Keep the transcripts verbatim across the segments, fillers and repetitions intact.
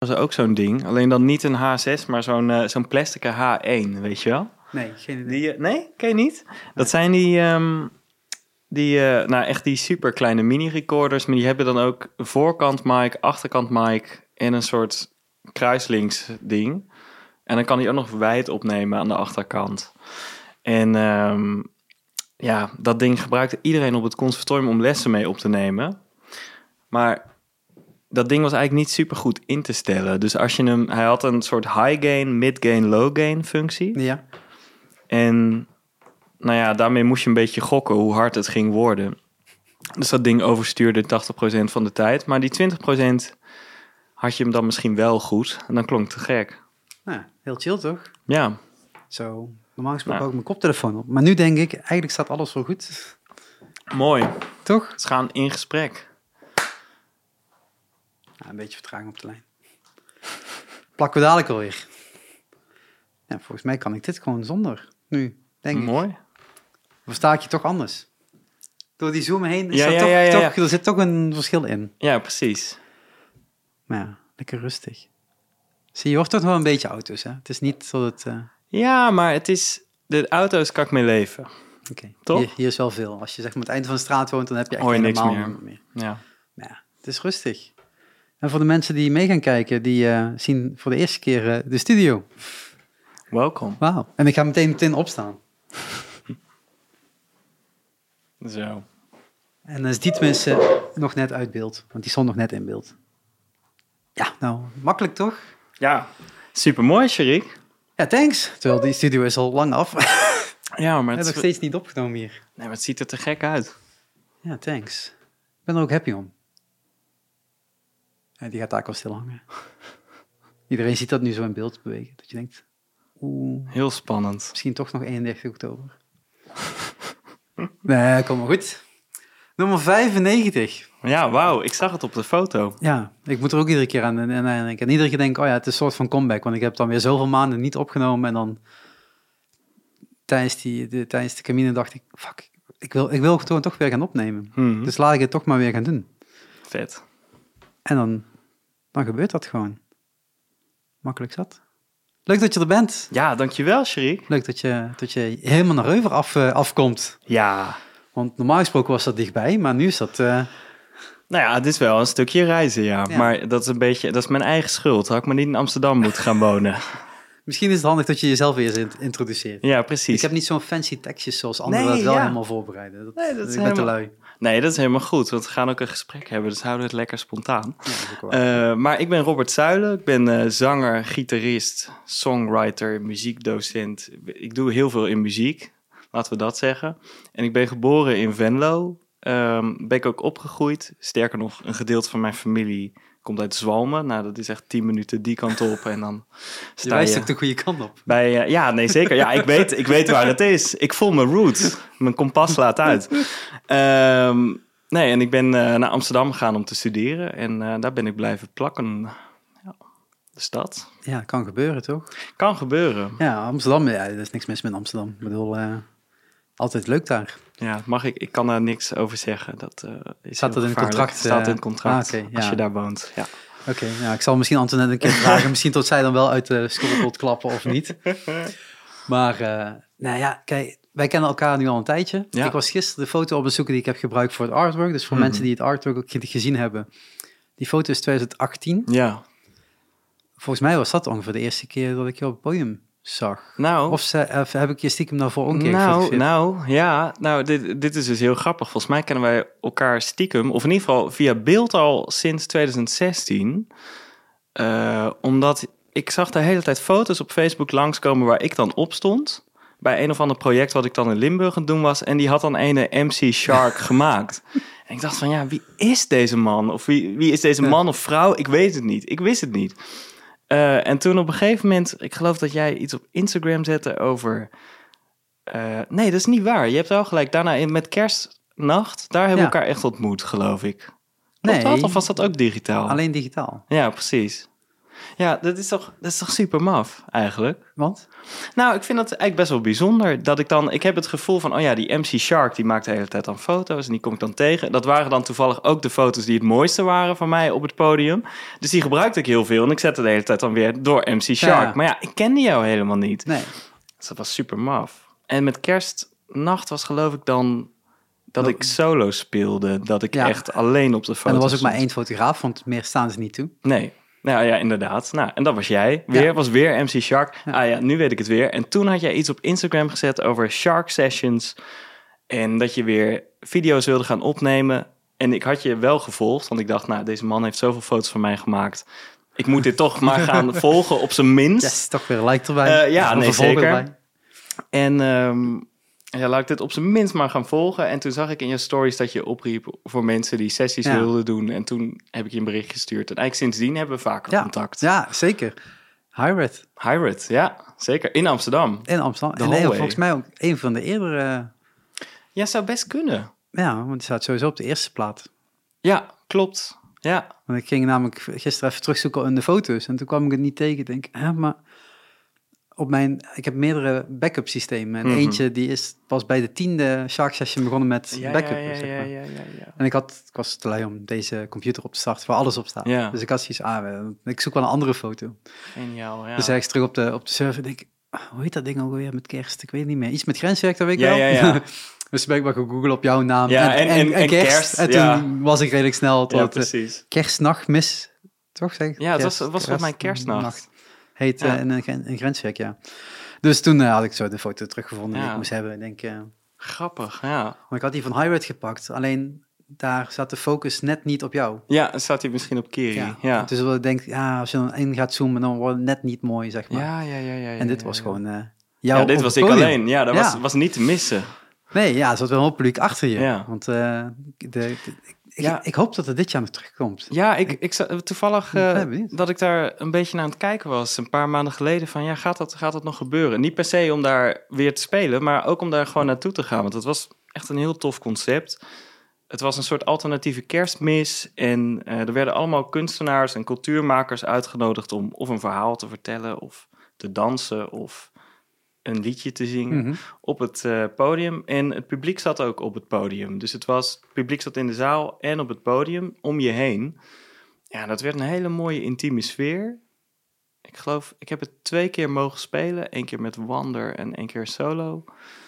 was ook zo'n ding. Alleen dan niet een H zes, maar zo'n, uh, zo'n plastic H één, weet je wel? Nee, geen idee. Die, uh, nee, ken je niet? Nee. Dat zijn die, um, die uh, nou echt die super kleine mini-recorders, maar die hebben dan ook voorkant mic, achterkant mic en een soort kruislinks ding. En dan kan hij ook nog wijd opnemen aan de achterkant. En um, ja, dat ding gebruikte iedereen op het conservatorium om lessen mee op te nemen. Maar dat ding was eigenlijk niet super goed in te stellen. Dus als je hem... Hij had een soort high gain, mid gain, low gain functie. Ja. En nou ja, daarmee moest je een beetje gokken hoe hard het ging worden. Dus dat ding overstuurde tachtig procent van de tijd. Maar die twintig procent had je hem dan misschien wel goed. En dan klonk het te gek. Nou, heel chill toch? Ja. Zo, normaal gesproken ja. ook mijn koptelefoon op. Maar nu denk ik, eigenlijk staat alles wel goed. Mooi. Toch? We gaan in gesprek. Ja, een beetje vertraging op de lijn. Plakken we dadelijk alweer. Ja, volgens mij kan ik dit gewoon zonder. Nu, denk ik. Mooi. Versta ik je toch anders? Door die zoom heen is ja, er, ja, toch, ja, ja, ja. toch, er zit toch een verschil in. Ja, precies. Maar ja, lekker rustig. Zie je, hoort toch nog een beetje auto's, hè? Het is niet zo dat... Uh... Ja, maar het is... De auto's kan ik mee leven. Oké, okay. Toch? Hier, hier is wel veel. Als je zeg maar aan het eind van de straat woont, dan heb je echt Hoor je helemaal niks meer. meer. Ja. Maar ja, het is rustig. En voor de mensen die mee gaan kijken, die uh, zien voor de eerste keer uh, de studio. Welkom. Wauw. En ik ga meteen meteen opstaan. Zo. En dan is die tenminste nog net uit beeld, want die stond nog net in beeld. Ja, nou, makkelijk toch? Ja, supermooi, Sharik. Ja, thanks. Terwijl die studio is al lang af. Ja, maar het is nog steeds niet opgenomen hier. Nee, maar het ziet er te gek uit. Ja, thanks. Ik ben er ook happy om. Ja, die gaat daar al stil hangen. Iedereen ziet dat nu zo in beeld bewegen. Dat je denkt, oeh. Heel spannend. Misschien toch nog eenendertig oktober. Nee, kom maar goed. Nummer vijfennegentig. Ja, wauw. Ik zag het op de foto. Ja, ik moet er ook iedere keer aan, aan, aan denken. En iedere keer denk ik, oh ja, het is een soort van comeback. Want ik heb dan weer zoveel maanden niet opgenomen. En dan tijdens, die, de, tijdens de Camino dacht ik, fuck, ik wil, ik wil het gewoon toch weer gaan opnemen. Mm-hmm. Dus laat ik het toch maar weer gaan doen. Vet. En dan, dan gebeurt dat gewoon. Makkelijk zat. Leuk dat je er bent. Ja, dankjewel, Sharik. Leuk dat je, dat je helemaal naar Reuver af, uh, afkomt. Ja. Want normaal gesproken was dat dichtbij, maar nu is dat... Uh... Nou ja, het is wel een stukje reizen, ja. ja. Maar dat is een beetje, dat is mijn eigen schuld. Had ik maar niet in Amsterdam moeten gaan wonen. Misschien is het handig dat je jezelf weer introduceert. Ja, precies. Ik heb niet zo'n fancy tekstjes zoals anderen nee, dat wel ja. helemaal voorbereiden. Dat, nee, dat is ik helemaal... ben te lui. Nee, dat is helemaal goed, want we gaan ook een gesprek hebben, dus houden we het lekker spontaan. Ja, uh, maar ik ben Robert Zuilen, ik ben uh, zanger, gitarist, songwriter, muziekdocent. Ik doe heel veel in muziek, laten we dat zeggen. En ik ben geboren in Venlo, um, ben ik ook opgegroeid. Sterker nog, een gedeelte van mijn familie komt uit Zwalmen. Nou, dat is echt tien minuten die kant op en dan sta je... wijst ook de goede kant op. Bij, uh, ja, nee, zeker. Ja, ik weet, ik weet waar het is. Ik voel mijn roots. Mijn kompas laat uit. Um, nee, en ik ben uh, naar Amsterdam gegaan om te studeren. En uh, daar ben ik blijven plakken. Ja, de stad. Ja, kan gebeuren, toch? Kan gebeuren. Ja, Amsterdam, ja, er is niks mis met Amsterdam. Ik bedoel, uh, altijd leuk daar. Ja, mag ik. Ik kan daar niks over zeggen. Dat uh, is Staat dat in het contract? Staat in het contract, ah, okay, als ja. je daar woont. Ja. Oké, okay, ja, ik zal misschien Antoinette een keer vragen. Misschien tot zij dan wel uit de schoolpot klappen of niet. Maar, uh, nou ja, kijk, wij kennen elkaar nu al een tijdje. Ja. Ik was gisteren de foto op bezoeken die ik heb gebruikt voor het artwork. Dus voor mm-hmm. mensen die het artwork ook gezien hebben. Die foto is twintig achttien. Ja. Volgens mij was dat ongeveer de eerste keer dat ik je op het podium zag. Nou, of, ze, of heb ik je stiekem daarvoor ook een keer Nou, nou ja, nou, dit, dit is dus heel grappig. Volgens mij kennen wij elkaar stiekem, of in ieder geval via beeld al sinds twintig zestien. Uh, omdat ik zag de hele tijd foto's op Facebook langskomen waar ik dan op stond. Bij een of ander project wat ik dan in Limburg aan het doen was. En die had dan ene M C Shark gemaakt. En ik dacht van, ja, wie is deze man? Of wie, wie is deze man of vrouw? Ik weet het niet. Ik wist het niet. Uh, en toen op een gegeven moment, ik geloof dat jij iets op Instagram zette over... Uh, nee, dat is niet waar. Je hebt wel gelijk. Daarna in, met kerstnacht, daar hebben we ja. elkaar echt ontmoet, geloof ik. Klopt nee, dat? Of was dat ook digitaal? Alleen digitaal. Ja, precies. Ja, dat is toch, dat is toch super maf, eigenlijk? Want? Nou, ik vind dat eigenlijk best wel bijzonder. Dat ik dan, ik heb het gevoel van, oh ja, die M C Shark, die maakt de hele tijd dan foto's en die kom ik dan tegen. Dat waren dan toevallig ook de foto's die het mooiste waren van mij op het podium. Dus die gebruikte ik heel veel en ik zette de hele tijd dan weer door M C Shark. Ja. Maar ja, ik kende jou helemaal niet. Nee. Dus dat was super maf. En met Kerstnacht was geloof ik dan dat ik solo speelde. Dat ik ja. echt alleen op de foto's. En er was ook maar één fotograaf, want meer staan ze niet toe. Nee. Nou ja, inderdaad. Nou, en dat was jij. Weer ja. was weer M C Shark. Ja. Ah ja, nu weet ik het weer. En toen had jij iets op Instagram gezet over Shark Sessions. En dat je weer video's wilde gaan opnemen. En ik had je wel gevolgd, want ik dacht, nou, deze man heeft zoveel foto's van mij gemaakt. Ik moet dit toch maar gaan volgen, op zijn minst. Yes, toch weer een like erbij. Uh, ja, nee, zeker. Erbij. En um, ja, laat ik dit op zijn minst maar gaan volgen. En toen zag ik in je stories dat je opriep voor mensen die sessies ja. wilden doen. En toen heb ik je een bericht gestuurd. En eigenlijk sindsdien hebben we vaker ja. contact. Ja, zeker. Hyrid. Hyrid, ja, zeker. In Amsterdam. In Amsterdam. De en nee, volgens mij ook een van de eerdere... Ja, zou best kunnen. Ja, want die staat sowieso op de eerste plaat. Ja, klopt. Ja. Want ik ging namelijk gisteren even terugzoeken in de foto's. En toen kwam ik het niet tegen. Ik denk, hè, maar... Op mijn, ik heb meerdere backup systemen. En mm-hmm. eentje die is pas bij de tiende Shark Session begonnen met ja, backup. Ja, ja, zeg maar. ja, ja, ja, ja. En ik, had, ik was te lui om deze computer op te starten waar alles op staat. Ja. Dus ik had zoiets aan. Ah, ik zoek wel een andere foto. Geniaal, ja. Dus ergens terug op de, op de server denk ik, hoe heet dat ding alweer met kerst? Ik weet het niet meer. Iets met grenswerk, dat weet ik ja, wel. Ja, ja. Dus ben ik maar gegoogeld op jouw naam. Ja, en, en, en, en, en kerst. kerst. En toen ja. was ik redelijk snel tot ja, precies. kerstnacht mis. Toch zeg? Ja, het was, was kerst, volgens mij kerstnacht. Heet ja. uh, een, een, een grenswerk, ja. Dus toen uh, had ik zo de foto teruggevonden ja. die ik moest hebben. Ik denk, uh, grappig, ja. Maar ik had die van Hyrid gepakt. Alleen daar zat de focus net niet op jou. Ja, dan staat hij misschien op Kiri. Ja. Ja. Dus ik denk, ja, als je dan in gaat zoomen, dan wordt het net niet mooi, zeg maar. Ja, ja, ja. ja, ja en dit ja, was ja. gewoon uh, jou Ja, dit was ik podium. alleen. Ja, dat ja. Was, was niet te missen. Nee, ja, er zat wel een hoop publiek achter je. Ja. Want uh, de, de, ik, ja. ik hoop dat het dit jaar nog terugkomt. Ja, ik, ik, ik toevallig uh, dat ik daar een beetje naar aan het kijken was, een paar maanden geleden, van ja, gaat dat, gaat dat nog gebeuren? Niet per se om daar weer te spelen, maar ook om daar gewoon naartoe te gaan. Want het was echt een heel tof concept. Het was een soort alternatieve kerstmis en uh, er werden allemaal kunstenaars en cultuurmakers uitgenodigd om of een verhaal te vertellen of te dansen of een liedje te zingen mm-hmm. op het uh, podium. En het publiek zat ook op het podium. Dus het was, het publiek zat in de zaal en op het podium om je heen. Ja, dat werd een hele mooie intieme sfeer. Ik geloof, ik heb het twee keer mogen spelen. Eén keer met Wander en één keer solo.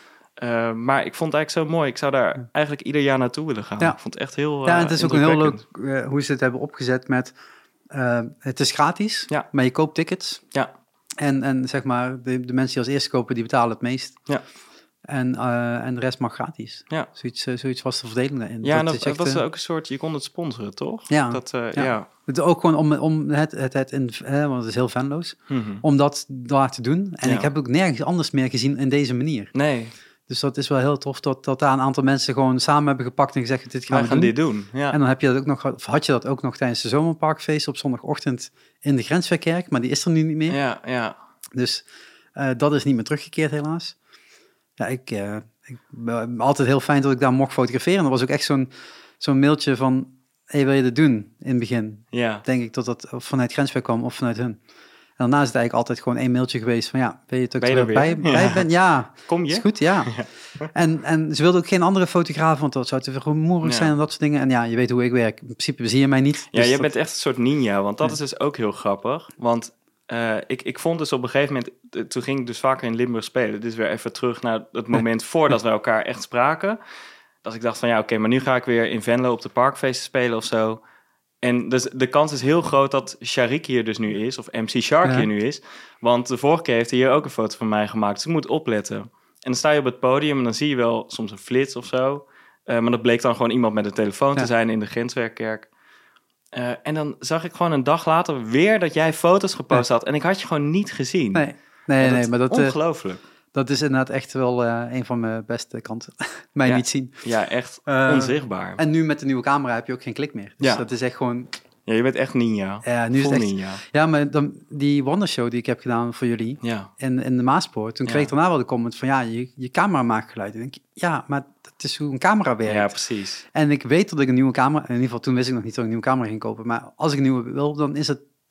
Uh, maar ik vond het eigenlijk zo mooi. Ik zou daar eigenlijk ieder jaar naartoe willen gaan. Ja. Ik vond het echt heel uh, Ja, en het is ook een heel leuk uh, hoe ze het hebben opgezet met... Uh, het is gratis, ja. maar je koopt tickets. Ja. En, en zeg maar, de, de mensen die als eerste kopen, die betalen het meest. Ja. En, uh, en de rest mag gratis. Ja. Zoiets, uh, zoiets was de verdeling daarin. Ja, dat en dat, dat was ook een soort, je kon het sponsoren, toch? Ja. Dat, uh, ja. ja. Het ook gewoon om, om het, het, het in, eh, want het is heel Venlo's, mm-hmm. om dat daar te doen. En ja. ik heb ook nergens anders meer gezien in deze manier. Nee. Dus dat is wel heel tof dat, dat daar een aantal mensen gewoon samen hebben gepakt en gezegd, dit gaan Wij we gaan doen. dit doen. Ja. En dan heb je dat ook nog, of had je dat ook nog tijdens de zomerparkfeest op zondagochtend in de Grenswerkkerk, maar die is er nu niet meer. Ja, ja. Dus uh, dat is niet meer teruggekeerd helaas. Ja, ik, uh, ik ben altijd heel fijn dat ik daar mocht fotograferen. Dat was ook echt zo'n, zo'n mailtje van, hey, wil je dit doen in het begin? Ja. Denk ik dat dat vanuit Grenswerk kwam of vanuit hun. En daarna is het eigenlijk altijd gewoon één mailtje geweest van, ja, wil je het ook ben je er bij, bij ja. ben? Ja. Kom je? Is goed, ja. ja. En, en ze wilden ook geen andere fotograaf, want dat zou te rumoerig ja. zijn en dat soort dingen. En ja, je weet hoe ik werk. In principe zie je mij niet. Ja, dus je dat... bent echt een soort ninja, want dat ja. is dus ook heel grappig. Want uh, ik, ik vond dus op een gegeven moment, uh, toen ging ik dus vaker in Limburg spelen. Dit is weer even terug naar het moment ja. voordat we elkaar echt spraken. Dat ik dacht van, ja, oké, okay, maar nu ga ik weer in Venlo op de parkfeesten spelen of zo. En dus de kans is heel groot dat Sharik hier dus nu is, of M C Shark ja. hier nu is. Want de vorige keer heeft hij hier ook een foto van mij gemaakt, dus ik moet opletten. En dan sta je op het podium en dan zie je wel soms een flits of zo. Uh, maar dat bleek dan gewoon iemand met een telefoon ja. te zijn in de Grenswerkkerk. Uh, en dan zag ik gewoon een dag later weer dat jij foto's gepost ja. had. En ik had je gewoon niet gezien. Nee, nee, nee. Maar dat, ongelooflijk. Uh, dat is inderdaad echt wel uh, een van mijn beste kanten. Mij ja. niet zien. Ja, echt uh, onzichtbaar. En nu met de nieuwe camera heb je ook geen klik meer. Dus ja. dat is echt gewoon... Ja, je bent echt ninja. Ja, nu Vol is het echt... ninja. Ja, maar dan, die Wondershow die ik heb gedaan voor jullie ja. in, in de Maaspoort, toen ja. kreeg ik daarna wel de comment van ja, je, je camera maakt geluid. Ik denk, ja, maar dat is hoe een camera werkt. Ja, precies. En ik weet dat ik een nieuwe camera, in ieder geval toen wist ik nog niet dat ik een nieuwe camera ging kopen, maar als ik een nieuwe wil, dan is het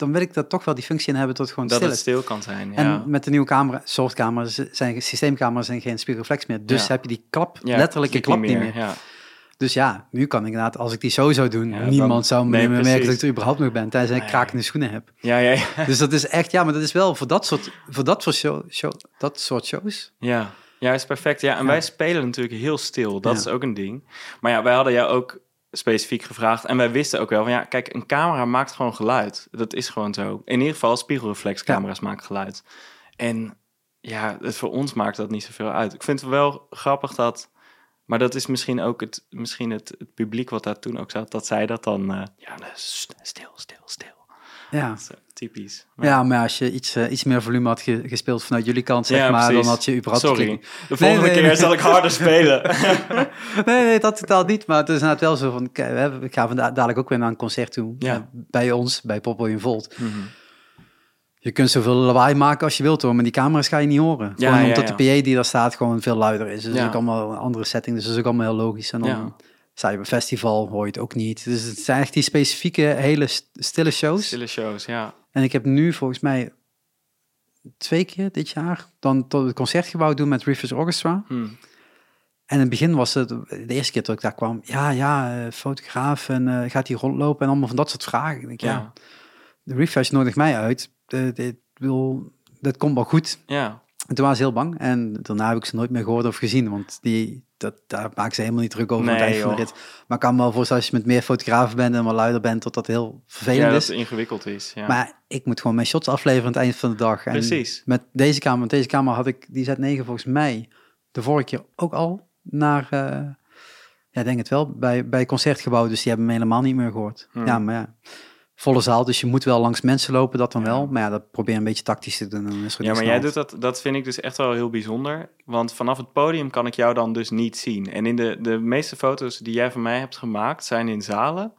dan wil ik dat toch wel die functie in hebben tot het gewoon dat stil het is. stil kan zijn, ja. En met de nieuwe camera, softcamera's, zijn systeemcamera's en geen spiegelreflex meer. Dus ja. heb je die klap, ja, letterlijke klap niet meer. meer. Ja. Dus ja, nu kan ik inderdaad, als ik die zo zou doen, Ja, niemand dan, zou nee, meer merken dat ik er überhaupt nog ben, tenzij ik nee. krakende schoenen heb. Ja, ja, ja. Dus dat is echt, ja, maar dat is wel voor dat soort, voor dat soort, show, show, dat soort shows. Ja. Ja, is perfect. Ja, en ja. wij spelen natuurlijk heel stil. Dat ja. is ook een ding. Maar ja, wij hadden jou ook specifiek gevraagd. En wij wisten ook wel van, ja, kijk, een camera maakt gewoon geluid. Dat is gewoon zo. In ieder geval, spiegelreflexcamera's ja. maken geluid. En ja, het, voor ons maakt dat niet zoveel uit. Ik vind het wel grappig dat... Maar dat is misschien ook het, misschien het, het publiek wat daar toen ook zat. Dat zij dat dan... Uh, ja, stil, stil, stil. Ja. Dat is, uh, typisch. Maar... Ja, maar als je iets, uh, iets meer volume had ge- gespeeld vanuit jullie kant, zeg ja, maar, precies. dan had je überhaupt... Sorry, gekeken. de volgende nee, nee, keer nee. zal ik harder spelen. nee, nee, dat totaal niet. Maar het is inderdaad wel zo van... Ik ga vandaag dadelijk ook weer naar een concert toe. Ja. Uh, bij ons, bij Popboy in Volt. Mm-hmm. Je kunt zoveel lawaai maken als je wilt hoor, maar die camera's ga je niet horen. Ja, gewoon ja, omdat ja. de P A die daar staat gewoon veel luider is. Dus ja. dat is ook allemaal een andere setting, dus dat is ook allemaal heel logisch. En dan ja. sta je op een festival, hoor je het ook niet. Dus het zijn echt die specifieke, hele stille shows. Stille shows, ja. En ik heb nu volgens mij twee keer dit jaar dan tot het concertgebouw doen met Rivers Orchestra. Hmm. En in het begin was het, de eerste keer dat ik daar kwam, ja, ja, fotograaf en uh, gaat hij rondlopen en allemaal van dat soort vragen. Ik denk, ja, ja de Refresh nodigt mij uit. De, de, wil, dat komt wel goed. Ja. En toen waren ze heel bang. En daarna heb ik ze nooit meer gehoord of gezien. Want die, dat, daar maken ze helemaal niet druk over. Nee, het eind van de rit. Maar ik kan me wel voorstellen, als je met meer fotografen bent en wat luider bent, dat dat heel vervelend ja, dat is. het ingewikkeld is. Ja. Maar ik moet gewoon mijn shots afleveren aan het eind van de dag. En precies. Met deze camera, met deze camera had ik die Z negen volgens mij de vorige keer ook al naar, uh, ja, ik denk het wel, bij, bij Concertgebouw. Dus die hebben me helemaal niet meer gehoord. Hmm. Ja, maar ja. Volle zaal, dus je moet wel langs mensen lopen, dat dan ja. wel. Maar ja, dat probeer een beetje tactisch te doen. Dan is ja, maar jij doet dat, dat vind ik dus echt wel heel bijzonder. Want vanaf het podium kan ik jou dan dus niet zien. En in de, de meeste foto's die jij van mij hebt gemaakt, zijn in zalen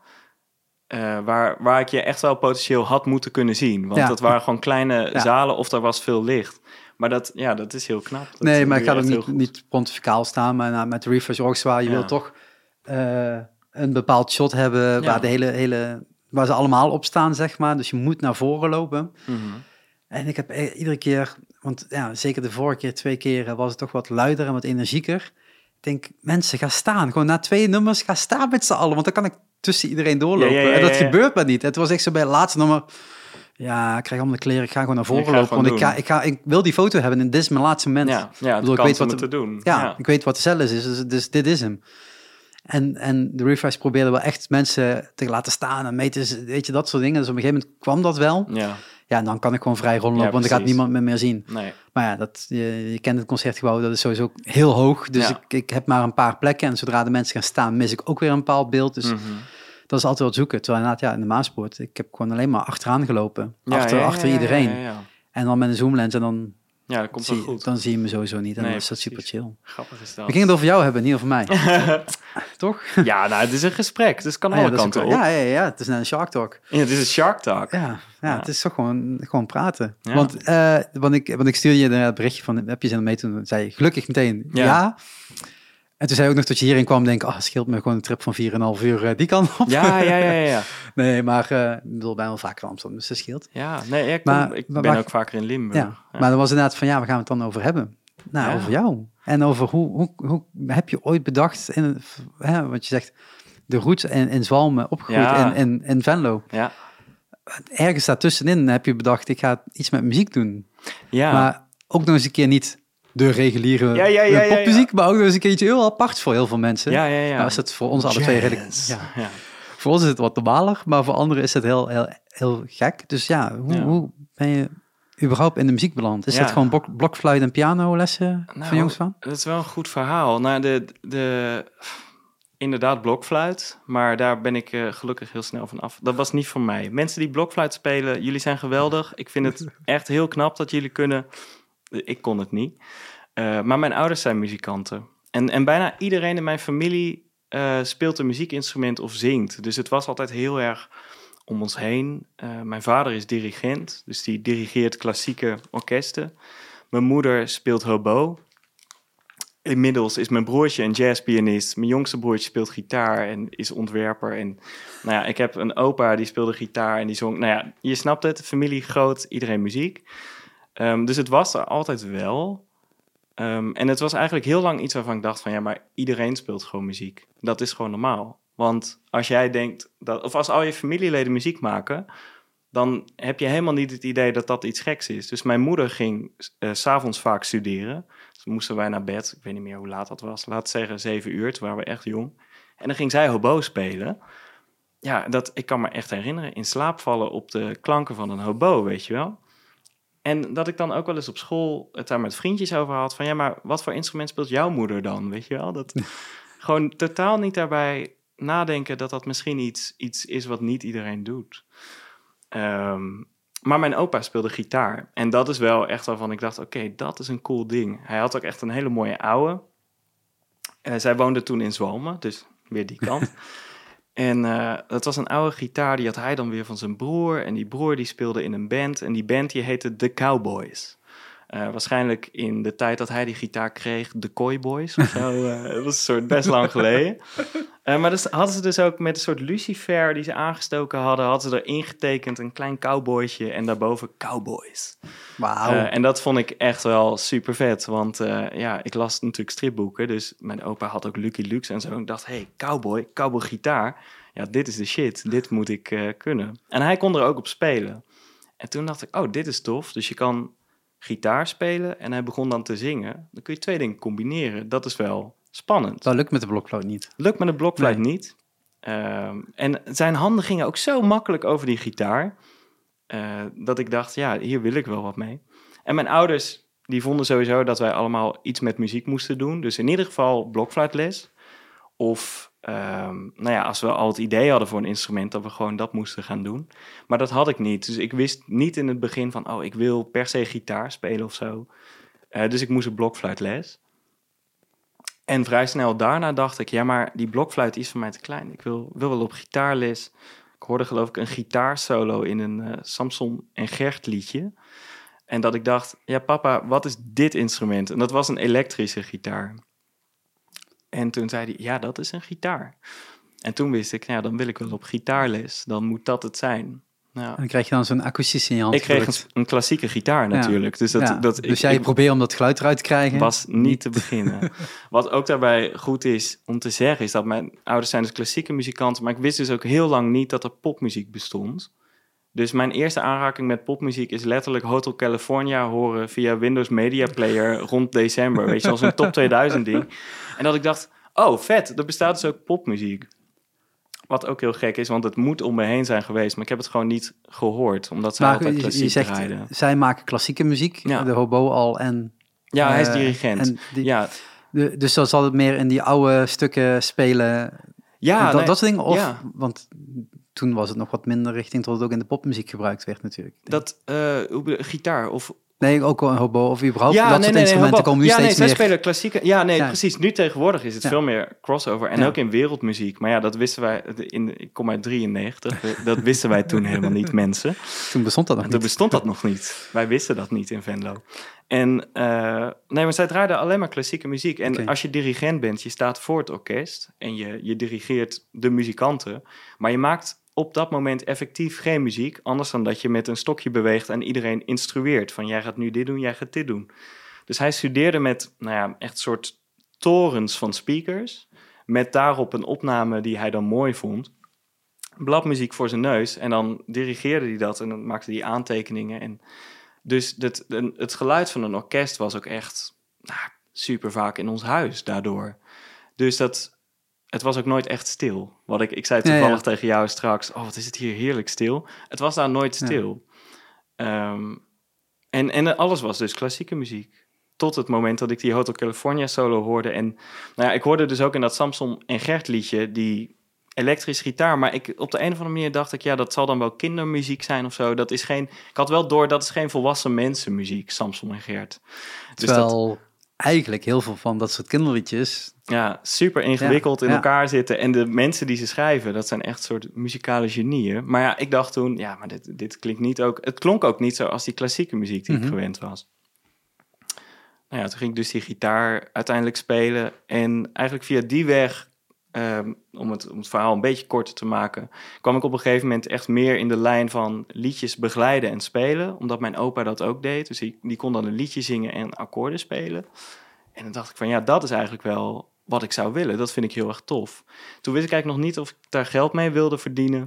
uh, waar, waar ik je echt wel potentieel had moeten kunnen zien. Want ja. dat waren gewoon kleine ja. zalen of er was veel licht. Maar dat, ja, dat is heel knap. Dat nee, maar ik ga ook niet, niet pontificaal staan. Maar nou, met de Refresh Orchestra, je ja. wil toch uh, een bepaald shot hebben ja. waar de hele... hele waar ze allemaal op staan, zeg maar. Dus je moet naar voren lopen. Mm-hmm. En ik heb e- iedere keer... Want ja, zeker de vorige keer, twee keer... was het toch wat luider en wat energieker. Ik denk, mensen, ga staan. Gewoon na twee nummers, ga staan met z'n allen. Want dan kan ik tussen iedereen doorlopen. Ja, ja, ja, ja, en dat ja. gebeurt maar niet. Het was echt zo bij het laatste nummer... Ja, ik krijg allemaal de kleren. Ik ga gewoon naar voren lopen. Want ik, ga, ik, ga, ik wil die foto hebben. En dit is mijn laatste moment. Ja, ja bedoel, ik weet wat te, te doen. Ja, ja, ik weet wat de cel is. Dus, dus dit is hem. En, en de Refresh probeerde wel echt mensen te laten staan en meten, weet je, dat soort dingen. Dus op een gegeven moment kwam dat wel. Ja, ja en dan kan ik gewoon vrij rondlopen, ja, want dan gaat niemand me meer zien. Nee. Maar ja, dat, je, je kent het Concertgebouw, dat is sowieso heel hoog. Dus ja. ik, ik heb maar een paar plekken. En zodra de mensen gaan staan, mis ik ook weer een bepaald beeld. Dus mm-hmm. dat is altijd wat zoeken. Terwijl inderdaad, ja, in de Maaspoort, ik heb gewoon alleen maar achteraan gelopen. Ja, achter, ja, ja, achter ja, iedereen. Ja, ja, ja. En dan met een zoomlens en dan... Ja, dat komt wel zie, goed. Dan zie je me sowieso niet. En nee, dan is dat precies. super chill. Grappig is dat. We gingen het over jou hebben, niet over mij. Toch? Ja, nou, het is een gesprek. Dus het kan ah, alle ja, kanten op. Ja, ja, ja, het is net een Shark Talk. Ja, het is een Shark Talk. Ja, ja, ja. Het is toch gewoon, gewoon praten. Ja. Want, uh, want, ik, want ik stuurde je een berichtje van, heb je zin om mee te doen? Zei je gelukkig meteen ja. ja. En toen zei je ook nog dat je hierin kwam en denk, oh, scheelt me gewoon een trip van vier en een half uur uh, die kant op. Ja, ja, ja, ja. Nee, maar uh, ik bedoel, bijna wel vaker Amsterdam, dus dat scheelt. Ja, nee, ik, kom, maar, ik maar, ben maar, ook vaker in Limburg. Ja, ja. Maar dan was inderdaad van, ja, waar gaan we het dan over hebben? Nou, ja. over jou. En over hoe, hoe, hoe heb je ooit bedacht, in, hè, wat je zegt, de roots in, in Zwalmen opgegroeid ja. in, in, in Venlo. Ja. Ergens daartussenin heb je bedacht, ik ga iets met muziek doen. Ja. Maar ook nog eens een keer niet de reguliere ja, ja, ja, ja, popmuziek, ja. maar ook nog eens een keer iets heel apart voor heel veel mensen. Ja, ja, ja. Nou is het voor ons alle twee redelijk... Ja. Ja. Voor ons is het wat normaler, maar voor anderen is het heel, heel, heel gek. Dus ja, hoe, ja. hoe ben je überhaupt in de muziek beland? Is ja. dat gewoon blok, blokfluit en pianolessen nou, van jongs van? Dat is wel een goed verhaal. Nou, de, de, inderdaad blokfluit, maar daar ben ik uh, gelukkig heel snel van af. Dat was niet voor mij. Mensen die blokfluit spelen, jullie zijn geweldig. Ik vind het echt heel knap dat jullie kunnen. Ik kon het niet. Uh, maar mijn ouders zijn muzikanten. En, en bijna iedereen in mijn familie uh, speelt een muziekinstrument of zingt. Dus het was altijd heel erg om ons heen. Uh, mijn vader is dirigent, dus die dirigeert klassieke orkesten. Mijn moeder speelt hobo. inmiddels is mijn broertje een jazzpianist. Mijn jongste broertje speelt gitaar en is ontwerper. En nou ja, ik heb een opa die speelde gitaar en die zong. Nou ja, je snapt het, familie groot, iedereen muziek. Um, dus het was er altijd wel. Um, en het was eigenlijk heel lang iets waarvan ik dacht van... ja, maar iedereen speelt gewoon muziek. Dat is gewoon normaal. Want als jij denkt... dat, of als al je familieleden muziek maken... dan heb je helemaal niet het idee dat dat iets geks is. Dus mijn moeder ging uh, 's avonds vaak studeren. Dus moesten wij naar bed. Ik weet niet meer hoe laat dat was. Laat zeggen zeven uur, toen waren we echt jong. En dan ging zij hobo spelen. Ja, dat, ik kan me echt herinneren. In slaap vallen op de klanken van een hobo, weet je wel. En dat ik dan ook wel eens op school het daar met vriendjes over had. Van ja, maar wat voor instrument speelt jouw moeder dan? Weet je wel? Dat gewoon totaal niet daarbij nadenken dat dat misschien iets, iets is wat niet iedereen doet. Um, maar mijn opa speelde gitaar. En dat is wel echt waarvan ik dacht, oké, okay, dat is een cool ding. Hij had ook echt een hele mooie ouwe. Uh, zij woonde toen in Zwalmen, dus weer die kant. En uh, dat was een oude gitaar, die had hij dan weer van zijn broer. En die broer die speelde in een band. En die band die heette The Cowboys. Uh, waarschijnlijk in de tijd dat hij die gitaar kreeg, de Cowboys of zo. Uh, dat was een soort best lang geleden. Uh, maar dus hadden ze dus ook met een soort lucifer die ze aangestoken hadden... hadden ze er ingetekend een klein cowboytje en daarboven Cowboys. Wauw. Uh, en dat vond ik echt wel super vet. Want uh, ja, ik las natuurlijk stripboeken. Dus mijn opa had ook Lucky Luke en zo. En ik dacht, hey, cowboy, cowboy gitaar. Ja, dit is de shit. Dit moet ik uh, kunnen. En hij kon er ook op spelen. En toen dacht ik, oh, dit is tof. Dus je kan gitaar spelen en hij begon dan te zingen. Dan kun je twee dingen combineren. Dat is wel spannend. Dat lukt met de blokfluit niet. Lukt met de blokfluit nee. niet. Um, en zijn handen gingen ook zo makkelijk over die gitaar... Uh, dat ik dacht, ja, hier wil ik wel wat mee. En mijn ouders, die vonden sowieso dat wij allemaal iets met muziek moesten doen. Dus in ieder geval blokfluitles. Of, um, nou ja, als we al het idee hadden voor een instrument... dat we gewoon dat moesten gaan doen. Maar dat had ik niet. Dus ik wist niet in het begin van... oh, ik wil per se gitaar spelen of zo. Uh, dus ik moest een blokfluitles. En vrij snel daarna dacht ik... ja, maar die blokfluit is voor mij te klein. Ik wil, wil wel op gitaarles... Ik hoorde geloof ik een gitaarsolo in een uh, Samson en Gert liedje. En dat ik dacht, ja papa, wat is dit instrument? En dat was een elektrische gitaar. En toen zei hij, ja, dat is een gitaar. En toen wist ik, nou ja, dan wil ik wel op gitaarles. Dan moet dat het zijn. Nou, en dan krijg je dan zo'n akoestische in je hand. Ik kreeg een, een klassieke gitaar natuurlijk. Ja. Dus, dat, ja. dat, dus ik, jij ik, probeert om dat geluid eruit te krijgen? Was niet, niet te beginnen. Wat ook daarbij goed is om te zeggen... is dat mijn ouders zijn dus klassieke muzikanten... maar ik wist dus ook heel lang niet dat er popmuziek bestond. Dus mijn eerste aanraking met popmuziek... is letterlijk Hotel California horen... via Windows Media Player rond december. Weet je, als een top tweeduizend ding. En dat ik dacht, oh vet, er bestaat dus ook popmuziek. Wat ook heel gek is, want het moet om me heen zijn geweest... maar ik heb het gewoon niet gehoord, omdat zij maar, altijd klassiek je zegt, draaiden. Zij maken klassieke muziek, ja. De hobo al en... Ja, uh, hij is dirigent. Die, ja. De, dus dan zal het meer in die oude stukken spelen... Ja, dat, nee, dat soort dingen? Of, ja. Want toen was het nog wat minder richting... tot het ook in de popmuziek gebruikt werd natuurlijk. Dat, uh, gitaar of... Nee, ook een hobo of überhaupt ja, dat nee, soort nee, instrumenten nee, komen nu ja, steeds nee, zij meer... spelen klassieke... Ja, nee, ja. precies. Nu tegenwoordig is het ja. veel meer crossover. En ja. ook in wereldmuziek. Maar ja, dat wisten wij... In, ik kom uit drieënnegentig. Dat wisten wij toen helemaal niet, mensen. Toen bestond dat nog toen niet. Toen bestond dat nog niet. Wij wisten dat niet in Venlo. En uh, nee, maar zij draaiden alleen maar klassieke muziek. En okay. als je dirigent bent, je staat voor het orkest... en je, je dirigeert de muzikanten. Maar je maakt... op dat moment effectief geen muziek... anders dan dat je met een stokje beweegt... en iedereen instrueert van... jij gaat nu dit doen, jij gaat dit doen. Dus hij studeerde met, nou ja, echt soort torens van speakers... met daarop een opname die hij dan mooi vond. Bladmuziek voor zijn neus... en dan dirigeerde hij dat... en dan maakte hij aantekeningen. En dus het, het geluid van een orkest was ook echt... Nou, super vaak in ons huis daardoor. Dus dat... Het was ook nooit echt stil. Wat ik, ik zei toevallig ja, ja. tegen jou straks... oh, wat is het hier heerlijk stil. Het was daar nooit stil. Ja. Um, en, en alles was dus klassieke muziek. Tot het moment dat ik die Hotel California solo hoorde. En nou ja, ik hoorde dus ook in dat Samson en Gert liedje... die elektrische gitaar. Maar ik, op de een of andere manier dacht ik... ja, dat zal dan wel kindermuziek zijn of zo. Dat is geen... Ik had wel door, dat is geen volwassen mensenmuziek... Samson en Gert. Dus Terwijl... dat, eigenlijk heel veel van dat soort kinderliedjes... Ja, super ingewikkeld ja, in ja. elkaar zitten. En de mensen die ze schrijven, dat zijn echt soort muzikale genieën. Maar ja, ik dacht toen, ja, maar dit, dit klinkt niet ook... Het klonk ook niet zo als die klassieke muziek die mm-hmm. ik gewend was. nou ja, toen ging ik dus die gitaar uiteindelijk spelen. En eigenlijk via die weg, um, om, het, om het verhaal een beetje korter te maken, kwam ik op een gegeven moment echt meer in de lijn van liedjes begeleiden en spelen. Omdat mijn opa dat ook deed. Dus die, die kon dan een liedje zingen en akkoorden spelen. En dan dacht ik van ja, dat is eigenlijk wel wat ik zou willen. Dat vind ik heel erg tof. Toen wist ik eigenlijk nog niet of ik daar geld mee wilde verdienen.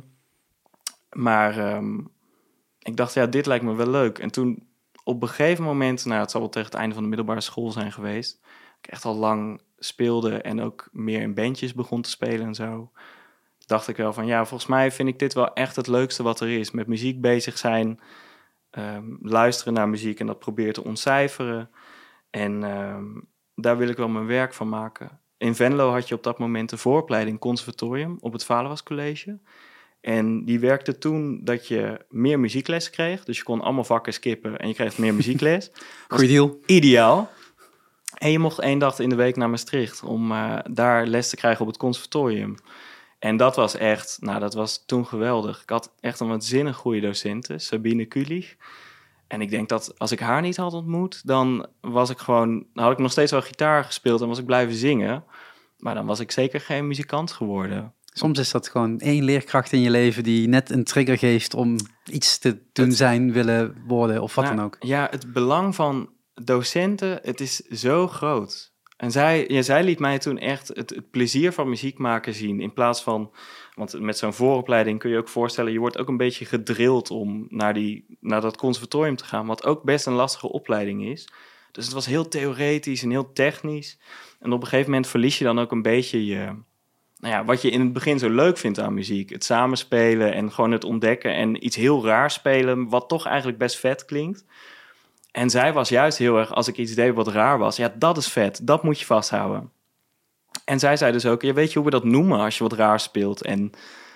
Maar um, ik dacht, ja, dit lijkt me wel leuk. En toen op een gegeven moment, nou, het zal wel tegen het einde van de middelbare school zijn geweest, ik echt al lang speelde en ook meer in bandjes begon te spelen en zo, dacht ik wel van, ja, volgens mij vind ik dit wel echt het leukste wat er is. Met muziek bezig zijn, um, luisteren naar muziek en dat proberen te ontcijferen. En um, daar wil ik wel mijn werk van maken. In Venlo had je op dat moment de vooropleiding conservatorium op het Valenwas College. En die werkte toen dat je meer muziekles kreeg. Dus je kon allemaal vakken skippen en je kreeg meer muziekles. Goeie deal. Ideaal. En je mocht één dag in de week naar Maastricht om uh, daar les te krijgen op het conservatorium. En dat was echt, nou dat was toen geweldig. Ik had echt een waanzinnig goede docenten, Sabine Kulich. En ik denk dat als ik haar niet had ontmoet, dan was ik gewoon, dan had ik nog steeds wel gitaar gespeeld en was ik blijven zingen. Maar dan was ik zeker geen muzikant geworden. Soms is dat gewoon één leerkracht in je leven die net een trigger geeft om iets te doen, het, zijn, willen worden of wat nou, dan ook. Ja, het belang van docenten, het is zo groot. En zij, ja, zij liet mij toen echt het, het plezier van muziek maken zien. In plaats van, want met zo'n vooropleiding kun je ook voorstellen, je wordt ook een beetje gedrild om naar, die, naar dat conservatorium te gaan. Wat ook best een lastige opleiding is. Dus het was heel theoretisch en heel technisch. En op een gegeven moment verlies je dan ook een beetje je, nou ja, wat je in het begin zo leuk vindt aan muziek. Het samenspelen en gewoon het ontdekken en iets heel raars spelen, wat toch eigenlijk best vet klinkt. En zij was juist heel erg, als ik iets deed wat raar was, ja, dat is vet, dat moet je vasthouden. En zij zei dus ook, ja, weet je hoe we dat noemen als je wat raar speelt? En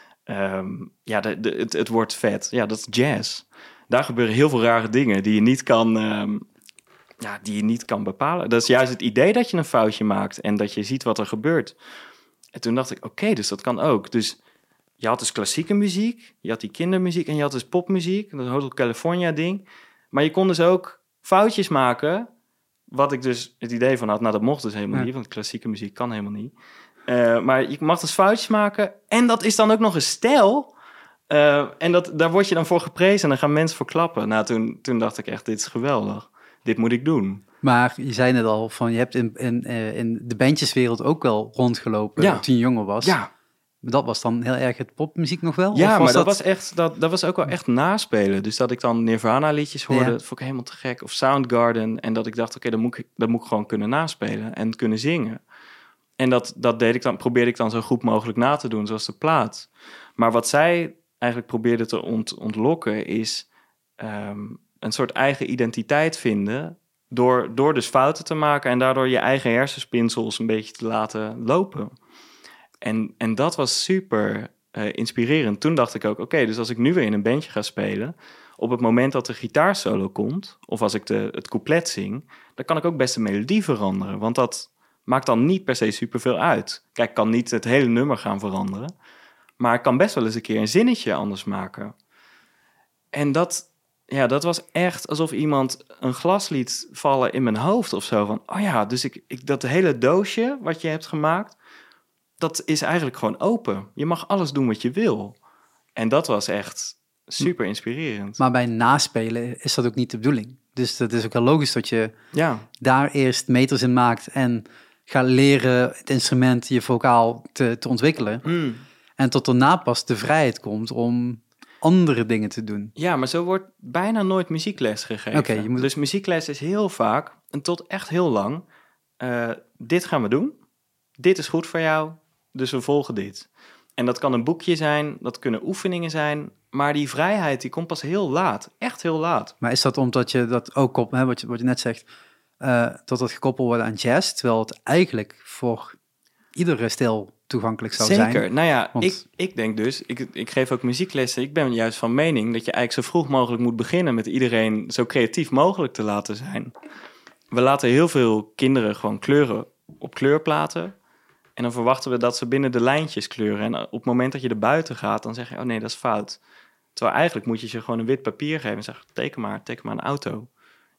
um, ja, de, de, het, het wordt vet. Ja, dat is jazz. Daar gebeuren heel veel rare dingen die je niet kan, um, ja, die je niet kan bepalen. Dat is juist het idee dat je een foutje maakt en dat je ziet wat er gebeurt. En toen dacht ik, oké, okay, dus dat kan ook. Dus je had dus klassieke muziek, je had die kindermuziek en je had dus popmuziek, dat Hotel California ding. Maar je kon dus ook foutjes maken, wat ik dus het idee van had, nou dat mocht dus helemaal ja. niet, want klassieke muziek kan helemaal niet. Uh, maar je mag dus foutjes maken en dat is dan ook nog een stijl. Uh, en dat, daar word je dan voor geprezen en dan gaan mensen voor klappen. Nou, toen, toen dacht ik echt, dit is geweldig. Dit moet ik doen. Maar je zei net al, van je hebt in, in, in de bandjeswereld ook wel rondgelopen ja. toen je jonger was. Ja. Dat was dan heel erg het popmuziek nog wel? Ja, was maar dat, dat was echt, dat, dat was ook wel echt naspelen. Dus dat ik dan Nirvana-liedjes hoorde, ja. dat vond ik helemaal te gek. Of Soundgarden. En dat ik dacht, oké, okay, dat moet ik, dat moet ik gewoon kunnen naspelen en kunnen zingen. En dat, dat deed ik dan, probeerde ik dan zo goed mogelijk na te doen, zoals de plaat. Maar wat zij eigenlijk probeerde te ont, ontlokken is um, een soort eigen identiteit vinden, door, door dus fouten te maken en daardoor je eigen hersenspinsels een beetje te laten lopen. En, en dat was super uh, inspirerend. Toen dacht ik ook, oké, okay, dus als ik nu weer in een bandje ga spelen, op het moment dat de gitaarsolo komt, of als ik de, het couplet zing, dan kan ik ook best de melodie veranderen. Want dat maakt dan niet per se superveel uit. Kijk, ik kan niet het hele nummer gaan veranderen, maar ik kan best wel eens een keer een zinnetje anders maken. En dat, ja, dat was echt alsof iemand een glas liet vallen in mijn hoofd of zo. Van, oh ja, dus ik, ik, dat hele doosje wat je hebt gemaakt, dat is eigenlijk gewoon open. Je mag alles doen wat je wil. En dat was echt super inspirerend. Maar bij naspelen is dat ook niet de bedoeling. Dus dat is ook wel logisch dat je ja. daar eerst meters in maakt en gaat leren het instrument, je vocaal te, te ontwikkelen. Mm. En tot daarna pas de vrijheid komt om andere dingen te doen. Ja, maar zo wordt bijna nooit muziekles gegeven. Okay, je moet... Dus muziekles is heel vaak, en tot echt heel lang, uh, dit gaan we doen. Dit is goed voor jou, dus we volgen dit. En dat kan een boekje zijn, dat kunnen oefeningen zijn, maar die vrijheid die komt pas heel laat, echt heel laat. Maar is dat omdat je dat ook op, hè, wat, je, wat je net zegt, uh, dat dat gekoppeld wordt aan jazz, terwijl het eigenlijk voor iedere stijl toegankelijk zou Zeker. zijn? Zeker. Nou ja, Want... ik, ik denk dus, ik, ik geef ook muzieklessen, ik ben juist van mening dat je eigenlijk zo vroeg mogelijk moet beginnen met iedereen zo creatief mogelijk te laten zijn. We laten heel veel kinderen gewoon kleuren op kleurplaten. En dan verwachten we dat ze binnen de lijntjes kleuren. En op het moment dat je er buiten gaat, dan zeg je, oh nee, dat is fout. Terwijl eigenlijk moet je ze gewoon een wit papier geven en zeggen, teken maar, teken maar een auto.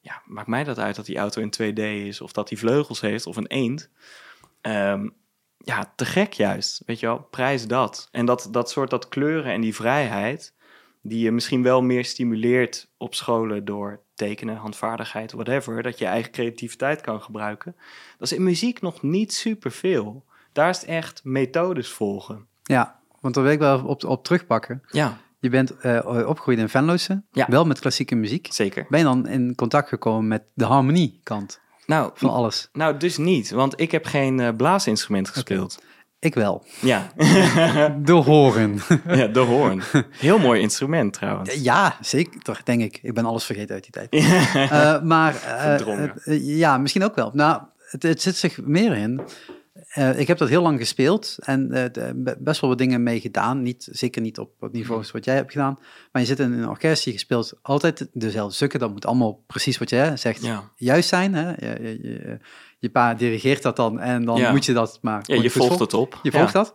ja, maakt mij dat uit dat die auto in twee D is... of dat die vleugels heeft of een eend. Um, ja, te gek juist, weet je wel. Prijs dat. En dat, dat soort dat kleuren en die vrijheid... die je misschien wel meer stimuleert op scholen... door tekenen, handvaardigheid, whatever... dat je eigen creativiteit kan gebruiken. Dat is in muziek nog niet superveel. Daar is het echt methodes volgen. Ja, want daar wil ik wel op, op terugpakken. Ja. Je bent uh, opgegroeid in Venloosen, ja. wel met klassieke muziek. Zeker. Ben je dan in contact gekomen met de harmoniekant nou, van alles? Nou, dus niet, want ik heb geen uh, blaasinstrument gespeeld. Okay. Ik wel. Ja. De hoorn. Ja, de hoorn. Heel mooi instrument trouwens. Ja, zeker, toch, denk ik. Ik ben alles vergeten uit die tijd. uh, maar uh, uh, ja, misschien ook wel. Nou, het, het zit zich meer in... Uh, ik heb dat heel lang gespeeld en uh, de, best wel wat dingen mee gedaan. Niet, zeker niet op het niveau wat jij hebt gedaan. Maar je zit in een orkest, je speelt altijd dezelfde stukken. Dat moet allemaal precies wat jij zegt ja. juist zijn. Hè? Je, je, je, je pa dirigeert dat dan en dan ja. moet je dat maar... Ja, je volgt het op. Je volgt ja. dat.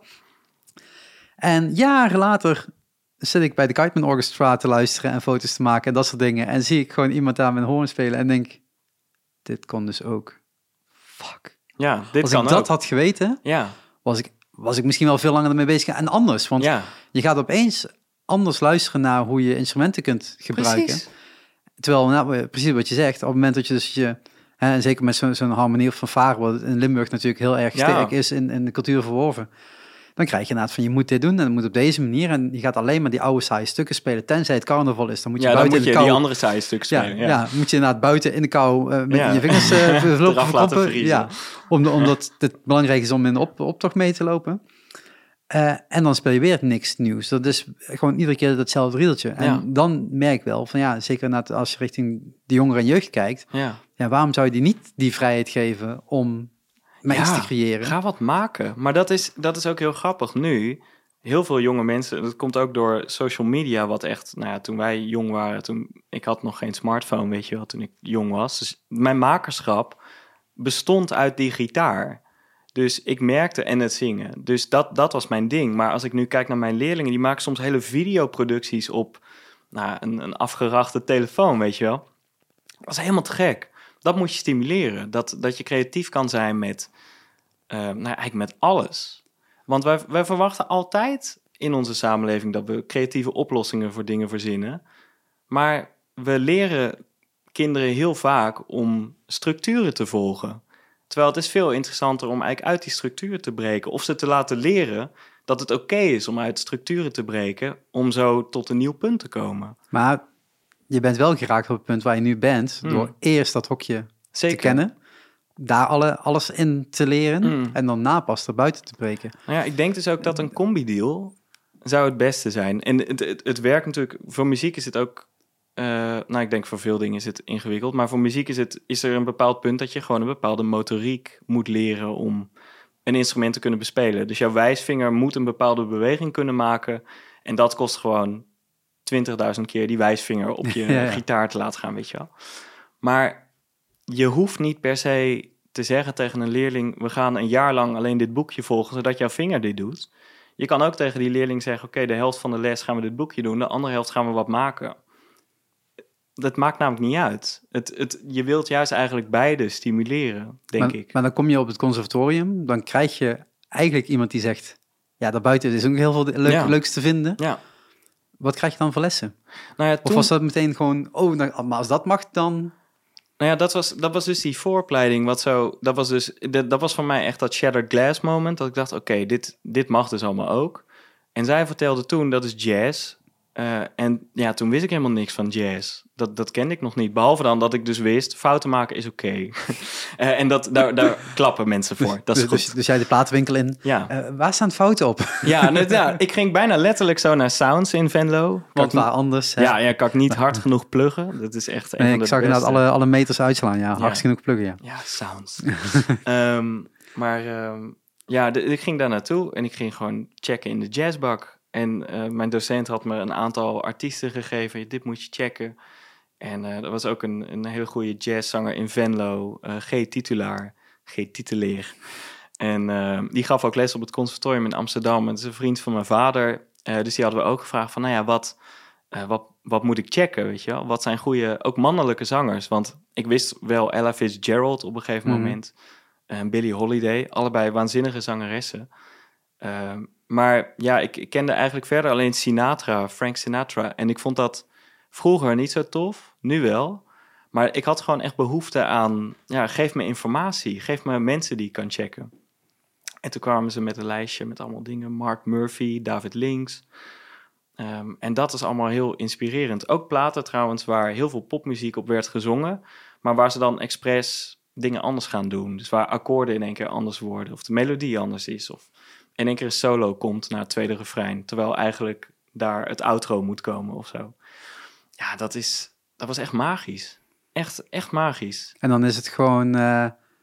En jaren later zit ik bij de Kiteman Orchestra te luisteren en foto's te maken en dat soort dingen. En zie ik gewoon iemand daar met een hoorn spelen en denk, dit kon dus ook. Fuck. Ja, dit Als kan ik dat ook. had geweten, ja. was, ik, was ik misschien wel veel langer ermee bezig. En anders, want ja. je gaat opeens anders luisteren naar hoe je instrumenten kunt gebruiken. Precies. Terwijl, nou, precies wat je zegt, op het moment dat je dus je... Hè, en zeker met zo'n zo'n harmonie of fanfare, wat in Limburg natuurlijk heel erg ja. sterk is in, in de cultuur verworven. Dan krijg je inderdaad van, je moet dit doen en het moet op deze manier. En je gaat alleen maar die oude saaie stukken spelen. Tenzij het carnaval is, dan moet je ja, buiten dan moet in de je kou... die andere saaie stukken spelen. Ja, Ja, ja. ja, moet je inderdaad buiten in de kou uh, met ja. je vingers uh, verlopen eraf laten vriezen. Ja, om de, omdat het belangrijk is om in de op, optocht mee te lopen. Uh, en dan speel je weer niks nieuws. Dat is gewoon iedere keer datzelfde riedeltje. En ja. dan merk ik wel van ja, zeker als je richting de jongeren en jeugd kijkt. Ja. Ja, waarom zou je die niet die vrijheid geven om maar ja, iets te creëren? Ga wat maken. Maar dat is, dat is ook heel grappig nu. Heel veel jonge mensen, dat komt ook door social media, wat echt, nou ja, toen wij jong waren, toen, ik had nog geen smartphone, weet je wel, toen ik jong was. Dus mijn makerschap bestond uit die gitaar. Dus ik merkte en het zingen. Dus dat, dat was mijn ding. Maar als ik nu kijk naar mijn leerlingen, die maken soms hele videoproducties op nou, een, een afgerachte telefoon, weet je wel. Dat is helemaal te gek. Dat moet je stimuleren. Dat, dat je creatief kan zijn met, uh, nou, eigenlijk met alles. Want wij, wij verwachten altijd in onze samenleving dat we creatieve oplossingen voor dingen verzinnen. Maar we leren kinderen heel vaak om structuren te volgen. Terwijl het is veel interessanter om eigenlijk uit die structuren te breken. Of ze te laten leren dat het oké okay is om uit structuren te breken, om zo tot een nieuw punt te komen. Maar je bent wel geraakt op het punt waar je nu bent, mm. door eerst dat hokje Zeker. te kennen, daar alle, alles in te leren mm. en dan na pas er buiten te breken. Nou ja, ik denk dus ook dat een combi-deal zou het beste zijn. En het, het, het werkt natuurlijk, voor muziek is het ook, uh, nou ik denk voor veel dingen is het ingewikkeld, maar voor muziek is, het, is er een bepaald punt dat je gewoon een bepaalde motoriek moet leren om een instrument te kunnen bespelen. Dus jouw wijsvinger moet een bepaalde beweging kunnen maken en dat kost gewoon twintigduizend keer die wijsvinger op je ja, ja. gitaar te laten gaan, weet je wel. Maar je hoeft niet per se te zeggen tegen een leerling, we gaan een jaar lang alleen dit boekje volgen, zodat jouw vinger dit doet. Je kan ook tegen die leerling zeggen, oké, okay, de helft van de les gaan we dit boekje doen, de andere helft gaan we wat maken. Dat maakt namelijk niet uit. Het, het, je wilt juist eigenlijk beide stimuleren, denk maar, ik. Maar dan kom je op het conservatorium, dan krijg je eigenlijk iemand die zegt, ja, daarbuiten is ook heel veel leuk, ja. leuks te vinden. Ja. Wat krijg je dan voor lessen? Nou ja, toen... Of was dat meteen gewoon, oh, nou, maar als dat mag, dan... Nou ja, dat was, dat was dus die vooropleiding. Wat zo, dat was dus, dat, dat was voor mij echt dat shattered glass moment. Dat ik dacht, oké, okay, dit, dit mag dus allemaal ook. En zij vertelde toen, dat is jazz. Uh, en ja, toen wist ik helemaal niks van jazz. Dat, dat kende ik nog niet. Behalve dan dat ik dus wist, fouten maken is oké. Okay. uh, en dat, daar, daar klappen mensen voor. Dat is dus, goed. Dus, dus jij de platenwinkel in. Ja. Uh, waar staan fouten op? Ja, nou, ja, ik ging bijna letterlijk zo naar Sounds in Venlo. Want waar anders. Hè? Ja, ja, kan ik niet hard genoeg pluggen. Dat is echt een nee, van de ik zag beste. inderdaad alle, alle meters uitslaan. Ja, hard ja. genoeg pluggen, ja. Ja, Sounds. um, maar um, ja, de, ik ging daar naartoe en ik ging gewoon checken in de jazzbak. En uh, mijn docent had me een aantal artiesten gegeven. Dit moet je checken. En uh, er was ook een, een hele goede jazzzanger in Venlo. Uh, G. Titulaar. G. Titeleer. En uh, die gaf ook les op het conservatorium in Amsterdam. Het is een vriend van mijn vader. Uh, dus die hadden we ook gevraagd van, nou ja, wat, uh, wat, wat moet ik checken, weet je wel? Wat zijn goede, ook mannelijke zangers? Want ik wist wel Ella Fitzgerald op een gegeven Mhm. moment. En Billie Holiday, allebei waanzinnige zangeressen. Uh, maar ja, ik, ik kende eigenlijk verder alleen Sinatra, Frank Sinatra. En ik vond dat vroeger niet zo tof, nu wel. Maar ik had gewoon echt behoefte aan, ja, geef me informatie. Geef me mensen die ik kan checken. En toen kwamen ze met een lijstje met allemaal dingen. Mark Murphy, David Links. Um, en dat is allemaal heel inspirerend. Ook platen trouwens waar heel veel popmuziek op werd gezongen. Maar waar ze dan expres dingen anders gaan doen. Dus waar akkoorden in één keer anders worden. Of de melodie anders is. Of in één keer een solo komt naar het tweede refrein. Terwijl eigenlijk daar het outro moet komen of zo. Ja, dat, is, dat was echt magisch. Echt, echt magisch. En dan is het gewoon uh,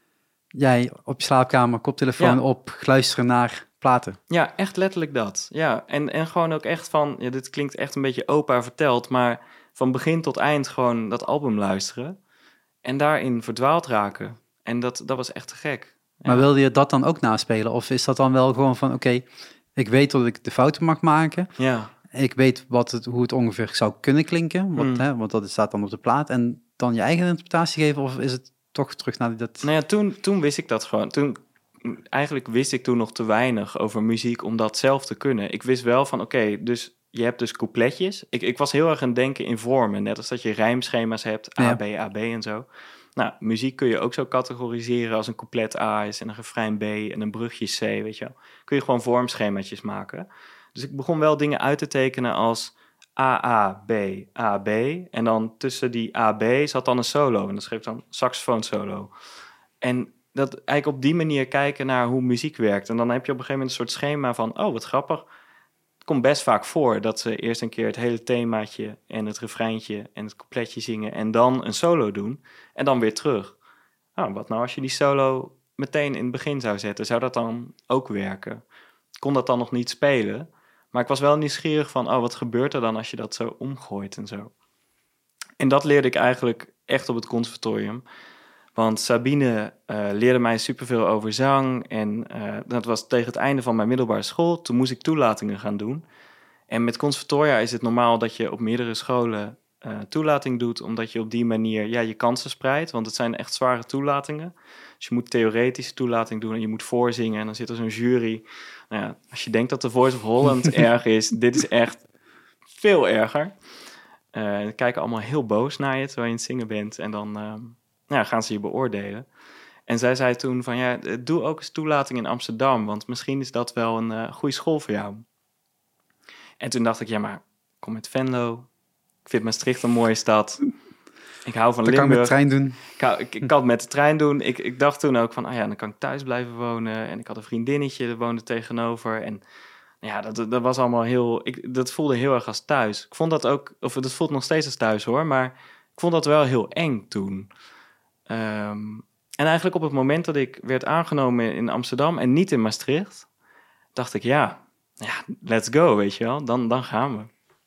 jij op je slaapkamer, koptelefoon ja. op, luisteren naar platen. Ja, echt letterlijk dat. Ja, en, en gewoon ook echt van, ja, dit klinkt echt een beetje opa verteld, maar van begin tot eind gewoon dat album luisteren en daarin verdwaald raken. En dat, dat was echt te gek. Ja. Maar wilde je dat dan ook naspelen? Of is dat dan wel gewoon van, oké, okay, ik weet dat ik de fouten mag maken. Ja. Ik weet wat het, hoe het ongeveer zou kunnen klinken, wat, mm. hè, want dat staat dan op de plaat. En dan je eigen interpretatie geven, of is het toch terug naar dat... Nou ja, toen, toen wist ik dat gewoon. Toen, eigenlijk wist ik toen nog te weinig over muziek om dat zelf te kunnen. Ik wist wel van, oké, okay, dus je hebt dus coupletjes. Ik, ik was heel erg aan het denken in vormen, net als dat je rijmschema's hebt, A, B, A, B en zo. Nou, muziek kun je ook zo categoriseren als een couplet A is en een refrein B en een brugje C, weet je wel. Kun je gewoon vormschemaatjes maken. Dus ik begon wel dingen uit te tekenen als A, A, B, A, B. En dan tussen die A, B zat dan een solo. En dat schreef dan saxofoon solo. En dat eigenlijk op die manier kijken naar hoe muziek werkt. En dan heb je op een gegeven moment een soort schema van, oh, wat grappig. Het komt best vaak voor dat ze eerst een keer het hele themaatje en het refreintje en het coupletje zingen en dan een solo doen en dan weer terug. Nou, wat nou als je die solo meteen in het begin zou zetten? Zou dat dan ook werken? Ik kon dat dan nog niet spelen, maar ik was wel nieuwsgierig van, oh, wat gebeurt er dan als je dat zo omgooit en zo? En dat leerde ik eigenlijk echt op het conservatorium. Want Sabine uh, leerde mij superveel over zang. En uh, dat was tegen het einde van mijn middelbare school. Toen moest ik toelatingen gaan doen. En met conservatoria is het normaal dat je op meerdere scholen uh, toelating doet. Omdat je op die manier ja, je kansen spreidt. Want het zijn echt zware toelatingen. Dus je moet theoretische toelating doen en je moet voorzingen. En dan zit er zo'n jury. Nou ja, als je denkt dat The Voice of Holland erg is, dit is echt veel erger. Uh, dan kijken allemaal heel boos naar je terwijl je aan het zingen bent. En dan... Uh, Nou, gaan ze je beoordelen. En zij zei toen van, ja, doe ook eens toelating in Amsterdam, want misschien is dat wel een uh, goede school voor jou. En toen dacht ik, ja, maar kom met Venlo. Ik vind Maastricht een mooie stad. Ik hou van dat Limburg. kan ik met de trein doen. Ik, hou, ik, ik kan het met de trein doen. Ik, ik dacht toen ook van, ah ja, dan kan ik thuis blijven wonen. En ik had een vriendinnetje, dat woonde tegenover. En ja, dat, dat was allemaal heel... Ik, dat voelde heel erg als thuis. Ik vond dat ook, of dat voelt nog steeds als thuis hoor, maar ik vond dat wel heel eng toen. Um, en eigenlijk op het moment dat ik werd aangenomen in Amsterdam en niet in Maastricht, dacht ik, ja, ja let's go, weet je wel, dan, dan gaan we.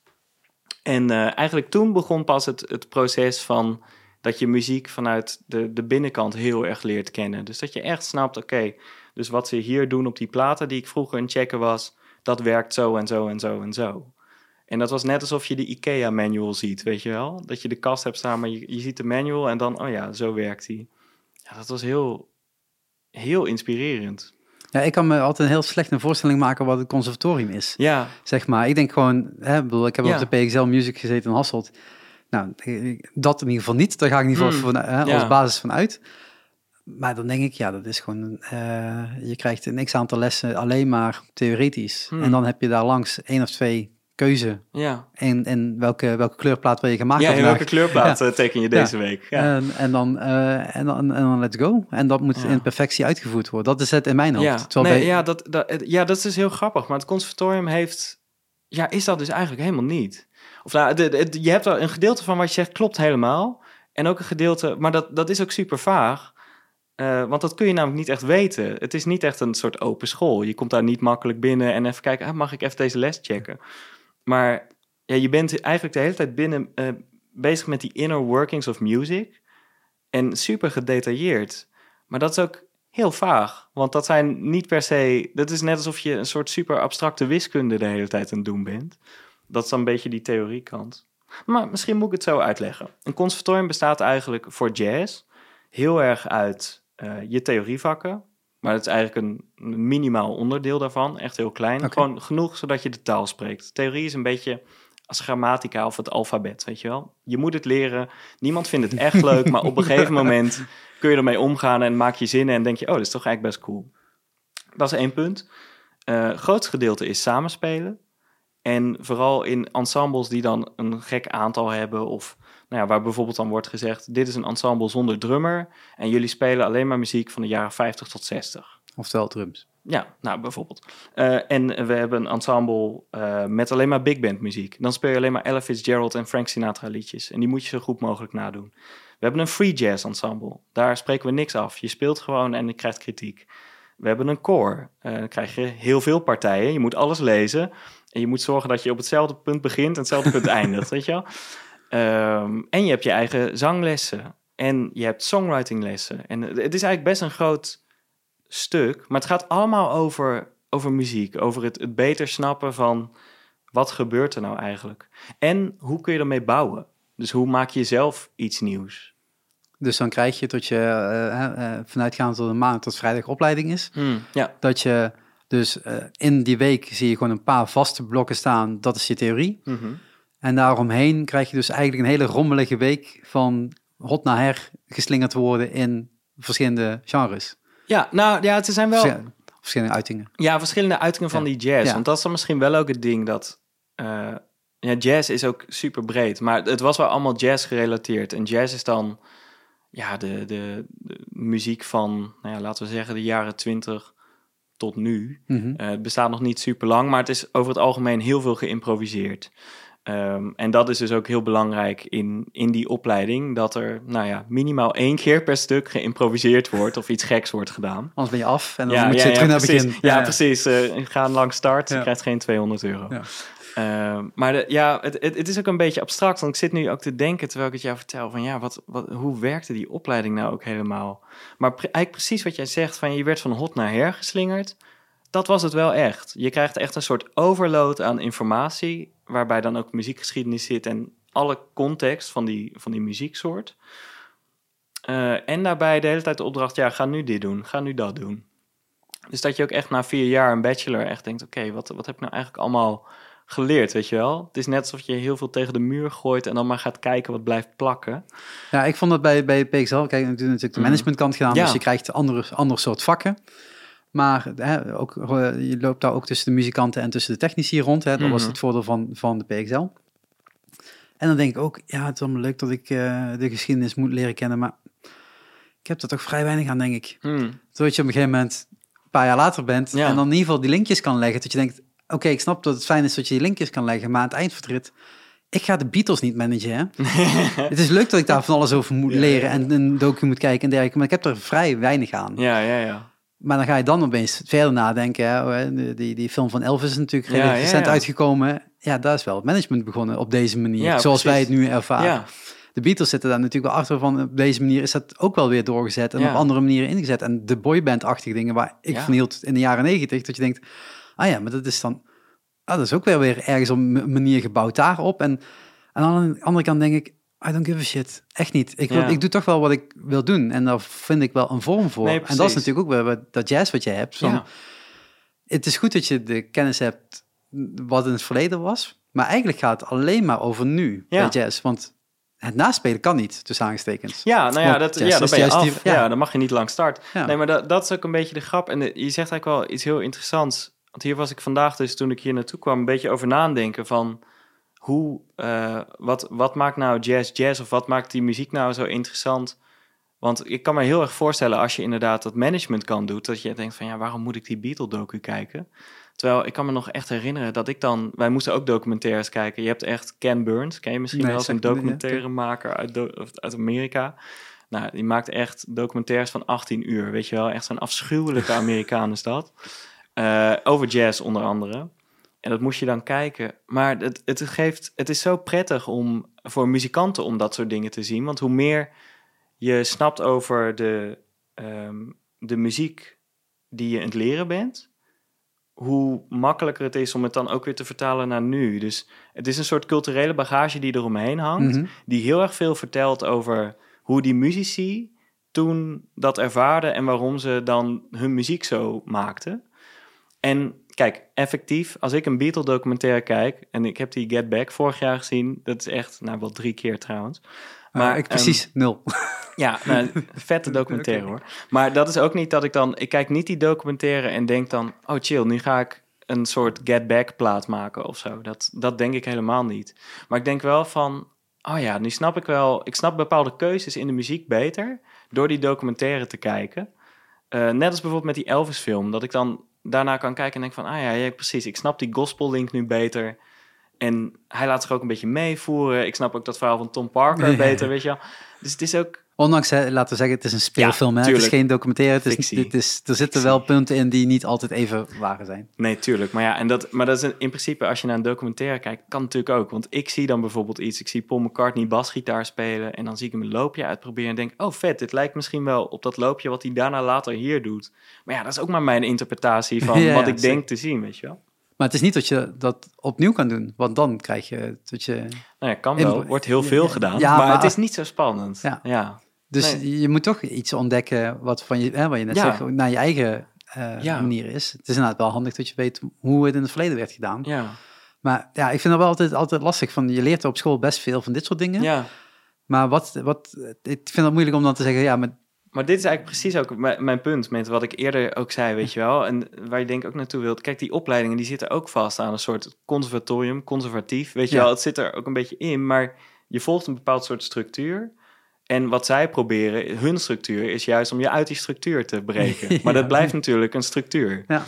En uh, eigenlijk toen begon pas het, het proces van dat je muziek vanuit de, de binnenkant heel erg leert kennen. Dus dat je echt snapt, oké, okay, dus wat ze hier doen op die platen die ik vroeger aan het checken was, dat werkt zo en zo en zo en zo. En dat was net alsof je de IKEA-manual ziet, weet je wel? Dat je de kast hebt staan, maar je, je ziet de manual en dan, oh ja, zo werkt die. Ja, dat was heel, heel inspirerend. Ja, ik kan me altijd een heel slecht een voorstelling maken wat het conservatorium is. Ja. Zeg maar, ik denk gewoon, hè, bedoel, ik heb ja. op de P X L Music gezeten in Hasselt. Nou, dat in ieder geval niet. Daar ga ik in ieder geval mm. van, hè, als ja. basis van uit. Maar dan denk ik, ja, dat is gewoon... Uh, je krijgt een x-aantal lessen alleen maar theoretisch. Mm. En dan heb je daar langs één of twee... keuze. Ja. En, en welke, welke kleurplaat wil je gaan maken? Ja, en welke kleurplaat ja. teken je deze ja. week? Ja. En, en, dan, uh, en, dan, en dan let's go. En dat moet ja. in perfectie uitgevoerd worden. Dat is het in mijn hoofd. Ja, Terwijl nee, bij... ja, dat, dat, ja, dat is dus heel grappig. Maar het conservatorium heeft... Ja, is dat dus eigenlijk helemaal niet. Of nou, de, de, je hebt wel een gedeelte van wat je zegt klopt helemaal. En ook een gedeelte... Maar dat, dat is ook super vaag. Uh, want dat kun je namelijk niet echt weten. Het is niet echt een soort open school. Je komt daar niet makkelijk binnen en even kijken... Ah, mag ik even deze les checken? Maar... Ja, je bent eigenlijk de hele tijd binnen uh, bezig met die inner workings of music. En super gedetailleerd. Maar dat is ook heel vaag. Want dat zijn niet per se... Dat is net alsof je een soort super abstracte wiskunde de hele tijd aan het doen bent. Dat is dan een beetje die theoriekant. Maar misschien moet ik het zo uitleggen. Een conservatorium bestaat eigenlijk voor jazz heel erg uit uh, je theorievakken. Maar dat is eigenlijk een minimaal onderdeel daarvan. Echt heel klein. Okay. Gewoon genoeg zodat je de taal spreekt. Theorie is een beetje als grammatica of het alfabet, weet je wel. Je moet het leren. Niemand vindt het echt leuk, maar op een gegeven moment kun je ermee omgaan en maak je zinnen en denk je, oh, dat is toch eigenlijk best cool. Dat is één punt. Uh, het grootste gedeelte is samenspelen. En vooral in ensembles die dan een gek aantal hebben of nou ja, waar bijvoorbeeld dan wordt gezegd, dit is een ensemble zonder drummer en jullie spelen alleen maar muziek van de jaren vijftig tot zestig. Oftewel drums. Ja, nou bijvoorbeeld. Uh, en we hebben een ensemble uh, met alleen maar big band muziek. Dan speel je alleen maar Ella Fitzgerald en Frank Sinatra liedjes. En die moet je zo goed mogelijk nadoen. We hebben een free jazz ensemble. Daar spreken we niks af. Je speelt gewoon en je krijgt kritiek. We hebben een koor. Uh, dan krijg je heel veel partijen. Je moet alles lezen. En je moet zorgen dat je op hetzelfde punt begint en hetzelfde punt eindigt, weet je wel? Um, en je hebt je eigen zanglessen. En je hebt songwritinglessen. En het is eigenlijk best een groot stuk. Maar het gaat allemaal over, over muziek. Over het, het beter snappen van wat gebeurt er nou eigenlijk. En hoe kun je ermee bouwen? Dus hoe maak je zelf iets nieuws? Dus dan krijg je tot je uh, uh, vanuitgaand tot een maand tot vrijdag opleiding is. Hmm, ja. Dat je dus uh, in die week zie je gewoon een paar vaste blokken staan. Dat is je theorie. Mm-hmm. En daaromheen krijg je dus eigenlijk een hele rommelige week van hot naar her geslingerd worden in verschillende genres. Ja, nou ja, het zijn wel Verschillende, verschillende uitingen. Ja, verschillende uitingen van ja. die jazz. Ja. Want dat is dan misschien wel ook het ding dat uh, ja, jazz is ook super breed. Maar het was wel allemaal jazz gerelateerd. En jazz is dan ja, de, de, de muziek van, nou ja, laten we zeggen, de jaren twintig tot nu. Mm-hmm. Uh, het bestaat nog niet super lang, maar het is over het algemeen heel veel geïmproviseerd. Um, en dat is dus ook heel belangrijk in, in die opleiding, dat er nou ja, minimaal één keer per stuk geïmproviseerd wordt of iets geks wordt gedaan. Anders ben je af en dan ja, moet je ja, terug ja, naar het begin. Ja, ja, precies. Uh, ga een lang start, ja. je krijgt geen tweehonderd euro. Ja. Uh, maar de, ja, het, het, het is ook een beetje abstract, want ik zit nu ook te denken, terwijl ik het jou vertel, van ja, wat, wat, hoe werkte die opleiding nou ook helemaal? Maar pre- eigenlijk precies wat jij zegt, van je werd van hot naar her geslingerd, dat was het wel echt. Je krijgt echt een soort overload aan informatie, waarbij dan ook muziekgeschiedenis zit en alle context van die, van die muzieksoort. Uh, en daarbij de hele tijd de opdracht, ja, ga nu dit doen, ga nu dat doen. Dus dat je ook echt na vier jaar een bachelor echt denkt, oké, okay, wat, wat heb ik nou eigenlijk allemaal geleerd, weet je wel? Het is net alsof je heel veel tegen de muur gooit en dan maar gaat kijken wat blijft plakken. Ja, ik vond dat bij, bij P X L, kijk, natuurlijk de managementkant gedaan, ja. dus je krijgt andere, andere soort vakken. Maar hè, ook, je loopt daar ook tussen de muzikanten en tussen de technici rond. Hè. Dat mm-hmm. was het voordeel van, van de P X L. En dan denk ik ook, ja, het is allemaal leuk dat ik uh, de geschiedenis moet leren kennen, maar ik heb er toch vrij weinig aan, denk ik. Mm. Zodat je op een gegeven moment een paar jaar later bent ja. en dan in ieder geval die linkjes kan leggen. Dat je denkt, oké, okay, ik snap dat het fijn is dat je die linkjes kan leggen, maar aan het eind van de rit, ik ga de Beatles niet managen, hè. Het is leuk dat ik daar van alles over moet leren ja, ja, ja. en een docu moet kijken en dergelijke, maar ik heb er vrij weinig aan. Ja, ja, ja. Maar dan ga je dan opeens verder nadenken. Hè? Die, die film van Elvis is natuurlijk ja, recent ja, ja. uitgekomen. Ja, daar is wel het management begonnen op deze manier. Ja, zoals precies. wij het nu ervaren. Ja. De Beatles zitten daar natuurlijk wel achter van op deze manier is dat ook wel weer doorgezet. En ja. op andere manieren ingezet. En de boyband-achtige dingen waar ik ja. van hield in de jaren negentig. Dat je denkt, ah ja, maar dat is dan... Ah, dat is ook weer, weer ergens op een manier gebouwd daarop. En, en aan de andere kant denk ik, I don't give a shit. Echt niet. Ik, wil, ja. ik doe toch wel wat ik wil doen. En daar vind ik wel een vorm voor. Nee, en dat is natuurlijk ook weer dat jazz wat je hebt. Van, ja. Het is goed dat je de kennis hebt wat in het verleden was. Maar eigenlijk gaat het alleen maar over nu ja. bij jazz. Want het naspelen kan niet, tussen aangestekens. Ja, nou ja, dat, ja dan ben je af. Die, ja. ja, dan mag je niet lang starten. Ja. Nee, maar dat, dat is ook een beetje de grap. En de, je zegt eigenlijk wel iets heel interessants. Want hier was ik vandaag dus, toen ik hier naartoe kwam, een beetje over nadenken van... Hoe, uh, wat, wat maakt nou jazz jazz of wat maakt die muziek nou zo interessant? Want ik kan me heel erg voorstellen als je inderdaad dat management kan doen, dat je denkt van ja, waarom moet ik die Beatle-docu kijken? Terwijl ik kan me nog echt herinneren dat ik dan, wij moesten ook documentaires kijken. Je hebt echt Ken Burns, ken je misschien nee, wel, zo'n documentairemaker uit, do- uit Amerika. Nou, die maakt echt documentaires van achttien uur, weet je wel. Echt zo'n afschuwelijke Amerikaan is dat. Uh, over jazz onder andere. En dat moest je dan kijken. Maar het, het, geeft, het is zo prettig om voor muzikanten om dat soort dingen te zien. Want hoe meer je snapt over de, um, de muziek die je aan het leren bent, hoe makkelijker het is om het dan ook weer te vertalen naar nu. Dus het is een soort culturele bagage die eromheen hangt, mm-hmm. die heel erg veel vertelt over hoe die muzici toen dat ervaarden en waarom ze dan hun muziek zo maakten. En kijk, effectief, als ik een Beatle-documentaire kijk, en ik heb die Get Back vorig jaar gezien, dat is echt, nou wel drie keer trouwens. Maar uh, ik precies um, nul. Ja, nou, vette documentaire okay. hoor. Maar dat is ook niet dat ik dan, ik kijk niet die documentaire en denk dan, oh chill, nu ga ik een soort Get Back plaat maken of zo. Dat, dat denk ik helemaal niet. Maar ik denk wel van, oh ja, nu snap ik wel, ik snap bepaalde keuzes in de muziek beter door die documentaire te kijken. Uh, net als bijvoorbeeld met die Elvis-film, dat ik dan daarna kan kijken en denk van, ah ja, ja, precies, ik snap die gospel-link nu beter. En hij laat zich ook een beetje meevoeren. Ik snap ook dat verhaal van Tom Parker beter, weet je wel. Dus het is ook... Ondanks, hè, laten we zeggen, het is een speelfilm, ja, hè? Het is geen documentaire. Het is, het is, er zitten wel punten in die niet altijd even waar zijn. Nee, tuurlijk. Maar ja, en dat, maar dat is in principe, als je naar een documentaire kijkt, kan natuurlijk ook. Want ik zie dan bijvoorbeeld iets. Ik zie Paul McCartney basgitaar spelen en dan zie ik hem een loopje uitproberen en denk, oh vet, dit lijkt misschien wel op dat loopje wat hij daarna later hier doet. Maar ja, dat is ook maar mijn interpretatie van ja, wat ik zeker. denk te zien, weet je wel. Maar het is niet dat je dat opnieuw kan doen, want dan krijg je dat je... Nou ja, kan wel. Wordt heel veel ja, gedaan, ja, maar, maar het is niet zo spannend. Ja. ja. Dus nee. je moet toch iets ontdekken wat van je, hè, wat je net ja. zegt, naar je eigen uh, ja. manier is. Het is inderdaad wel handig dat je weet hoe het in het verleden werd gedaan. Ja. Maar ja, ik vind dat wel altijd, altijd lastig. Van, je leert op school best veel van dit soort dingen. Ja. Maar wat, wat, ik vind het moeilijk om dan te zeggen, ja, maar... Maar dit is eigenlijk precies ook mijn, mijn punt met wat ik eerder ook zei, weet je wel. En waar je denk ik ook naartoe wilt. Kijk, die opleidingen die zitten ook vast aan een soort conservatorium, conservatief. Weet je ja. wel, het zit er ook een beetje in, maar je volgt een bepaald soort structuur. En wat zij proberen, hun structuur, is juist om je uit die structuur te breken. ja, maar dat blijft ja. natuurlijk een structuur. Ja.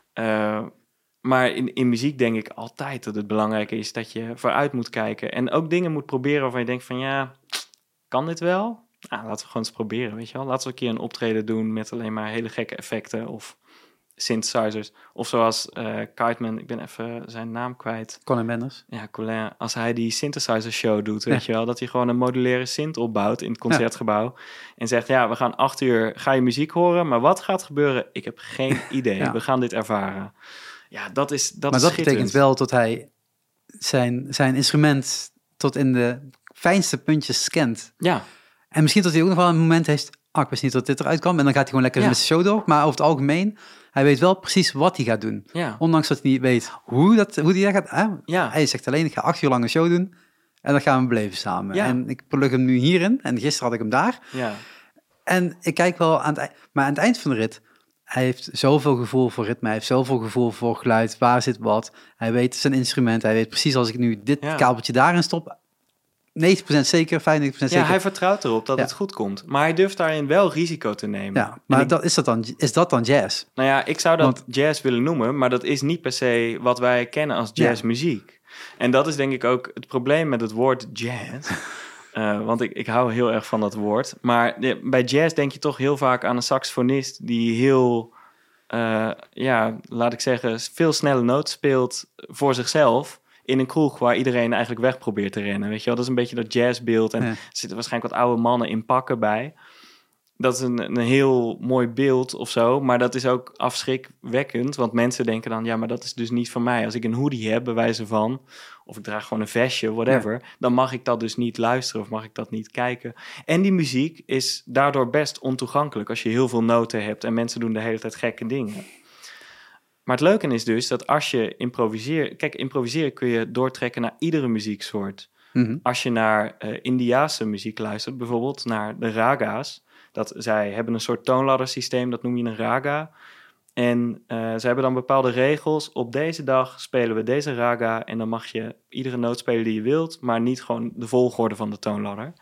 Uh, maar in, in muziek denk ik altijd dat het belangrijk is dat je vooruit moet kijken. En ook dingen moet proberen waarvan je denkt van ja, kan dit wel? Nou, laten we gewoon eens proberen, weet je wel. Laten we een keer een optreden doen met alleen maar hele gekke effecten of synthesizers. Of zoals uh, Kiteman, ik ben even zijn naam kwijt. Colin Menders. Ja, Colin. Als hij die synthesizer show doet, weet ja. je wel. Dat hij gewoon een modulaire synth opbouwt in het concertgebouw. Ja. En zegt, ja, we gaan acht uur, ga je muziek horen. Maar wat gaat gebeuren? Ik heb geen idee. Ja. We gaan dit ervaren. Ja, dat is dat Maar is dat betekent wel dat hij zijn, zijn instrument tot in de fijnste puntjes scant. Ja. En misschien dat hij ook nog wel een moment heeft, ah, ik wist niet dat dit eruit kwam. En dan gaat hij gewoon lekker ja. met zijn show door. Maar over het algemeen, hij weet wel precies wat hij gaat doen. Ja. Ondanks dat hij niet weet hoe, dat, hoe hij dat gaat. Hè? Ja. Hij zegt alleen, ik ga acht uur lang een show doen. En dan gaan we beleven samen. Ja. En ik plug hem nu hierin. En gisteren had ik hem daar. Ja. En ik kijk wel aan het eind. Maar aan het eind van de rit, hij heeft zoveel gevoel voor ritme. Hij heeft zoveel gevoel voor geluid. Waar zit wat? Hij weet zijn instrument. Hij weet precies als ik nu dit ja. kabeltje daarin stop... negentig procent zeker, vijfennegentig procent zeker. Ja, hij vertrouwt erop dat ja. het goed komt. Maar hij durft daarin wel risico te nemen. Ja, maar ik, dat, is, dat dan, is dat dan jazz? Nou ja, ik zou dat Want, jazz willen noemen, maar dat is niet per se wat wij kennen als jazzmuziek. Ja. En dat is denk ik ook het probleem met het woord jazz. uh, want ik, ik hou heel erg van dat woord. Maar de, bij jazz denk je toch heel vaak aan een saxofonist die heel, uh, ja, laat ik zeggen, veel snelle noten speelt voor zichzelf. In een kroeg waar iedereen eigenlijk weg probeert te rennen. Weet je wel, dat is een beetje dat jazzbeeld. En ja. er zitten waarschijnlijk wat oude mannen in pakken bij. Dat is een, een heel mooi beeld of zo. Maar dat is ook afschrikwekkend. Want mensen denken dan, ja, maar dat is dus niet van mij. Als ik een hoodie heb, bij wijze van... of ik draag gewoon een vestje, whatever... Ja. dan mag ik dat dus niet luisteren of mag ik dat niet kijken. En die muziek is daardoor best ontoegankelijk... als je heel veel noten hebt en mensen doen de hele tijd gekke dingen. Maar het leuke is dus dat als je improviseert... Kijk, improviseren kun je doortrekken naar iedere muzieksoort. Mm-hmm. Als je naar uh, Indiase muziek luistert, bijvoorbeeld naar de raga's... dat zij hebben een soort toonladdersysteem, dat noem je een raga. En uh, ze hebben dan bepaalde regels. Op deze dag spelen we deze raga... en dan mag je iedere noot spelen die je wilt... maar niet gewoon de volgorde van de toonladder...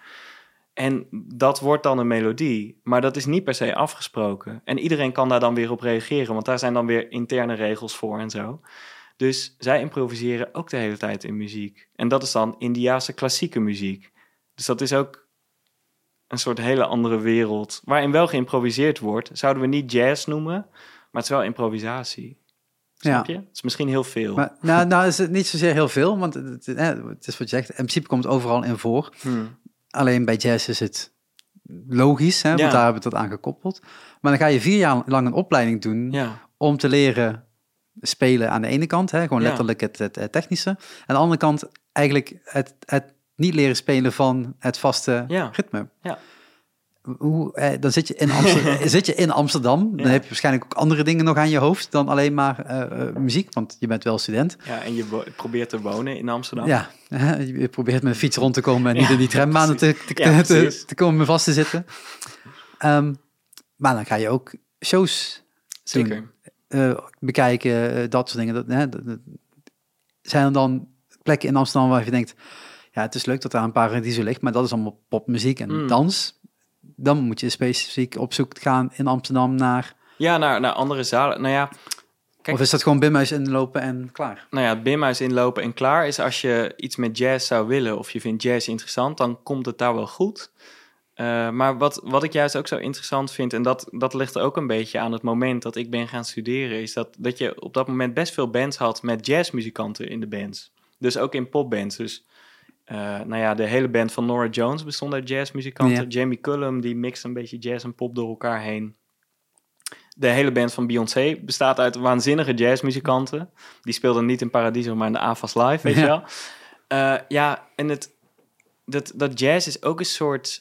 En dat wordt dan een melodie, maar dat is niet per se afgesproken. En iedereen kan daar dan weer op reageren, want daar zijn dan weer interne regels voor en zo. Dus zij improviseren ook de hele tijd in muziek. En dat is dan Indiase klassieke muziek. Dus dat is ook een soort hele andere wereld. Waarin wel geïmproviseerd wordt, zouden we niet jazz noemen, maar het is wel improvisatie. Snap je? Ja. Het is misschien heel veel. Maar, nou, nou is het niet zozeer heel veel, want het, het is wat je zegt. In principe komt het overal in voor. Hmm. Alleen bij jazz is het logisch, hè, want ja. daar hebben we het aan gekoppeld. Maar dan ga je vier jaar lang een opleiding doen... Ja. om te leren spelen aan de ene kant, hè, gewoon Ja. letterlijk het, het, het technische. Aan de andere kant eigenlijk het, het niet leren spelen van het vaste Ja. ritme. Ja. Hoe, eh, dan zit je in Amsterdam, zit je in Amsterdam dan Ja. heb je waarschijnlijk ook andere dingen nog aan je hoofd dan alleen maar uh, uh, muziek, want je bent wel student. Ja, en je wo- probeert te wonen in Amsterdam. Ja, je probeert met een fiets rond te komen en niet Ja, in die trambanen te, te, ja, te, te komen vast te zitten. Um, maar dan ga je ook shows Zeker. doen, uh, bekijken, uh, dat soort dingen. Dat, hè, dat, dat, zijn er dan plekken in Amsterdam waar je denkt, ja, het is leuk dat daar een Paradiso ligt, maar dat is allemaal popmuziek en Mm. dans. Dan moet je specifiek op zoek gaan in Amsterdam naar... Ja, naar, naar andere zalen. Nou ja, kijk, of is dat gewoon Bimhuis inlopen en klaar? Nou ja, het Bimhuis inlopen en klaar is als je iets met jazz zou willen of je vindt jazz interessant, dan komt het daar wel goed. Uh, maar wat, wat ik juist ook zo interessant vind, en dat, dat ligt ook een beetje aan het moment dat ik ben gaan studeren, is dat, dat je op dat moment best veel bands had met jazzmuzikanten in de bands. Dus ook in popbands. Dus uh, nou ja, de hele band van Norah Jones bestond uit jazzmuzikanten. Ja. Jamie Cullum, die mixt een beetje jazz en pop door elkaar heen. De hele band van Beyoncé bestaat uit waanzinnige jazzmuzikanten. Die speelden niet in Paradiso, maar in de A F A S Live, weet ja. je wel. Uh, ja, en het, dat, dat jazz is ook een soort...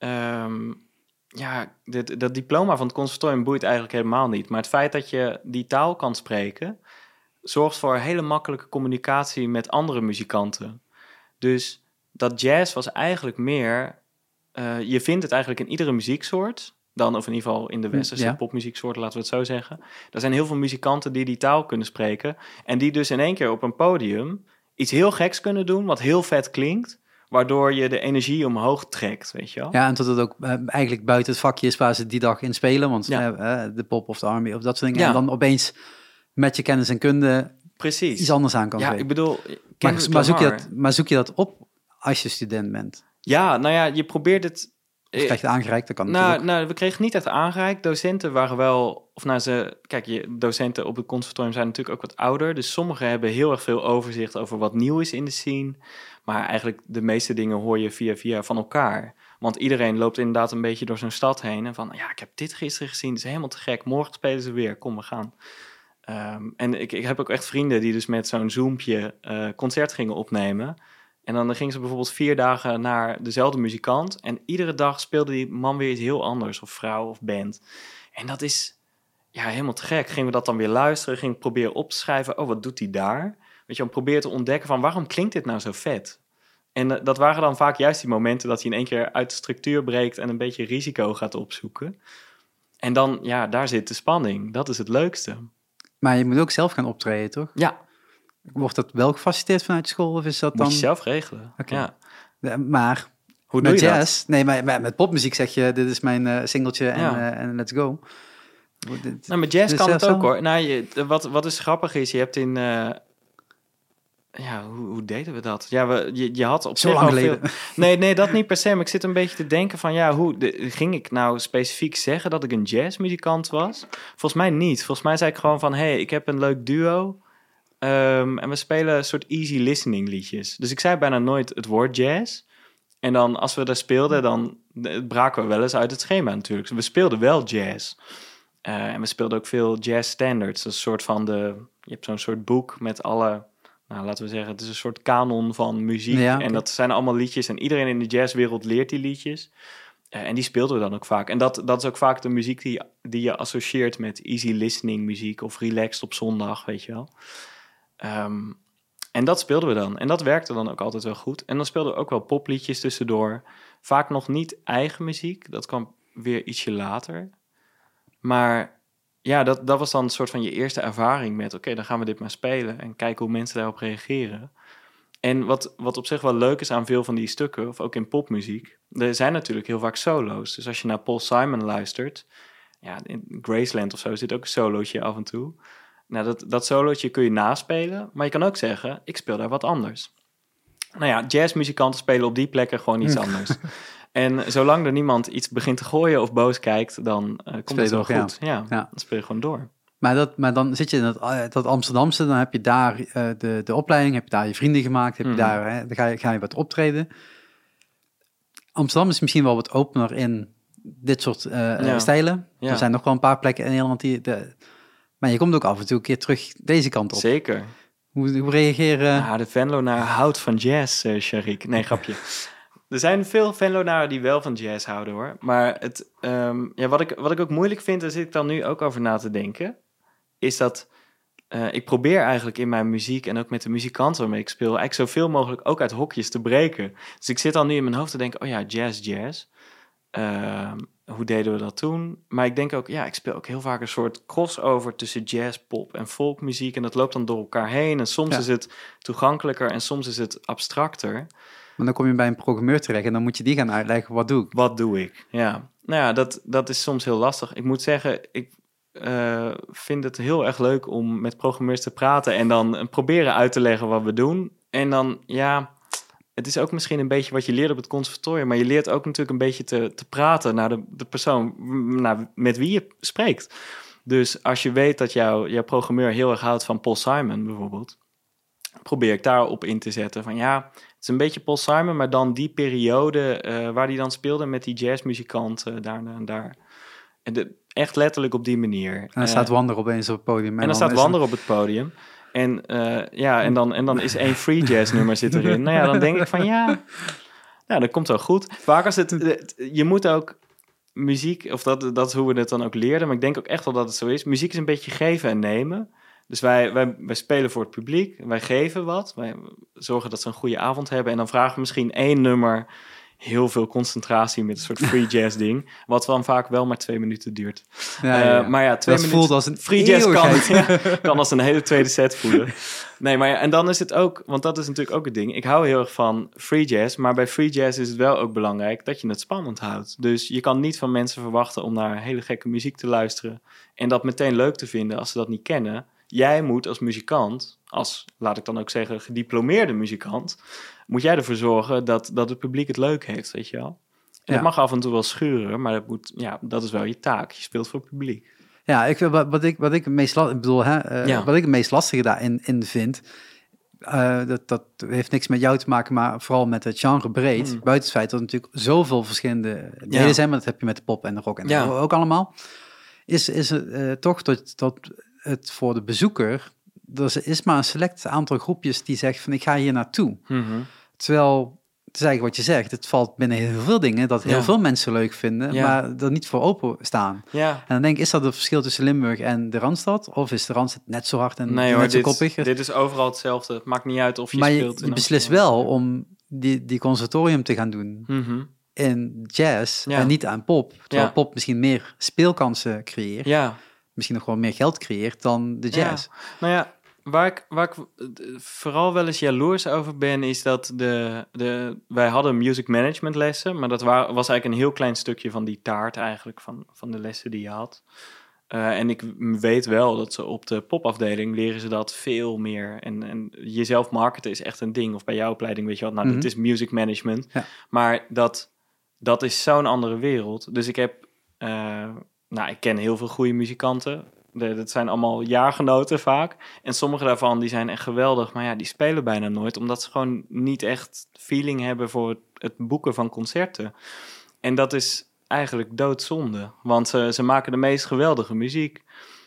Um, ja, dit, dat diploma van het conservatorium boeit eigenlijk helemaal niet. Maar het feit dat je die taal kan spreken, zorgt voor hele makkelijke communicatie met andere muzikanten. Dus dat jazz was eigenlijk meer... Uh, je vindt het eigenlijk in iedere muzieksoort... dan of in ieder geval in de westerse ja. popmuzieksoorten, laten we het zo zeggen. Er zijn heel veel muzikanten die die taal kunnen spreken... en die dus in één keer op een podium iets heel geks kunnen doen... wat heel vet klinkt... waardoor je de energie omhoog trekt, weet je wel? Ja, en dat het ook uh, eigenlijk buiten het vakje is waar ze die dag in spelen. Want ja. uh, de pop of de R en B of dat soort dingen. Ja. En dan opeens met je kennis en kunde Precies. iets anders aan kan ja, spreken. Ik bedoel, maar, maar, zoek je dat, maar zoek je dat op als je student bent? Ja, nou ja, je probeert het... Of krijg je het aangereikt? Dat kan nou, natuurlijk. Nou, we kregen niet echt aangereikt. Docenten waren wel... Of nou, ze... Kijk, je, docenten op het conservatorium zijn natuurlijk ook wat ouder. Dus sommigen hebben heel erg veel overzicht over wat nieuw is in de scene. Maar eigenlijk de meeste dingen hoor je via via van elkaar. Want iedereen loopt inderdaad een beetje door zo'n stad heen. En van, ja, ik heb dit gisteren gezien. Het is helemaal te gek. Morgen spelen ze weer. Kom, we gaan. Um, en ik, ik heb ook echt vrienden die dus met zo'n Zoompje uh, concert gingen opnemen... En dan gingen ze bijvoorbeeld vier dagen naar dezelfde muzikant. En iedere dag speelde die man weer iets heel anders. Of vrouw of band. En dat is ja, helemaal te gek. Gingen we dat dan weer luisteren. Gingen we proberen op te schrijven. Oh, wat doet hij daar? Weet je, om proberen te ontdekken van waarom klinkt dit nou zo vet? En uh, dat waren dan vaak juist die momenten dat je in één keer uit de structuur breekt. En een beetje risico gaat opzoeken. En dan, ja, daar zit de spanning. Dat is het leukste. Maar je moet ook zelf gaan optreden, toch? Ja. Wordt dat wel gefaciliteerd vanuit school of is dat dan... Moet je zelf regelen, okay. ja. ja. Maar hoe met doe je jazz... Dat? Nee, maar, maar met popmuziek zeg je, dit is mijn uh, singeltje en, ja. uh, en let's go. Dit, nou, met jazz kan het ook, hoor. Nou, je, wat, wat dus grappig is, je hebt in... Uh, ja, hoe, hoe deden we dat? Ja, we, je, je had op Zo lang geleden. Veel, nee, nee, dat niet per se. Maar ik zit een beetje te denken van... Ja, hoe de, ging ik nou specifiek zeggen dat ik een jazzmuzikant was? Volgens mij niet. Volgens mij zei ik gewoon van... Hé, hey, ik heb een leuk duo... Um, en we spelen een soort easy listening liedjes. Dus ik zei bijna nooit het woord jazz. En dan als we daar speelden, dan braken we wel eens uit het schema natuurlijk. We speelden wel jazz. Uh, en we speelden ook veel jazz standards. Dat is een soort van de... Je hebt zo'n soort boek met alle... Nou, laten we zeggen, het is een soort kanon van muziek. Ja, okay. En dat zijn allemaal liedjes. En iedereen in de jazzwereld leert die liedjes. Uh, en die speelden we dan ook vaak. En dat, dat is ook vaak de muziek die, die je associeert met easy listening muziek. Of relaxed op zondag, weet je wel. Um, en dat speelden we dan. En dat werkte dan ook altijd wel goed. En dan speelden we ook wel popliedjes tussendoor. Vaak nog niet eigen muziek. Dat kwam weer ietsje later. Maar ja, dat, dat was dan een soort van je eerste ervaring met... oké, okay, dan gaan we dit maar spelen en kijken hoe mensen daarop reageren. En wat, wat op zich wel leuk is aan veel van die stukken... of ook in popmuziek... er zijn natuurlijk heel vaak solo's. Dus als je naar Paul Simon luistert... ja, in Graceland of zo zit ook een solootje af en toe... Nou, dat, dat solootje kun je naspelen, maar je kan ook zeggen, ik speel daar wat anders. Nou ja, jazzmuzikanten spelen op die plekken gewoon iets anders. En zolang er niemand iets begint te gooien of boos kijkt, dan uh, komt het wel door, goed. Ja. Ja, ja, dan speel je gewoon door. Maar, dat, maar dan zit je in dat, dat Amsterdamse, dan heb je daar uh, de, de opleiding, heb je daar je vrienden gemaakt, heb je mm. daar, hè, dan ga je, ga je wat optreden. Amsterdam is misschien wel wat opener in dit soort uh, ja. stijlen. Ja. Er zijn nog wel een paar plekken in Nederland die... De, Maar je komt ook af en toe een keer terug deze kant op. Zeker. Hoe, hoe reageren... Ja, de Venlonaar houdt van jazz, uh, Sharik. Nee, grapje. Er zijn veel Venlonaren die wel van jazz houden, hoor. Maar het, um, ja, wat, ik, wat ik ook moeilijk vind, daar zit ik dan nu ook over na te denken, is dat uh, ik probeer eigenlijk in mijn muziek en ook met de muzikanten waarmee ik speel, eigenlijk zoveel mogelijk ook uit hokjes te breken. Dus ik zit dan nu in mijn hoofd te denken, oh ja, jazz, jazz. Uh, hoe deden we dat toen? Maar ik denk ook, ja, ik speel ook heel vaak een soort crossover tussen jazz, pop en folkmuziek. En dat loopt dan door elkaar heen. En soms ja. is het toegankelijker en soms is het abstracter. Maar dan kom je bij een programmeur terecht en dan moet je die gaan uitleggen, wat doe ik? Wat doe ik, ja. Nou ja, dat, dat is soms heel lastig. Ik moet zeggen, ik uh, vind het heel erg leuk om met programmeurs te praten en dan proberen uit te leggen wat we doen. En dan, ja... Het is ook misschien een beetje wat je leert op het conservatorium, maar je leert ook natuurlijk een beetje te, te praten naar de, de persoon nou, met wie je spreekt. Dus als je weet dat jouw, jouw programmeur heel erg houdt van Paul Simon bijvoorbeeld, probeer ik daarop in te zetten van ja, het is een beetje Paul Simon, maar dan die periode uh, waar hij dan speelde met die jazzmuzikanten uh, daar en daar. En de, echt letterlijk op die manier. En dan uh, staat Wander opeens op het podium. En, en dan, dan staat Wander een... op het podium. En, uh, ja, en, dan, en dan is één free jazz nummer zit erin. Nou ja, dan denk ik van ja, nou, dat komt wel goed. Vaak als het, het, je moet ook muziek, of dat, dat is hoe we het dan ook leerden, maar ik denk ook echt wel dat het zo is. Muziek is een beetje geven en nemen. Dus wij, wij, wij spelen voor het publiek, wij geven wat, wij zorgen dat ze een goede avond hebben en dan vragen we misschien één nummer, heel veel concentratie met een soort free jazz ding, wat dan vaak wel maar twee minuten duurt. Ja, ja, ja. Uh, maar ja, twee dat minuten voelt als een free jazz kan, ja, kan als een hele tweede set voelen. Nee, maar ja, en dan is het ook, want dat is natuurlijk ook het ding. Ik hou heel erg van free jazz, maar bij free jazz is het wel ook belangrijk dat je het spannend houdt. Dus je kan niet van mensen verwachten om naar hele gekke muziek te luisteren en dat meteen leuk te vinden als ze dat niet kennen. Jij moet als muzikant, als, laat ik dan ook zeggen, gediplomeerde muzikant, moet jij ervoor zorgen dat, dat het publiek het leuk heeft, weet je wel. En ja. Het mag af en toe wel schuren, maar dat, moet, ja, dat is wel je taak. Je speelt voor het publiek. Ja, ik, wat, wat ik, wat ik het meest, ik bedoel, hè, uh, ja. wat ik het meest lastige daarin in vind, uh, dat, dat heeft niks met jou te maken, maar vooral met het genre breed. Mm. Buiten het feit dat er natuurlijk zoveel verschillende delen ja. zijn, maar dat heb je met de pop en de rock en ja. de, ook allemaal. Is, is het uh, toch dat, dat het voor de bezoeker, er is maar een select aantal groepjes die zegt van ik ga hier naartoe. Mm-hmm. Terwijl, het is eigenlijk wat je zegt, het valt binnen heel veel dingen dat heel ja. veel mensen leuk vinden, ja. maar er niet voor open staan. Ja. En dan denk ik, is dat het verschil tussen Limburg en de Randstad? Of is de Randstad net zo hard en nee, net hoor, zo dit, koppig? Dit is overal hetzelfde. Het maakt niet uit of je maar speelt. Maar je, je beslist wel om die, die conservatorium te gaan doen mm-hmm. in jazz ja. en niet aan pop. Terwijl ja. pop misschien meer speelkansen creëert. Ja. Misschien nog wel meer geld creëert dan de jazz. Ja. Nou ja, waar ik, waar ik vooral wel eens jaloers over ben, is dat de, de wij hadden music management lessen, maar dat wa- was eigenlijk een heel klein stukje van die taart eigenlijk, van, van de lessen die je had. Uh, en ik weet wel dat ze op de popafdeling leren ze dat veel meer. En, en jezelf marketen is echt een ding. Of bij jouw opleiding weet je wat, nou, mm-hmm. dit is music management. Ja. Maar dat, dat is zo'n andere wereld. Dus ik heb, uh, nou, ik ken heel veel goede muzikanten. De, dat zijn allemaal jaargenoten vaak. En sommige daarvan die zijn echt geweldig. Maar ja, die spelen bijna nooit. Omdat ze gewoon niet echt feeling hebben voor het, het boeken van concerten. En dat is eigenlijk doodzonde. Want ze, ze maken de meest geweldige muziek.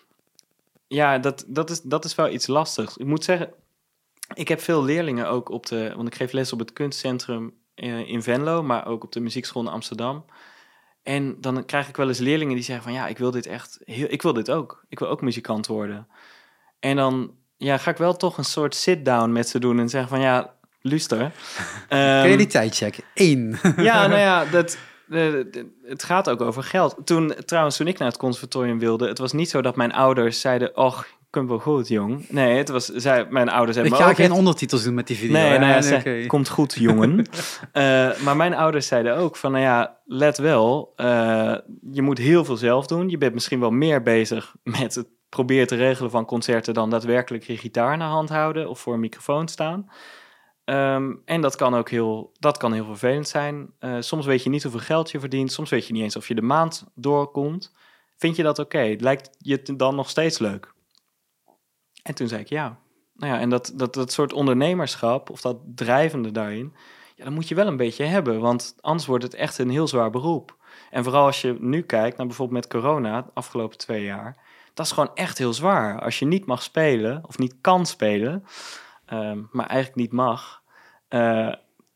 Ja, dat, dat, is, dat is wel iets lastigs. Ik moet zeggen, ik heb veel leerlingen ook op de... Want ik geef les op het kunstcentrum in Venlo, maar ook op de muziekschool in Amsterdam. En dan krijg ik wel eens leerlingen die zeggen van ja, ik wil dit echt, heel, ik wil dit ook. Ik wil ook muzikant worden. En dan ja, ga ik wel toch een soort sit-down met ze doen en zeggen van ja, luister. Um, Kun je die tijd checken? Eén. Ja, nou ja, dat, de, de, het gaat ook over geld. Toen, trouwens, toen ik naar het conservatorium wilde, het was niet zo dat mijn ouders zeiden, och, komt wel goed, jong. Nee, het was, zij, mijn ouders hebben ik me ga ook geen echt... ondertitels doen met die video. Nee, nee, nee okay. Komt goed, jongen. uh, maar mijn ouders zeiden ook van, nou ja, let wel, uh, je moet heel veel zelf doen. Je bent misschien wel meer bezig met het proberen te regelen van concerten dan daadwerkelijk je gitaar in de hand houden of voor een microfoon staan. Um, en dat kan ook heel, dat kan heel vervelend zijn. Uh, soms weet je niet hoeveel geld je verdient. Soms weet je niet eens of je de maand doorkomt. Vind je dat oké? Okay? Lijkt je het dan nog steeds leuk? En toen zei ik ja. Nou ja, en dat, dat, dat soort ondernemerschap, of dat drijvende daarin, ja, dat moet je wel een beetje hebben, want anders wordt het echt een heel zwaar beroep. En vooral als je nu kijkt naar bijvoorbeeld met corona, de afgelopen twee jaar, dat is gewoon echt heel zwaar. Als je niet mag spelen, of niet kan spelen, um, maar eigenlijk niet mag, uh,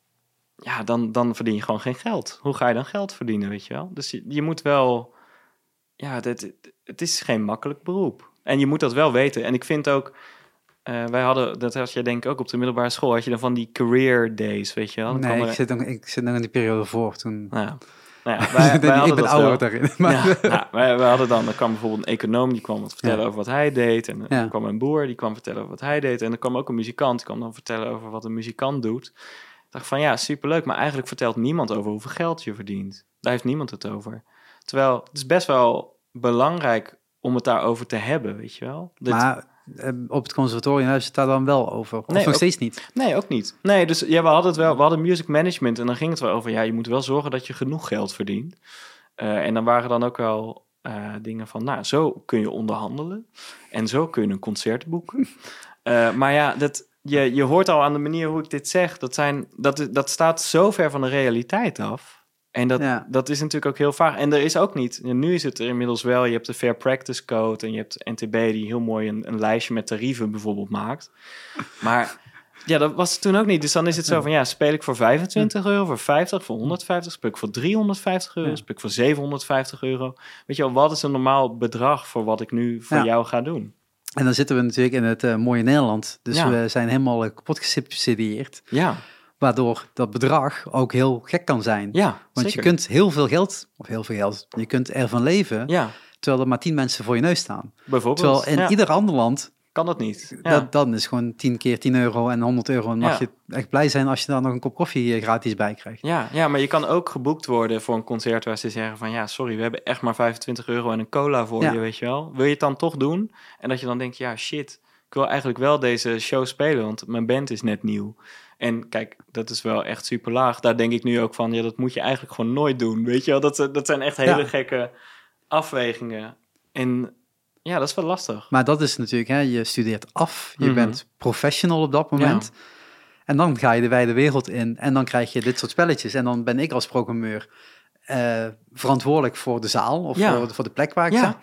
ja, dan, dan verdien je gewoon geen geld. Hoe ga je dan geld verdienen, weet je wel? Dus je, je moet wel, ja, het, het is geen makkelijk beroep. En je moet dat wel weten. En ik vind ook, uh, wij hadden, dat had jij denk ik ook op de middelbare school, had je dan van die career days, weet je wel? Dan nee, er... ik, zit nog, ik zit nog in die periode voor toen... Nou ja. Nou ja, wij, wij ik ben ouder daarin. Maar... Ja, nou, wij, wij hadden dan, er kwam bijvoorbeeld een econoom, die kwam wat vertellen ja. over wat hij deed. En ja. er kwam een boer, die kwam vertellen over wat hij deed. En er kwam ook een muzikant, die kwam dan vertellen over wat een muzikant doet. Ik dacht van ja, superleuk, maar eigenlijk vertelt niemand over hoeveel geld je verdient. Daar heeft niemand het over. Terwijl het is best wel belangrijk om het daarover te hebben, weet je wel. Dit... Maar op het conservatorium hebben ze het daar dan wel over? Of nee, nog ook, steeds niet? Nee, ook niet. Nee, dus ja, we hadden het wel, we hadden music management en dan ging het wel over, ja, je moet wel zorgen dat je genoeg geld verdient. Uh, en dan waren dan ook wel uh, dingen van, nou, zo kun je onderhandelen. En zo kun je een concert boeken. uh, maar ja, dat, je, je hoort al aan de manier hoe ik dit zeg, dat, zijn, dat, dat staat zo ver van de realiteit af. En dat, ja. dat is natuurlijk ook heel vaag. En er is ook niet, nu is het er inmiddels wel, je hebt de Fair Practice Code en je hebt N T B die heel mooi een, een lijstje met tarieven bijvoorbeeld maakt. Maar ja, dat was het toen ook niet. Dus dan is het zo van, ja, speel ik voor vijfentwintig euro, voor vijftig, voor honderdvijftig, speel ik voor driehonderdvijftig euro, ja. speel ik voor zevenhonderdvijftig euro. Weet je wel, wat is een normaal bedrag voor wat ik nu voor ja. jou ga doen? En dan zitten we natuurlijk in het uh, mooie Nederland. Dus ja. we zijn helemaal uh, kapot gesubsidieerd. Ja. Waardoor dat bedrag ook heel gek kan zijn. Ja, Want zeker. je kunt heel veel geld, of heel veel geld, je kunt ervan leven, ja. terwijl er maar tien mensen voor je neus staan. Bijvoorbeeld. Terwijl in ja. ieder ander land... Kan dat niet. Ja. Dat, dan is gewoon tien keer tien euro en honderd euro. En mag ja. je echt blij zijn als je daar nog een kop koffie gratis bij krijgt. Ja, ja, maar je kan ook geboekt worden voor een concert waar ze zeggen van, ja, sorry, we hebben echt maar vijfentwintig euro en een cola voor ja. je, weet je wel. Wil je het dan toch doen? En dat je dan denkt, ja, shit, ik wil eigenlijk wel deze show spelen, want mijn band is net nieuw. En kijk, dat is wel echt super laag. Daar denk ik nu ook van, ja, dat moet je eigenlijk gewoon nooit doen, weet je wel. Dat, dat zijn echt hele ja. gekke afwegingen. En ja, dat is wel lastig. Maar dat is natuurlijk, hè, je studeert af, je mm-hmm. bent professional op dat moment. Ja. En dan ga je de wijde wereld in en dan krijg je dit soort spelletjes. En dan ben ik als programmeur uh, verantwoordelijk voor de zaal of ja. voor, voor de plek waar ik ja. sta.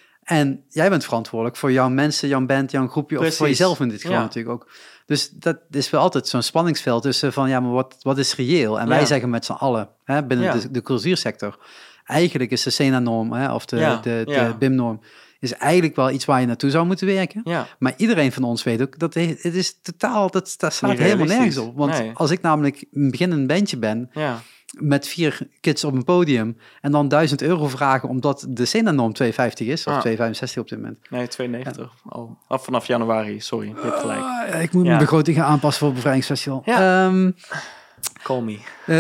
En jij bent verantwoordelijk voor jouw mensen, jouw band, jouw groepje, Precies. of voor jezelf in dit geval ja. natuurlijk ook. Dus dat is wel altijd zo'n spanningsveld tussen van, ja, maar wat, wat is reëel? En ja. wij zeggen met z'n allen, hè, binnen ja. de, de cultuursector, eigenlijk is de S E N A-norm, hè, of de, ja. de, de, ja. de B I M-norm, is eigenlijk wel iets waar je naartoe zou moeten werken. Ja. Maar iedereen van ons weet ook dat het is totaal, dat, dat staat helemaal nergens op. Want nee. als ik namelijk in het begin een bandje ben, ja. met vier kids op een podium en dan duizend euro vragen omdat de S E N A-norm twee vijftig is, of ah. twee vijfenzestig op dit moment. Nee, twee negentig. Ja. Al af vanaf januari, sorry, je hebt gelijk. Uh, ik moet ja. mijn begroting gaan aanpassen voor het Bevrijdingsfestival. Ja. Um, Call me.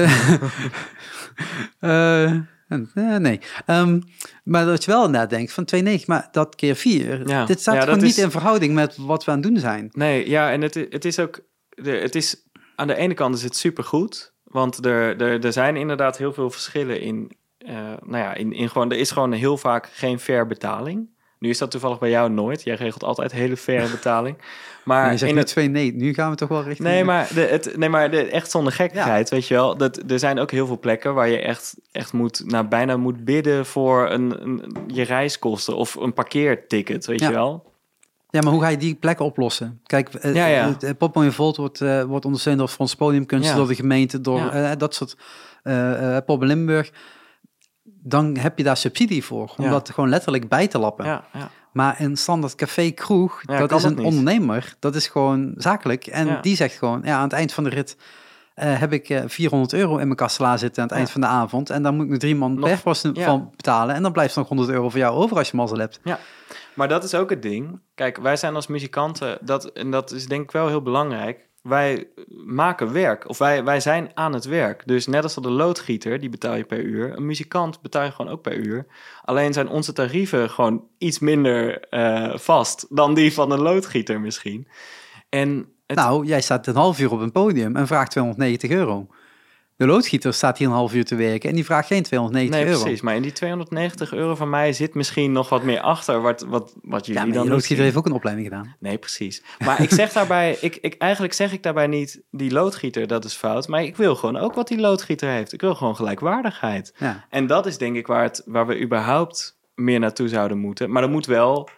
Uh, uh, nee. Um, maar dat je wel nadenkt van twee negentig, maar dat keer vier. Ja. Dit staat ja, gewoon niet is... in verhouding met wat we aan het doen zijn. Nee, ja, en het, het is ook, de, het is, aan de ene kant is het supergoed, want er, er, er zijn inderdaad heel veel verschillen in, uh, nou ja, in, in gewoon, er is gewoon heel vaak geen fair betaling. Nu is dat toevallig bij jou nooit. Jij regelt altijd hele faire betaling. Maar nee, je zegt in nu het... twee nee. Nu gaan we toch wel richting... Nee, maar, de, het, nee, maar de, echt zonder gekkigheid, ja. weet je wel. Dat, er zijn ook heel veel plekken waar je echt, echt moet, nou, bijna moet bidden voor een, een, je reiskosten of een parkeerticket, weet ja. je wel. Ja, maar hoe ga je die plekken oplossen? Kijk, ja, ja. het, het Popmooi Volt wordt, uh, wordt ondersteund door Frans Podiumkunst, ja. door de gemeente, door ja. uh, dat soort uh, uh, Pop in Limburg. Dan heb je daar subsidie voor, om ja. dat gewoon letterlijk bij te lappen. Ja, ja. Maar een standaard café kroeg, ja, dat is een niet. ondernemer, dat is gewoon zakelijk. En ja. die zegt gewoon, ja, aan het eind van de rit uh, heb ik uh, vierhonderd euro in mijn kassa zitten aan het ja. eind van de avond. En dan moet ik nog drie man nog, per post ja. van betalen. En dan blijft er nog honderd euro voor jou over als je mazzel hebt. Ja, maar dat is ook het ding. Kijk, wij zijn als muzikanten, dat, en dat is denk ik wel heel belangrijk. Wij maken werk, of wij, wij zijn aan het werk. Dus net als dat een loodgieter, die betaal je per uur. Een muzikant betaal je gewoon ook per uur. Alleen zijn onze tarieven gewoon iets minder uh, vast dan die van een loodgieter misschien. En het... Nou, jij staat een half uur op een podium en vraagt tweehonderdnegentig euro. De loodgieter staat hier een half uur te werken en die vraagt geen tweehonderdnegentig nee, euro. Nee, precies. Maar in die tweehonderdnegentig euro van mij zit misschien nog wat meer achter wat, wat, wat jullie ja, maar dan de loodgieter zien. heeft ook een opleiding gedaan. Nee, precies. Maar ik zeg daarbij, ik, ik, eigenlijk zeg ik daarbij niet, die loodgieter, dat is fout. Maar ik wil gewoon ook wat die loodgieter heeft. Ik wil gewoon gelijkwaardigheid. Ja. En dat is denk ik waar, het, waar we überhaupt meer naartoe zouden moeten. Maar er moet wel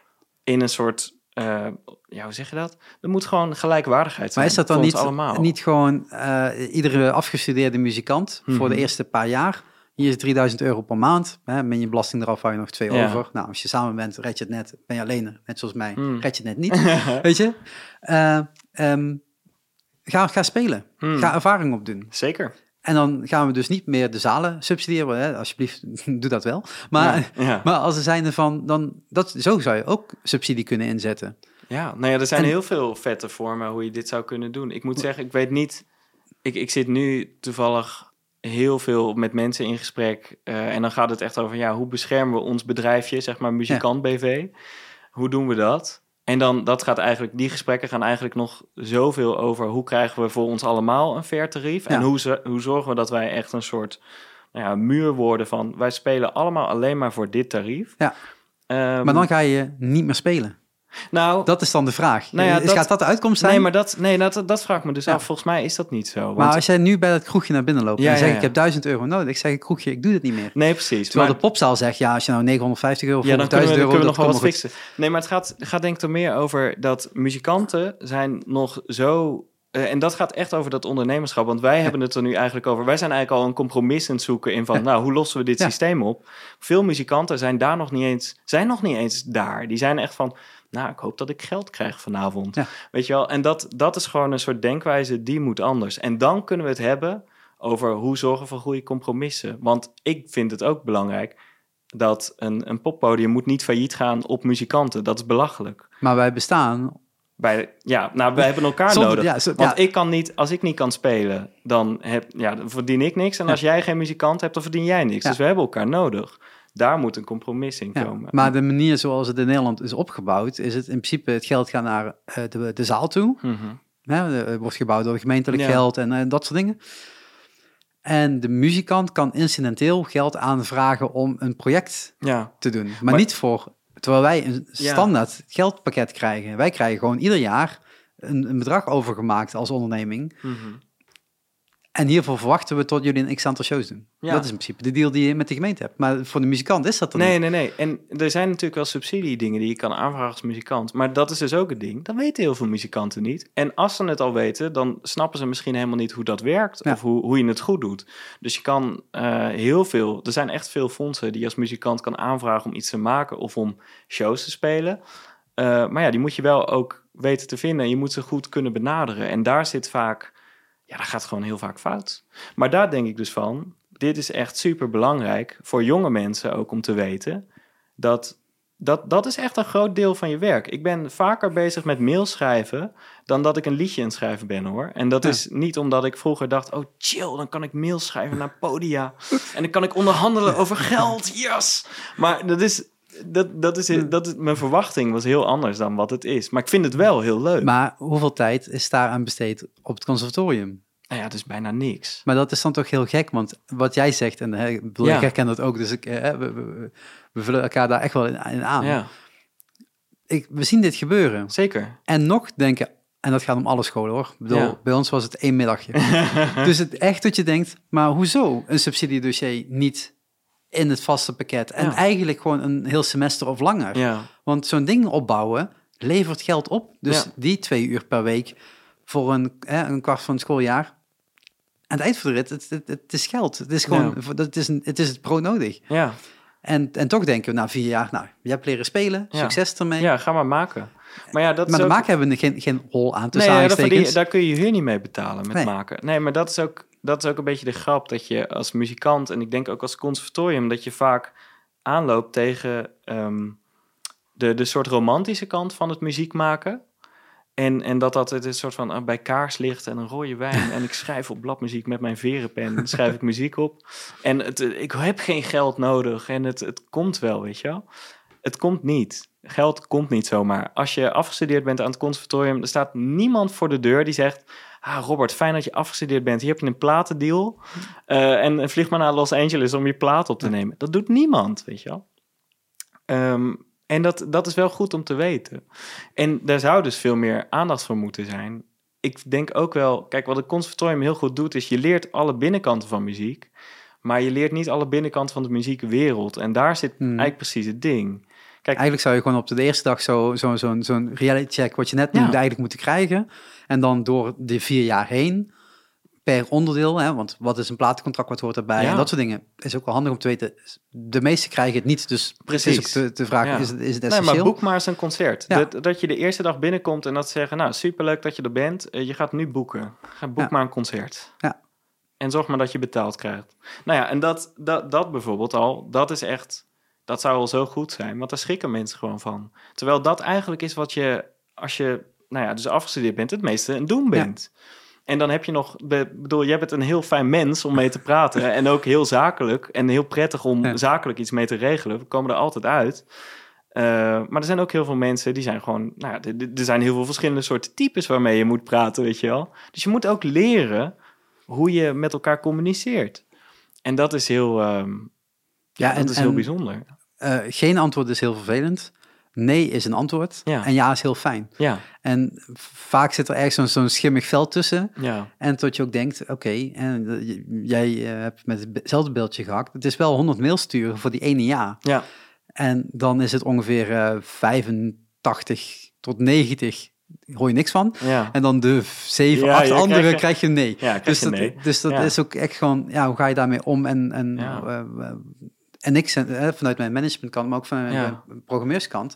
in een soort... Uh, ja, hoe zeg je dat? Er moet gewoon gelijkwaardigheid zijn. Maar is dat dan niet, allemaal. niet gewoon uh, iedere afgestudeerde muzikant mm-hmm. voor de eerste paar jaar? Hier is drieduizend euro per maand. Hè, ben je belasting eraf, hou je nog twee ja. over. Nou, als je samen bent, red je het net. Ben je alleen, net zoals mij, mm. red je het net niet. Weet je? Uh, um, ga, ga spelen. Mm. Ga ervaring opdoen. Zeker. En dan gaan we dus niet meer de zalen subsidiëren. Hè? Alsjeblieft, doe dat wel. Maar, ja, ja. maar als er zijnde van, dan dat, zo zou je ook subsidie kunnen inzetten. Ja, nou ja, er zijn en, heel veel vette vormen hoe je dit zou kunnen doen. Ik moet zeggen, ik weet niet... Ik, ik zit nu toevallig heel veel met mensen in gesprek. Uh, en dan gaat het echt over, ja, hoe beschermen we ons bedrijfje, zeg maar Muzikant ja. B V? Hoe doen we dat? En dan, dat gaat eigenlijk, die gesprekken gaan eigenlijk nog zoveel over hoe krijgen we voor ons allemaal een fair tarief. Ja. En hoe, hoe zorgen we dat wij echt een soort nou ja, muur worden van, wij spelen allemaal alleen maar voor dit tarief. Ja. Um, maar dan ga je niet meer spelen. Nou, dat is dan de vraag. Nou ja, is, dat, gaat dat de uitkomst zijn? Nee, maar dat, nee, dat, dat vraag ik me dus ja. af. Volgens mij is dat niet zo. Want... Maar als jij nu bij dat kroegje naar binnen loopt ja, en je zegt, ja, ja. ik heb duizend euro nodig. Ik zeg, kroegje, ik doe dit niet meer. Nee, precies. Terwijl maar... de popzaal zegt, ja, als je nou negenhonderdvijftig euro ja, voor duizend euro... dan kunnen we, dan kunnen we nog wel wat fixen. Nee, maar het gaat, gaat denk ik er meer over dat muzikanten zijn nog zo... Uh, en dat gaat echt over dat ondernemerschap. Want wij ja. hebben het er nu eigenlijk over. Wij zijn eigenlijk al een compromis aan het zoeken in van... Ja. nou, hoe lossen we dit ja. systeem op? Veel muzikanten zijn daar nog niet eens... zijn nog niet eens daar. Die zijn echt van... nou, ik hoop dat ik geld krijg vanavond. Ja. Weet je wel? En dat, dat is gewoon een soort denkwijze, die moet anders. En dan kunnen we het hebben over hoe zorgen we voor goede compromissen. Want ik vind het ook belangrijk dat een, een poppodium moet niet failliet gaan op muzikanten. Dat is belachelijk. Maar wij bestaan... Bij, ja, nou, wij hebben elkaar Zonder, nodig. Ja, zo, Want ja. ik kan niet, als ik niet kan spelen, dan, heb, ja, dan verdien ik niks. En ja. als jij geen muzikant hebt, dan verdien jij niks. Ja. Dus we hebben elkaar nodig. Daar moet een compromis in komen. Ja, maar de manier zoals het in Nederland is opgebouwd, is het in principe het geld gaat naar uh, de, de zaal toe. Mm-hmm. Ja, het wordt gebouwd door gemeentelijk ja. geld en uh, dat soort dingen. En de muzikant kan incidenteel geld aanvragen om een project ja. te doen. Maar, maar niet voor... Terwijl wij een standaard ja. geldpakket krijgen. Wij krijgen gewoon ieder jaar een, een bedrag overgemaakt als onderneming. Mm-hmm. En hiervoor verwachten we tot jullie een x-aantal shows doen. Ja. Dat is in principe de deal die je met de gemeente hebt. Maar voor de muzikant is dat dan nee, niet. Nee, nee, nee. En er zijn natuurlijk wel subsidiedingen die je kan aanvragen als muzikant. Maar dat is dus ook het ding. Dat weten heel veel muzikanten niet. En als ze het al weten, dan snappen ze misschien helemaal niet hoe dat werkt. Ja. Of hoe, hoe je het goed doet. Dus je kan uh, heel veel... Er zijn echt veel fondsen die je als muzikant kan aanvragen om iets te maken of om shows te spelen. Uh, maar ja, die moet je wel ook weten te vinden. En je moet ze goed kunnen benaderen. En daar zit vaak... Ja, dat gaat gewoon heel vaak fout. Maar daar denk ik dus van, dit is echt super belangrijk voor jonge mensen ook om te weten, dat, dat dat is echt een groot deel van je werk. Ik ben vaker bezig met mails schrijven dan dat ik een liedje aan het schrijven ben, hoor. En dat ja. is niet omdat ik vroeger dacht, oh chill, dan kan ik mails schrijven naar Podia en dan kan ik onderhandelen over geld, yes! Maar dat is... Dat, dat, is, dat is, mijn verwachting was heel anders dan wat het is. Maar ik vind het wel heel leuk. Maar hoeveel tijd is daar aan besteed op het conservatorium? Nou ja, dus bijna niks. Maar dat is dan toch heel gek, want wat jij zegt, en hè, ik, bedoel, ja. ik herken dat ook, dus ik, hè, we, we, we vullen elkaar daar echt wel in, in aan. Ja. Ik, we zien dit gebeuren. Zeker. En nog denken, en dat gaat om alle scholen, hoor. Ik bedoel, ja. Bij ons was het één middagje. Dus het echt dat je denkt, maar hoezo een subsidiedossier niet in het vaste pakket? En ja. eigenlijk gewoon een heel semester of langer. Ja. Want zo'n ding opbouwen levert geld op. Dus ja. die twee uur per week voor een, hè, een kwart van het schooljaar. Aan het eind van de rit, het, het, het is geld. Het is gewoon, ja. het, is een, het is het brood nodig. Ja. En, en toch denken we, na vier jaar, nou, je hebt leren spelen, ja. succes ermee. Ja, ga maar maken. Maar, ja, dat maar is ook... maken hebben we geen, geen hol aan tussen nee, aanstekens. Ja, daar kun je je huur niet mee betalen met nee. maken. Nee, maar dat is ook... Dat is ook een beetje de grap, dat je als muzikant, en ik denk ook als conservatorium, dat je vaak aanloopt tegen um, de, de soort romantische kant van het muziek maken. En, en dat dat het een soort van uh, bij kaarslicht en een rode wijn. En ik schrijf op bladmuziek met mijn verenpen, schrijf ik muziek op. En het, ik heb geen geld nodig en het, het komt wel, weet je wel. Het komt niet. Geld komt niet zomaar. Als je afgestudeerd bent aan het conservatorium, er staat niemand voor de deur die zegt... Ah, Robert, fijn dat je afgestudeerd bent. Hier heb je een platendeal. Uh, en vlieg maar naar Los Angeles om je plaat op te nemen. Dat doet niemand, weet je wel. Um, en dat, dat is wel goed om te weten. En daar zou dus veel meer aandacht voor moeten zijn. Ik denk ook wel... Kijk, wat het conservatorium heel goed doet, is je leert alle binnenkanten van muziek. Maar je leert niet alle binnenkanten van de muziekwereld. En daar zit hmm. eigenlijk precies het ding. Kijk, eigenlijk zou je gewoon op de eerste dag zo, zo, zo'n, zo'n reality check, wat je net noemde, ja. eigenlijk moeten krijgen. En dan door de vier jaar heen, per onderdeel, hè, want wat is een platencontract, wat hoort daarbij? Ja. En dat soort dingen is ook wel handig om te weten. De meesten krijgen het niet, dus precies. Het is ook de, de vraag, ja. is, het, is het essentieel? Nee, maar boek maar eens een concert. Ja. Dat, dat je de eerste dag binnenkomt en dat ze zeggen, nou, superleuk dat je er bent. Je gaat nu boeken. Ga boek ja. maar een concert. Ja. En zorg maar dat je betaald krijgt. Nou ja, en dat, dat, dat bijvoorbeeld al, dat is echt, dat zou al zo goed zijn, want daar schrikken mensen gewoon van. Terwijl dat eigenlijk is wat je, als je, nou ja, dus afgestudeerd bent, het meeste een doen bent. Ja. En dan heb je nog, bedoel, jij bent een heel fijn mens om mee te praten. En ook heel zakelijk en heel prettig om ja. zakelijk iets mee te regelen. We komen er altijd uit. Uh, maar er zijn ook heel veel mensen die zijn gewoon, nou ja, er, er zijn heel veel verschillende soorten types waarmee je moet praten, weet je wel. Dus je moet ook leren hoe je met elkaar communiceert. En dat is heel, um, ja, en, dat is heel en, bijzonder. Uh, geen antwoord is heel vervelend. Nee is een antwoord. Ja. En ja is heel fijn. Ja. En vaak zit er ergens zo'n, zo'n schimmig veld tussen. Ja. En tot je ook denkt, oké, okay, en jij uh, hebt met hetzelfde beeldje gehakt. Het is wel honderd mails sturen voor die ene ja. Ja. En dan is het ongeveer uh, vijfentachtig tot negentig hoor je niks van. Ja. En dan de zeven, ja, acht andere krijg je, krijg je nee. Ja, dus, je dat, nee. dus dat ja. is ook echt gewoon, ja, hoe ga je daarmee om? En, en, ja. uh, uh, en ik, uh, vanuit mijn managementkant, maar ook vanuit ja. mijn programmeurskant,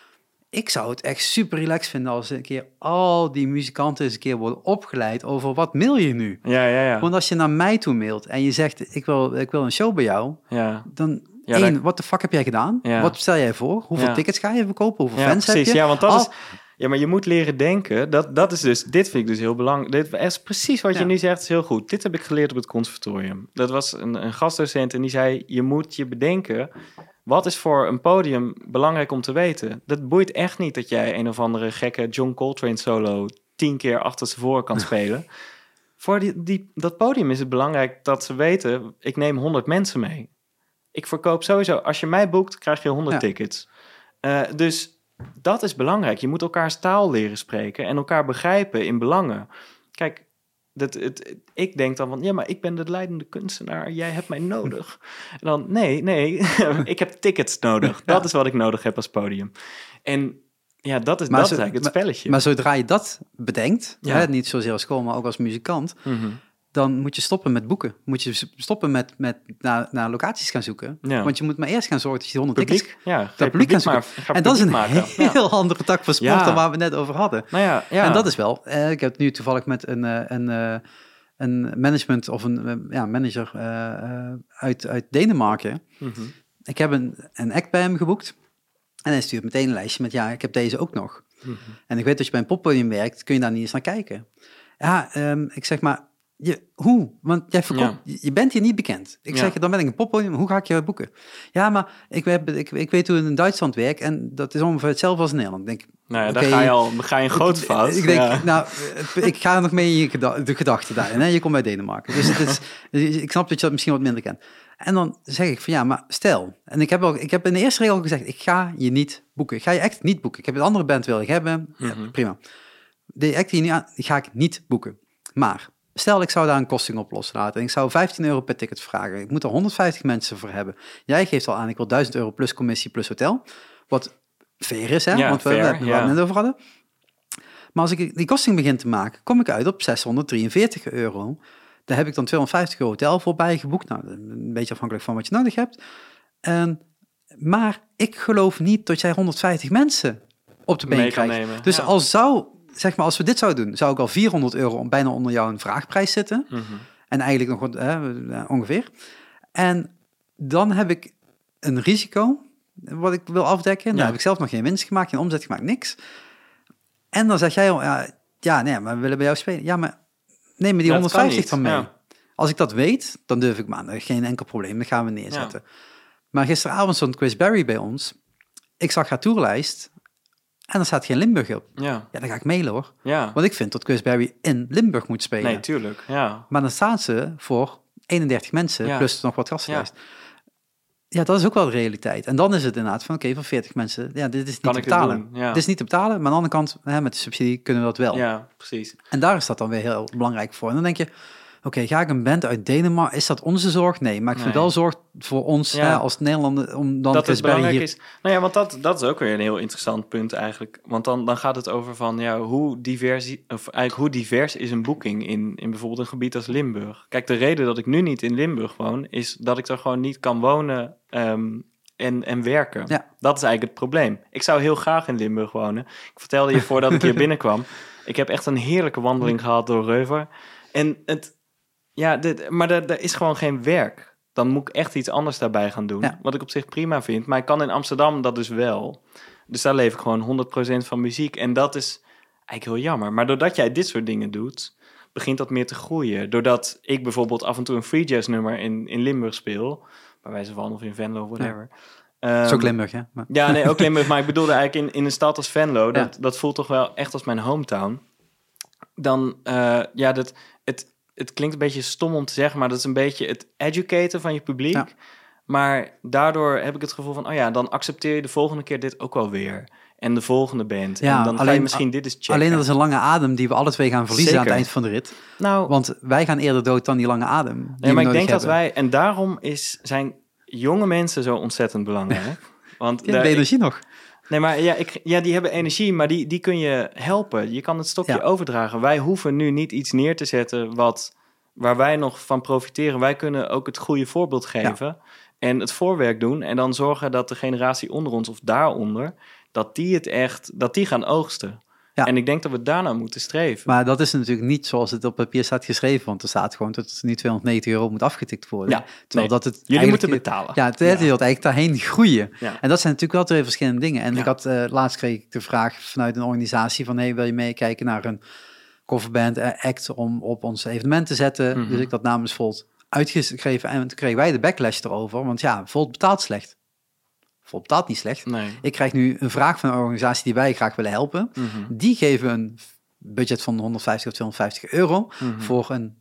ik zou het echt super relaxed vinden als een keer al die muzikanten eens een keer worden opgeleid over wat mail je nu. Ja, ja, ja. Want als je naar mij toe mailt en je zegt, ik wil, ik wil een show bij jou, ja. dan... Ja, Eén, dat... wat de fuck heb jij gedaan? Ja. Wat stel jij voor? Hoeveel ja. tickets ga je verkopen? Hoeveel ja, fans precies. heb je? Ja, want dat Al... is... Ja, maar je moet leren denken. Dat, dat is dus... Dit vind ik dus heel belangrijk. Dit is precies wat je ja. nu zegt, is heel goed. Dit heb ik geleerd op het conservatorium. Dat was een, een gastdocent en die zei, je moet je bedenken, wat is voor een podium belangrijk om te weten? Dat boeit echt niet dat jij een of andere gekke John Coltrane solo tien keer achter z'n voren kan spelen. Voor die, die, dat podium is het belangrijk dat ze weten, ik neem honderd mensen mee. Ik verkoop sowieso, als je mij boekt, krijg je honderd ja. tickets. Uh, dus dat is belangrijk. Je moet elkaars taal leren spreken en elkaar begrijpen in belangen. Kijk, dat, het, ik denk dan van, ja, maar ik ben de leidende kunstenaar, jij hebt mij nodig. En dan, nee, nee, ik heb tickets nodig. Ja. Dat is wat ik nodig heb als podium. En ja, dat is, dat zo, is eigenlijk het spelletje. Maar, maar zodra je dat bedenkt, ja. hè, niet zozeer als school, maar ook als muzikant, mm-hmm. dan moet je stoppen met boeken. Moet je stoppen met, met naar, naar locaties gaan zoeken. Ja. Want je moet maar eerst gaan zorgen dat je die honderd publiek, tickets... Ja, dat publiek gaan zoeken. Maar, en dat is een maken. heel ja. andere tak van sport ja. dan waar we net over hadden. Nou ja, ja. En dat is wel... Eh, ik heb het nu toevallig met een, een, een, een management of een ja, manager uh, uit, uit Denemarken. Mm-hmm. Ik heb een, een act bij hem geboekt. En hij stuurt meteen een lijstje met, ja, ik heb deze ook nog. Mm-hmm. En ik weet dat je bij een poppodium werkt, kun je daar niet eens naar kijken. Ja, um, ik zeg maar... Je, hoe? Want jij verkoopt, ja. je bent hier niet bekend. Ik ja. zeg, dan ben ik een poppodium, hoe ga ik je boeken? Ja, maar ik, heb, ik, ik weet hoe het in Duitsland werkt en dat is ongeveer hetzelfde als in Nederland. Ik denk, nou ja, okay, daar ga je al dan ga je een grote fout. Ik, ik denk, ja. nou, ik ga nog mee in je geda- de gedachten daarin. Hè? Je komt uit Denemarken. Dus het is, ik snap dat je dat misschien wat minder kent. En dan zeg ik van ja, maar stel. En ik heb, ook, ik heb in de eerste regel gezegd, ik ga je niet boeken. Ik ga je act niet boeken. Ik heb een andere band wil ik hebben. Mm-hmm. Ja, prima. De act die je niet aan, die ga ik niet boeken. Maar... Stel, ik zou daar een kosting op loslaten en ik zou vijftien euro per ticket vragen. Ik moet er honderdvijftig mensen voor hebben. Jij geeft al aan, ik wil duizend euro plus commissie plus hotel. Wat fair is, hè? Ja, want we, fair, we, we ja. het net over hadden. Maar als ik die kosting begin te maken, kom ik uit op zeshonderddrieënveertig euro. Daar heb ik dan tweehonderdvijftig euro hotel voor bijgeboekt. Nou, een beetje afhankelijk van wat je nodig hebt. En, maar ik geloof niet dat jij honderdvijftig mensen op de been krijgt. Nemen. Dus ja. als zou... Zeg maar, als we dit zouden doen, zou ik al vierhonderd euro bijna onder jou een vraagprijs zitten. Mm-hmm. En eigenlijk nog eh, ongeveer. En dan heb ik een risico wat ik wil afdekken. Ja. Dan heb ik zelf nog geen winst gemaakt, geen omzet gemaakt, niks. En dan zeg jij, ja, ja nee, maar we willen bij jou spelen. Ja, maar neem me die ja, honderdvijftig van mee. Ja. Als ik dat weet, dan durf ik maar. Geen enkel probleem, dat gaan we neerzetten. Ja. Maar gisteravond stond Chris Berry bij ons. Ik zag haar tourlijst... En er staat geen Limburg op. Ja. Ja, dan ga ik mailen hoor. Ja. Want ik vind dat Chris Berry in Limburg moet spelen. Nee, tuurlijk. Ja. Maar dan staat ze voor eenendertig mensen, ja. plus nog wat gastenlijst. Ja. ja, dat is ook wel de realiteit. En dan is het inderdaad van, oké, okay, voor veertig mensen, ja, dit is niet kan te betalen. Dit, ja. dit is niet te betalen, maar aan de andere kant, hè, met de subsidie kunnen we dat wel. Ja, precies. En daar is dat dan weer heel belangrijk voor. En dan denk je, okay, ga ik een band uit Denemarken, is dat onze zorg? Nee, maar ik vind nee. wel zorg voor ons ja. hè, als Nederlander om dan dat het belangrijk hier... is. Nou ja, want dat, dat is ook weer een heel interessant punt eigenlijk. Want dan, dan gaat het over van ja, hoe divers, of eigenlijk hoe divers is een boeking in, in bijvoorbeeld een gebied als Limburg. Kijk, de reden dat ik nu niet in Limburg woon, is dat ik er gewoon niet kan wonen um, en, en werken. Ja. Dat is eigenlijk het probleem. Ik zou heel graag in Limburg wonen. Ik vertelde je voordat ik hier binnenkwam. Ik heb echt een heerlijke wandeling gehad door Reuver. En het, ja, dit, maar er, er is gewoon geen werk. Dan moet ik echt iets anders daarbij gaan doen. Ja. Wat ik op zich prima vind. Maar ik kan in Amsterdam dat dus wel. Dus daar leef ik gewoon honderd procent van muziek. En dat is eigenlijk heel jammer. Maar doordat jij dit soort dingen doet, begint dat meer te groeien. Doordat ik bijvoorbeeld af en toe een free jazz nummer in, in Limburg speel. Bij wijze van, of in Venlo, whatever. Ja. Um, is ook Limburg, hè? Maar... Ja, nee, ook Limburg. Maar ik bedoelde eigenlijk in, in een stad als Venlo. Dat, ja. dat voelt toch wel echt als mijn hometown. Dan, uh, ja, dat, het, het klinkt een beetje stom om te zeggen, maar dat is een beetje het educaten van je publiek. Ja. Maar daardoor heb ik het gevoel van, oh ja, dan accepteer je de volgende keer dit ook wel weer. En de volgende band. Ja, en dan alleen, ga je misschien dit eens checken. Alleen dat is een lange adem die we alle twee gaan verliezen Zeker. aan het eind van de rit. Nou, Want wij gaan eerder dood dan die lange adem. Die nee, maar ik denk hebben. dat wij, en daarom is, zijn jonge mensen zo ontzettend belangrijk. Want die hebben energie ik, nog. Nee, maar ja, ik, ja, die hebben energie, maar die, die kun je helpen. Je kan het stokje ja. overdragen. Wij hoeven nu niet iets neer te zetten wat, waar wij nog van profiteren. Wij kunnen ook het goede voorbeeld geven ja. en het voorwerk doen. En dan zorgen dat de generatie onder ons of daaronder, dat die het echt, dat die gaan oogsten. Ja. En ik denk dat we daarna moeten streven. Maar dat is natuurlijk niet zoals het op papier staat geschreven. Want er staat gewoon dat het nu tweehonderdnegentig euro moet afgetikt worden. Ja, terwijl nee, dat het jullie moeten betalen. Ja, het ja. wil eigenlijk daarheen groeien. Ja. En dat zijn natuurlijk wel twee verschillende dingen. En ja. ik had uh, laatst kreeg ik de vraag vanuit een organisatie van, hey, wil je meekijken naar een coverband uh, act om op ons evenement te zetten? Mm-hmm. Dus ik dat namens Volt uitgeschreven. En toen kregen wij de backlash erover. Want ja, Volt betaalt slecht. Volt betaalt niet slecht. Nee. Ik krijg nu een vraag van een organisatie die wij graag willen helpen. Mm-hmm. Die geven een budget van honderdvijftig of tweehonderdvijftig euro mm-hmm. voor een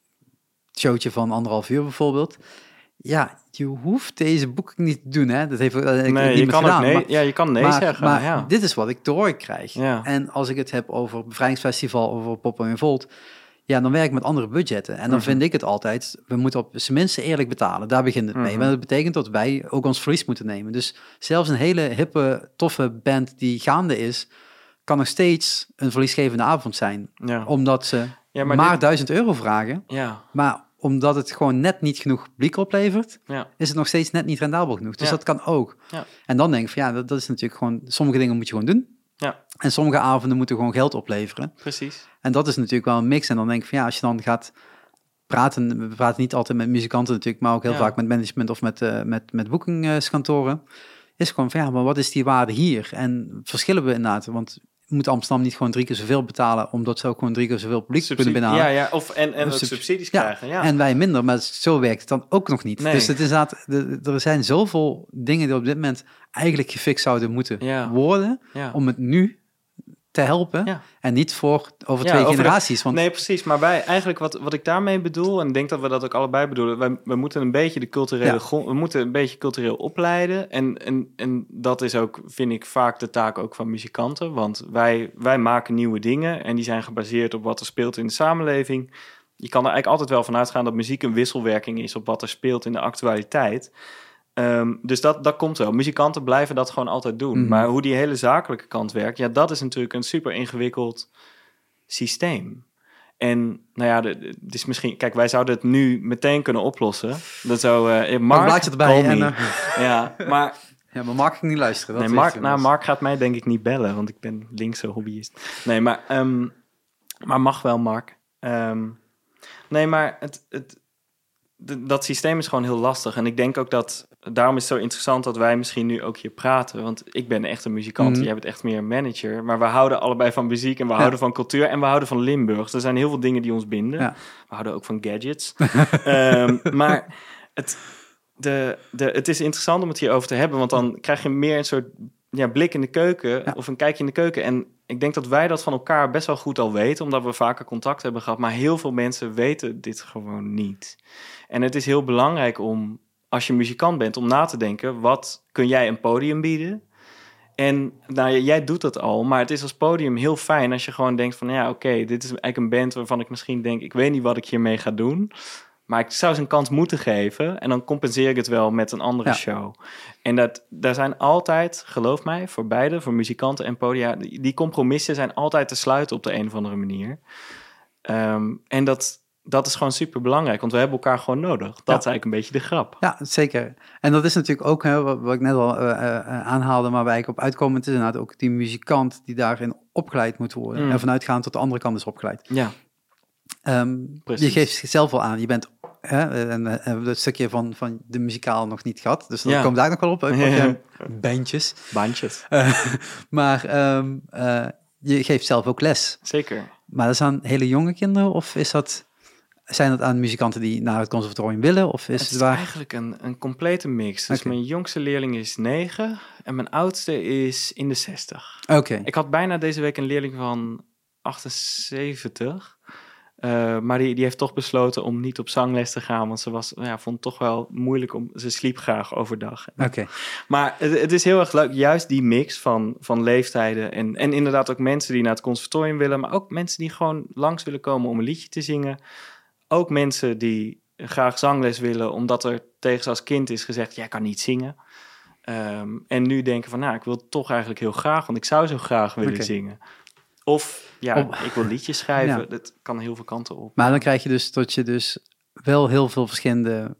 showtje van anderhalf uur bijvoorbeeld. Ja, je hoeft deze boeking niet te doen, hè? Dat heeft uh, ik nee, niet je kan gedaan. Nee, maar, ja, je kan nee maar, zeggen. Maar ja. dit is wat ik te horen krijg. Ja. En als ik het heb over Bevrijdingsfestival, over Pop en Volt, ja, dan werk ik met andere budgetten. En dan mm-hmm. vind ik het altijd, we moeten op zijn minste eerlijk betalen. Daar begint het mee. Mm-hmm. Want dat betekent dat wij ook ons verlies moeten nemen. Dus zelfs een hele hippe, toffe band die gaande is, kan nog steeds een verliesgevende avond zijn. Ja. Omdat ze ja, maar, maar dit... duizend euro vragen. Ja. Maar omdat het gewoon net niet genoeg publiek oplevert, ja. is het nog steeds net niet rendabel genoeg. Dus ja. dat kan ook. Ja. En dan denk ik van ja, dat, dat is natuurlijk gewoon, sommige dingen moet je gewoon doen. Ja. En sommige avonden moeten gewoon geld opleveren. Precies. En dat is natuurlijk wel een mix. En dan denk ik van ja, als je dan gaat praten, we praten niet altijd met muzikanten natuurlijk, maar ook heel ja. vaak met management of met, uh, met, met boekingskantoren, is gewoon van ja, maar wat is die waarde hier? En verschillen we inderdaad, want moet Amsterdam niet gewoon drie keer zoveel betalen, omdat ze ook gewoon drie keer zoveel publiek Subsidie, kunnen binnenhalen? Ja, ja, of en, en ook sub- subsidies ja, krijgen. Ja. En wij minder, maar zo werkt het dan ook nog niet. Nee. Dus het is inderdaad, de, er zijn zoveel dingen die op dit moment eigenlijk gefixt zouden moeten ja. worden, ja. om het nu te helpen ja. en niet voor over ja, twee over generaties. De, want... Nee, precies. Maar wij eigenlijk wat, wat ik daarmee bedoel, en ik denk dat we dat ook allebei bedoelen, wij, we moeten een beetje de culturele ja. grond, we moeten een beetje cultureel opleiden. En, en, en dat is ook, vind ik, vaak de taak ook van muzikanten. Want wij, wij maken nieuwe dingen en die zijn gebaseerd op wat er speelt in de samenleving. Je kan er eigenlijk altijd wel van uitgaan dat muziek een wisselwerking is op wat er speelt in de actualiteit. Um, dus dat, dat komt wel. Muzikanten blijven dat gewoon altijd doen. Mm. Maar hoe die hele zakelijke kant werkt, ja, dat is natuurlijk een super ingewikkeld systeem. En nou ja, het is misschien, kijk, wij zouden het nu meteen kunnen oplossen. Dat zou uh, Mark, blaadje erbij en, uh... ja, maar ja, maar Mark ging niet luisteren. Dat nee, Mark, nou, Mark gaat mij denk ik niet bellen, want ik ben linkse hobbyist. Nee, maar, um, maar mag wel, Mark. Um, nee, maar het, het, de, dat systeem is gewoon heel lastig. En ik denk ook dat, daarom is het zo interessant dat wij misschien nu ook hier praten. Want ik ben echt een muzikant, mm. jij bent echt meer een manager. Maar we houden allebei van muziek en we ja. houden van cultuur en we houden van Limburg. Er zijn heel veel dingen die ons binden. Ja. We houden ook van gadgets. um, maar het, de, de, het is interessant om het hierover te hebben, want dan krijg je meer een soort ja, blik in de keuken ja. of een kijkje in de keuken. En ik denk dat wij dat van elkaar best wel goed al weten, omdat we vaker contact hebben gehad. Maar heel veel mensen weten dit gewoon niet. En het is heel belangrijk om, als je muzikant bent, om na te denken, wat kun jij een podium bieden? En nou, jij doet dat al, maar het is als podium heel fijn als je gewoon denkt van... ja, oké, okay, dit is eigenlijk een band waarvan ik misschien denk... ik weet niet wat ik hiermee ga doen, maar ik zou ze een kans moeten geven... en dan compenseer ik het wel met een andere ja. show. En dat, daar zijn altijd, geloof mij, voor beide, voor muzikanten en podia... die compromissen zijn altijd te sluiten op de een of andere manier. Um, en dat... Dat is gewoon super belangrijk, want we hebben elkaar gewoon nodig. Dat ja. is eigenlijk een beetje de grap. Ja, zeker. En dat is natuurlijk ook, hè, wat, wat ik net al uh, uh, aanhaalde, maar waar ik op uitkom, het is inderdaad ook die muzikant die daarin opgeleid moet worden. Mm. En vanuitgaand tot de andere kant is opgeleid. Ja. Um, je geeft zichzelf al aan. Je bent, hè, en, uh, hebben we het stukje van, van de muzikaal nog niet gehad. Dus dan ja. komen daar nog wel op. Ja. Bandjes. Bandjes. Uh, maar um, uh, je geeft zelf ook les. Zeker. Maar dat zijn hele jonge kinderen of is dat... Zijn dat aan muzikanten die naar het conservatorium willen? Of is het, het is waar... eigenlijk een, een complete mix. Dus okay. Mijn jongste leerling is negen en mijn oudste is in de zestig. Oké. Okay. Ik had bijna deze week een leerling van achtenzeventig. Uh, maar die, die heeft toch besloten om niet op zangles te gaan. Want ze was, ja, vond het toch wel moeilijk om... Ze sliep graag overdag. Oké. Okay. Maar het, het is heel erg leuk. Juist die mix van, van leeftijden. En, en inderdaad ook mensen die naar het conservatorium willen. Maar ook mensen die gewoon langs willen komen om een liedje te zingen. Ook mensen die graag zangles willen, omdat er tegen ze als kind is gezegd, jij kan niet zingen. Um, en nu denken van, nou, ik wil het toch eigenlijk heel graag, want ik zou zo graag willen okay. zingen. Of, ja, oh. ik wil liedjes schrijven. Ja. Dat kan heel veel kanten op. Maar dan krijg je dus dat je dus wel heel veel verschillende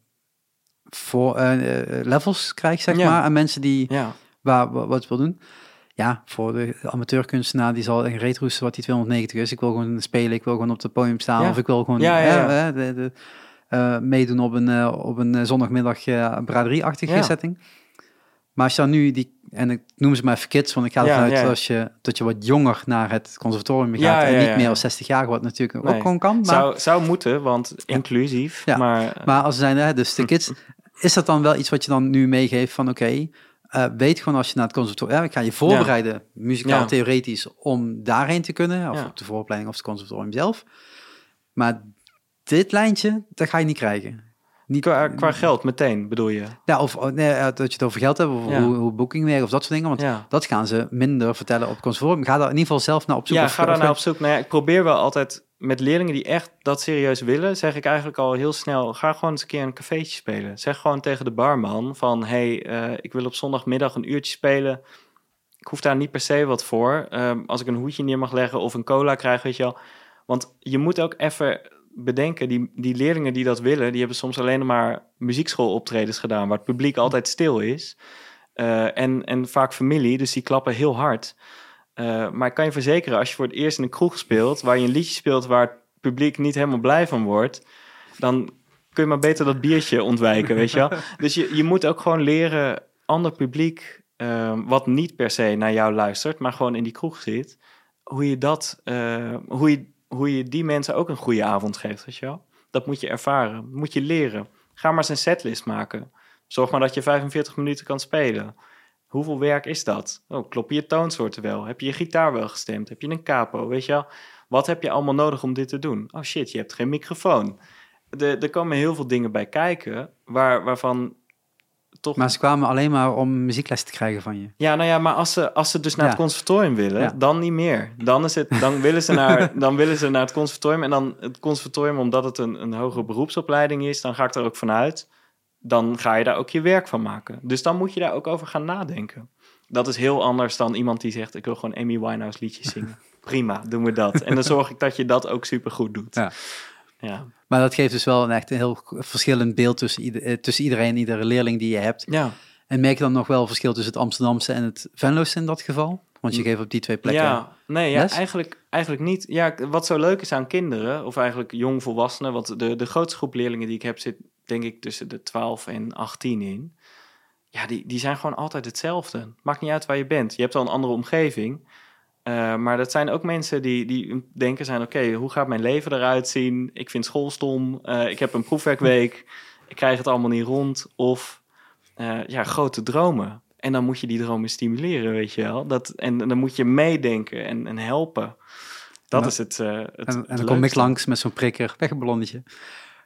voor, uh, levels krijgt, zeg ja. maar, aan mensen die ja. waar, waar, wat wil doen. Ja, voor de amateurkunstenaar, die zal een reet roesten wat die tweehonderdnegentig is. Ik wil gewoon spelen, ik wil gewoon op het podium staan. Ja. Of ik wil gewoon ja, ja, ja. Uh, de, de, uh, meedoen op een, uh, op een zondagmiddag uh, braderie-achtige ja. setting. Maar als je dan nu die, en ik noem ze maar even kids, want ik ga ervan ja, uit ja. Als je, dat je wat jonger naar het conservatorium gaat ja, ja, en niet ja, ja. meer als zestig jaar wordt natuurlijk nee. ook gewoon kan. Maar... Zou, zou moeten, want ja. inclusief. Ja. Maar, uh... maar als ze zijn, hè, dus de kids, is dat dan wel iets wat je dan nu meegeeft van oké, okay, Uh, weet gewoon als je naar het conservatorium... Ja, ik ga je voorbereiden, ja. muzikaal, ja. theoretisch, om daarheen te kunnen. Of ja. op de vooropleiding of het conservatorium zelf. Maar dit lijntje, dat ga je niet krijgen. Niet, qua, qua geld meteen, bedoel je? Ja, of nee, dat je het over geld hebt, of ja. hoe, hoe boeking werkt, of dat soort dingen. Want ja. dat gaan ze minder vertellen op het conservatorium. Ga daar in ieder geval zelf naar op zoek. Ja, of, ga daar of, naar op zoek. Nou ja, ik probeer wel altijd... Met leerlingen die echt dat serieus willen, zeg ik eigenlijk al heel snel, ga gewoon eens een keer een cafeetje spelen. Zeg gewoon tegen de barman van, hey, uh, ik wil op zondagmiddag een uurtje spelen. Ik hoef daar niet per se wat voor. Um, als ik een hoedje neer mag leggen of een cola krijg, weet je wel. Want je moet ook even bedenken, die, die leerlingen die dat willen, die hebben soms alleen maar muziekschooloptredens gedaan, waar het publiek altijd stil is. Uh, en, en vaak familie, dus die klappen heel hard. Uh, maar ik kan je verzekeren, als je voor het eerst in een kroeg speelt, waar je een liedje speelt waar het publiek niet helemaal blij van wordt, dan kun je maar beter dat biertje ontwijken, weet je wel. Dus je, je moet ook gewoon leren, ander publiek, uh, wat niet per se naar jou luistert, maar gewoon in die kroeg zit, hoe je dat, uh, hoe je, hoe je die mensen ook een goede avond geeft, weet je wel. Dat moet je ervaren, moet je leren. Ga maar eens een setlist maken. Zorg maar dat je vijfenveertig minuten kan spelen. Hoeveel werk is dat? Oh, klop je je toonsoorten wel? Heb je je gitaar wel gestemd? Heb je een capo? Weet je wel? Wat heb je allemaal nodig om dit te doen? Oh shit, je hebt geen microfoon. De, er komen heel veel dingen bij kijken, waar, waarvan toch... Maar ze kwamen alleen maar om muziekles te krijgen van je. Ja, nou ja, maar als ze, als ze dus naar ja. het conservatorium willen, ja. dan niet meer. Dan, is het, dan, willen ze naar, dan willen ze naar het conservatorium. En dan het conservatorium, omdat het een, een hogere beroepsopleiding is, dan ga ik er ook vanuit. Dan ga je daar ook je werk van maken. Dus dan moet je daar ook over gaan nadenken. Dat is heel anders dan iemand die zegt, ik wil gewoon Amy Winehouse liedjes zingen. Prima, doen we dat. En dan zorg ik dat je dat ook supergoed doet. Ja. Ja. Maar dat geeft dus wel een echt een heel verschillend beeld tussen, ieder, tussen iedereen, iedere leerling die je hebt. Ja. En merk je dan nog wel verschil tussen het Amsterdamse en het Venlo's in dat geval? Want je geeft op die twee plekken ja, nee, ja, eigenlijk, eigenlijk niet. Ja, wat zo leuk is aan kinderen, of eigenlijk jongvolwassenen, want de, de grootste groep leerlingen die ik heb zit, denk ik, tussen de twaalf en achttien in. Ja, die, die zijn gewoon altijd hetzelfde. Maakt niet uit waar je bent. Je hebt wel een andere omgeving. Uh, maar dat zijn ook mensen die, die denken zijn, oké, okay, hoe gaat mijn leven eruit zien? Ik vind school stom. Uh, ik heb een proefwerkweek. Ik krijg het allemaal niet rond. Of uh, ja, grote dromen. En dan moet je die dromen stimuleren, weet je wel. Dat, en, en dan moet je meedenken en, en helpen. Dat ja. is het, uh, het En, en dan kom ik langs met zo'n prikker, weg een ballonnetje.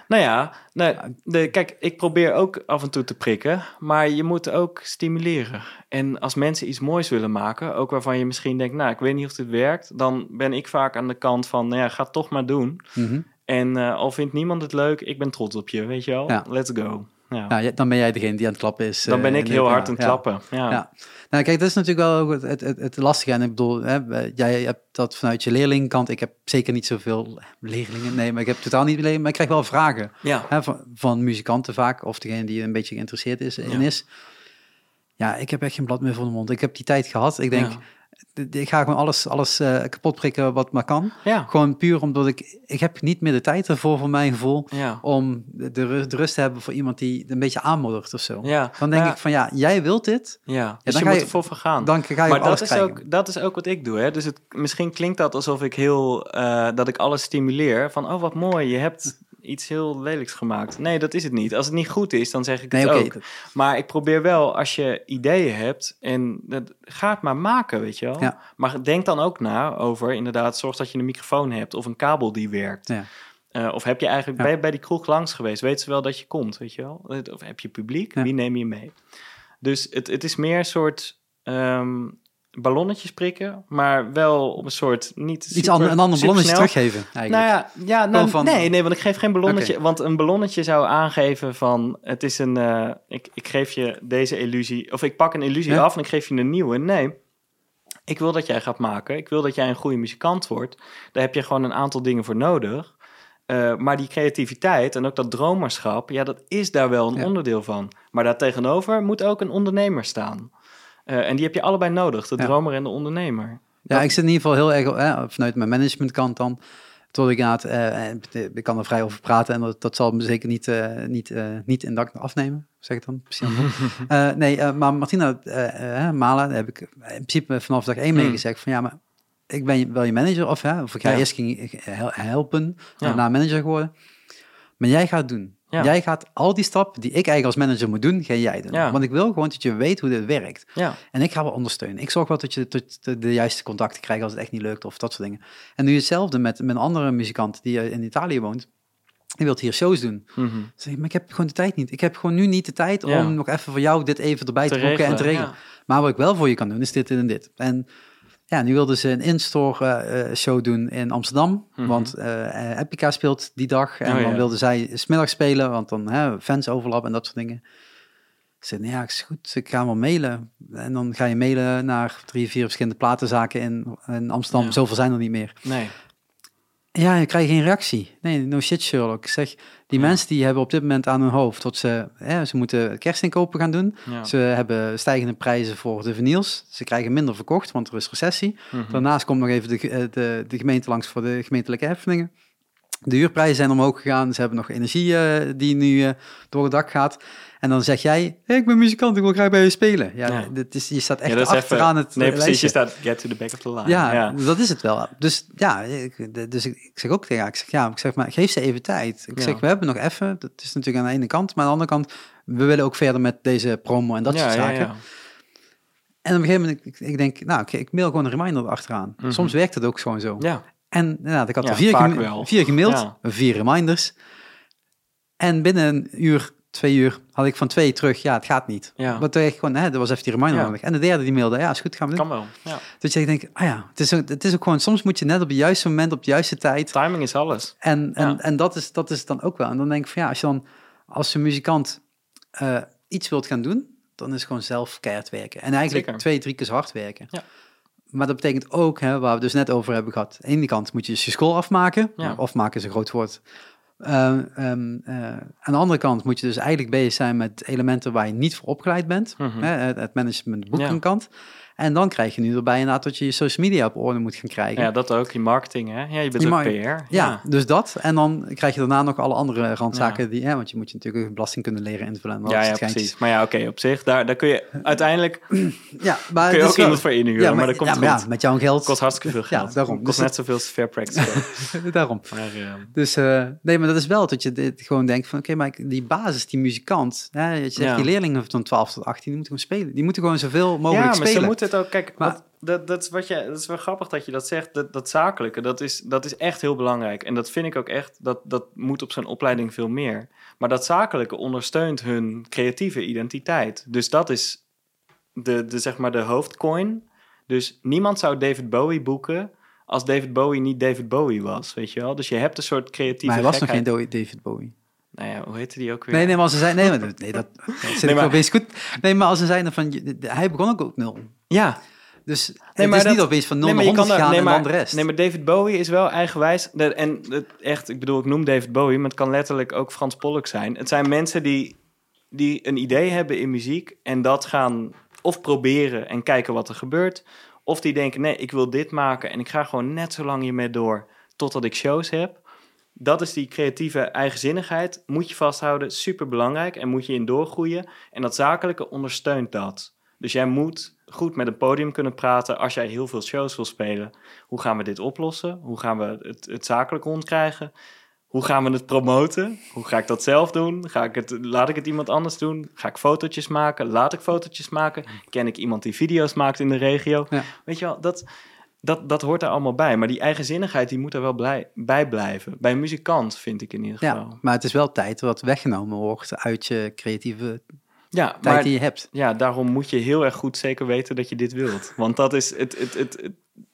Nou ja, nou, de, kijk, ik probeer ook af en toe te prikken, maar je moet ook stimuleren. En als mensen iets moois willen maken, ook waarvan je misschien denkt, nou, ik weet niet of dit werkt, dan ben ik vaak aan de kant van, nou ja, ga het toch maar doen. Mm-hmm. En uh, al vindt niemand het leuk, ik ben trots op je, weet je wel. Ja. Let's go. Ja. Ja, dan ben jij degene die aan het klappen is. Dan ben ik heel hard aan het klappen, ja. ja. ja. Nou, kijk, dat is natuurlijk wel ook het, het, het, het lastige. En ik bedoel, hè, jij hebt dat vanuit je leerlingkant. Ik heb zeker niet zoveel leerlingen. Nee, maar ik heb totaal niet leerlingen. Maar ik krijg wel vragen ja. hè, van, van muzikanten vaak. Of degene die een beetje geïnteresseerd is, in ja. is. Ja, ik heb echt geen blad meer voor de mond. Ik heb die tijd gehad. Ik denk... Ja. Ik ga gewoon alles, alles uh, kapot prikken wat maar kan. Ja. Gewoon puur omdat ik... Ik heb niet meer de tijd ervoor, voor mijn gevoel... Ja. om de, de rust te hebben voor iemand die een beetje aanmoddert of zo. Ja. Dan denk ja. ik van, ja, jij wilt dit. Ja, ja dus dan je ga moet je ervoor vergaan. Dan ga je maar alles dat is, krijgen. ook, dat is ook wat ik doe. Hè? Dus het, misschien klinkt dat alsof ik heel... Uh, dat ik alles stimuleer. Van, oh, wat mooi, je hebt... iets heel lelijks gemaakt. Nee, dat is het niet. Als het niet goed is, dan zeg ik het nee, okay. ook. Maar ik probeer wel, als je ideeën hebt... en dat, ga het maar maken, weet je wel. Ja. Maar denk dan ook na over... inderdaad, zorg dat je een microfoon hebt... of een kabel die werkt. Ja. Uh, of heb je eigenlijk ja. bij, bij die kroeg langs geweest... weet ze wel dat je komt, weet je wel. Of heb je publiek? Ja. Wie neem je mee? Dus het, het is meer een soort... Um, ballonnetjes prikken, maar wel op een soort niet iets super, ander, een ander ballonnetje teruggeven. Eigenlijk. Nou ja, ja nou, van... nee, nee, want ik geef geen ballonnetje, okay. want een ballonnetje zou aangeven van het is een, uh, ik, ik geef je deze illusie, of ik pak een illusie ja? af en ik geef je een nieuwe. Nee, ik wil dat jij gaat maken. Ik wil dat jij een goede muzikant wordt. Daar heb je gewoon een aantal dingen voor nodig. Uh, maar die creativiteit en ook dat dromerschap, ja, dat is daar wel een ja. onderdeel van. Maar daartegenover moet ook een ondernemer staan. Uh, en die heb je allebei nodig, de ja. dromer en de ondernemer. Ja, dat... ik zit in ieder geval heel erg, eh, vanuit mijn managementkant dan, tot ik inderdaad, uh, ik kan er vrij over praten en dat, dat zal me zeker niet, uh, niet, uh, niet in dak afnemen, zeg ik dan. uh, nee, uh, maar Martina uh, uh, Mala, daar heb ik in principe vanaf dag één mee mm. gezegd van ja, maar ik ben wel je manager of, hè, of ik ga ja. eerst ging helpen, ja. daarna manager geworden. Maar jij gaat het doen. Ja. Jij gaat al die stappen die ik eigenlijk als manager moet doen, ga jij doen. Ja. Want ik wil gewoon dat je weet hoe dit werkt. Ja. En ik ga wel ondersteunen. Ik zorg wel dat je tot de, de juiste contacten krijgt als het echt niet lukt of dat soort dingen. En nu hetzelfde met, met een andere muzikant die in Italië woont. Die wil hier shows doen. Mm-hmm. Zeg ik, maar ik heb gewoon de tijd niet. Ik heb gewoon nu niet de tijd ja. om nog even voor jou dit even erbij te, te boeken en te regelen. Ja. Maar wat ik wel voor je kan doen, is dit, dit en dit. En ja, nu wilden ze een in-store uh, show doen in Amsterdam. Mm-hmm. Want uh, Epica speelt die dag. En oh, dan ja. wilden zij 's middags spelen, want dan hè, fans overlap en dat soort dingen. Ik zei, nou ja, is goed, ik ga wel mailen. En dan ga je mailen naar drie, vier verschillende platenzaken in, in Amsterdam. Ja. Zoveel zijn er niet meer. Nee. Ja, je krijgt geen reactie. Nee, no shit Sherlock. Ik zeg, die ja. mensen die hebben op dit moment aan hun hoofd dat ze, hè, ze moeten kerstinkopen gaan doen. Ja. Ze hebben stijgende prijzen voor de vinyls. Ze krijgen minder verkocht, want er is recessie. Mm-hmm. Daarnaast komt nog even de, de, de gemeente langs voor de gemeentelijke heffingen. De huurprijzen zijn omhoog gegaan. Ze hebben nog energie uh, die nu uh, door het dak gaat. En dan zeg jij, hey, ik ben muzikant, ik wil graag bij je spelen. Ja, ja. Dit is, je staat echt ja, achteraan even, het Nee, precies, lijstje. Je staat get to the back of the line. Ja, ja. dat is het wel. Dus ja, ik, dus ik, ik zeg ook tegen haar, ik zeg, ja, ik zeg maar, geef ze even tijd. Ik ja. zeg, we hebben nog even, dat is natuurlijk aan de ene kant, maar aan de andere kant, we willen ook verder met deze promo en dat ja, soort zaken. Ja, ja. En op een gegeven moment, ik, ik denk, nou, ik, ik mail gewoon een reminder erachteraan. Mm-hmm. Soms werkt het ook gewoon zo. Ja. En nou, ik had ja, er vier, gem- vier gemaild, ja. vier reminders. En binnen een uur, twee uur, had ik van twee terug, ja, het gaat niet. Ja. Wat ik gewoon, hè, er was even die reminder ja. nodig. En de derde die mailde, ja, is goed, gaan we doen. Kan wel, ja. Dus ik denk, ah ja, het is, ook, het is ook gewoon, soms moet je net op het juiste moment, op de juiste tijd. Timing is alles. En, en, ja. en dat, is, dat is dan ook wel. En dan denk ik van ja, als je dan als een muzikant uh, iets wilt gaan doen, dan is het gewoon zelf keihard werken. En eigenlijk Zeker. twee, drie keer zo hard werken. Ja. Maar dat betekent ook, hè, waar we dus net over hebben gehad, aan de ene kant moet je dus je school afmaken, ja. afmaken is een groot woord. Uh, um, uh, aan de andere kant moet je dus eigenlijk bezig zijn met elementen waar je niet voor opgeleid bent, mm-hmm. hè, het management boekingkant. Ja. En dan krijg je nu erbij inderdaad dat je je social media op orde moet gaan krijgen. Ja, dat ook, je marketing, hè? Ja, je bent je ook mar- P R. Ja. ja, dus dat. En dan krijg je daarna nog alle andere randzaken, ja. die, ja, want je moet je natuurlijk belasting kunnen leren invullen. En ja, ja, precies. Maar ja, oké, okay, op zich, daar, daar kun je uiteindelijk ja, maar kun je ook wel, iemand voor inhuren, ja, maar, maar dat komt ja, maar ja, met jouw geld. Kost hartstikke veel geld. Ja, daarom. Kost dus net zoveel als fair practice. daarom. Maar, uh, dus uh, nee, maar maar dat is wel dat je dit gewoon denkt van... oké, okay, maar die basis, die muzikant... Hè, je zegt, ja. die leerlingen van twaalf tot achttien... die moeten gewoon spelen. Die moeten gewoon zoveel mogelijk spelen. Ja, maar spelen. Ze moeten het ook... Kijk, maar, wat, dat, dat, is wat je, dat is wel grappig dat je dat zegt. Dat, dat zakelijke, dat is, dat is echt heel belangrijk. En dat vind ik ook echt... dat, dat moet op zo'n opleiding veel meer. Maar dat zakelijke ondersteunt hun creatieve identiteit. Dus dat is de, de, zeg maar de hoofdcoin. Dus niemand zou David Bowie boeken... als David Bowie niet David Bowie was, weet je wel. Dus je hebt een soort creatieve Maar hij was gekheid. nog geen David Bowie. Nou ja, hoe heette die ook weer? Nee, nee, maar als ze zijn... Nee, maar, nee dat zit nee, maar, opeens goed. Nee, maar als ze zijn van... Hij begon ook op nul. Ja. Dus nee, maar het is dat, niet opeens van nul nee, naar honderd gaan nee, maar, en dan de rest. Nee, maar David Bowie is wel eigenwijs. De, en het, echt, ik bedoel, ik noem David Bowie... maar het kan letterlijk ook Frans Polk zijn. Het zijn mensen die, die een idee hebben in muziek... en dat gaan of proberen en kijken wat er gebeurt... Of die denken, nee, ik wil dit maken... en ik ga gewoon net zo lang hiermee door... totdat ik shows heb. Dat is die creatieve eigenzinnigheid. Moet je vasthouden, superbelangrijk... en moet je in doorgroeien. En dat zakelijke ondersteunt dat. Dus jij moet goed met een podium kunnen praten... als jij heel veel shows wil spelen. Hoe gaan we dit oplossen? Hoe gaan we het, het zakelijk rondkrijgen? Hoe gaan we het promoten? Hoe ga ik dat zelf doen? Ga ik het, laat ik het iemand anders doen? Ga ik fotootjes maken? Laat ik fotootjes maken? Ken ik iemand die video's maakt in de regio? Ja. Weet je wel, dat, dat, dat hoort er allemaal bij. Maar die eigenzinnigheid, die moet er wel blij, bij blijven. Bij een muzikant, vind ik in ieder geval. Ja, maar het is wel tijd wat weggenomen wordt uit je creatieve ja, tijd maar, die je hebt. Ja, daarom moet je heel erg goed zeker weten dat je dit wilt. Want dat is het... het, het, het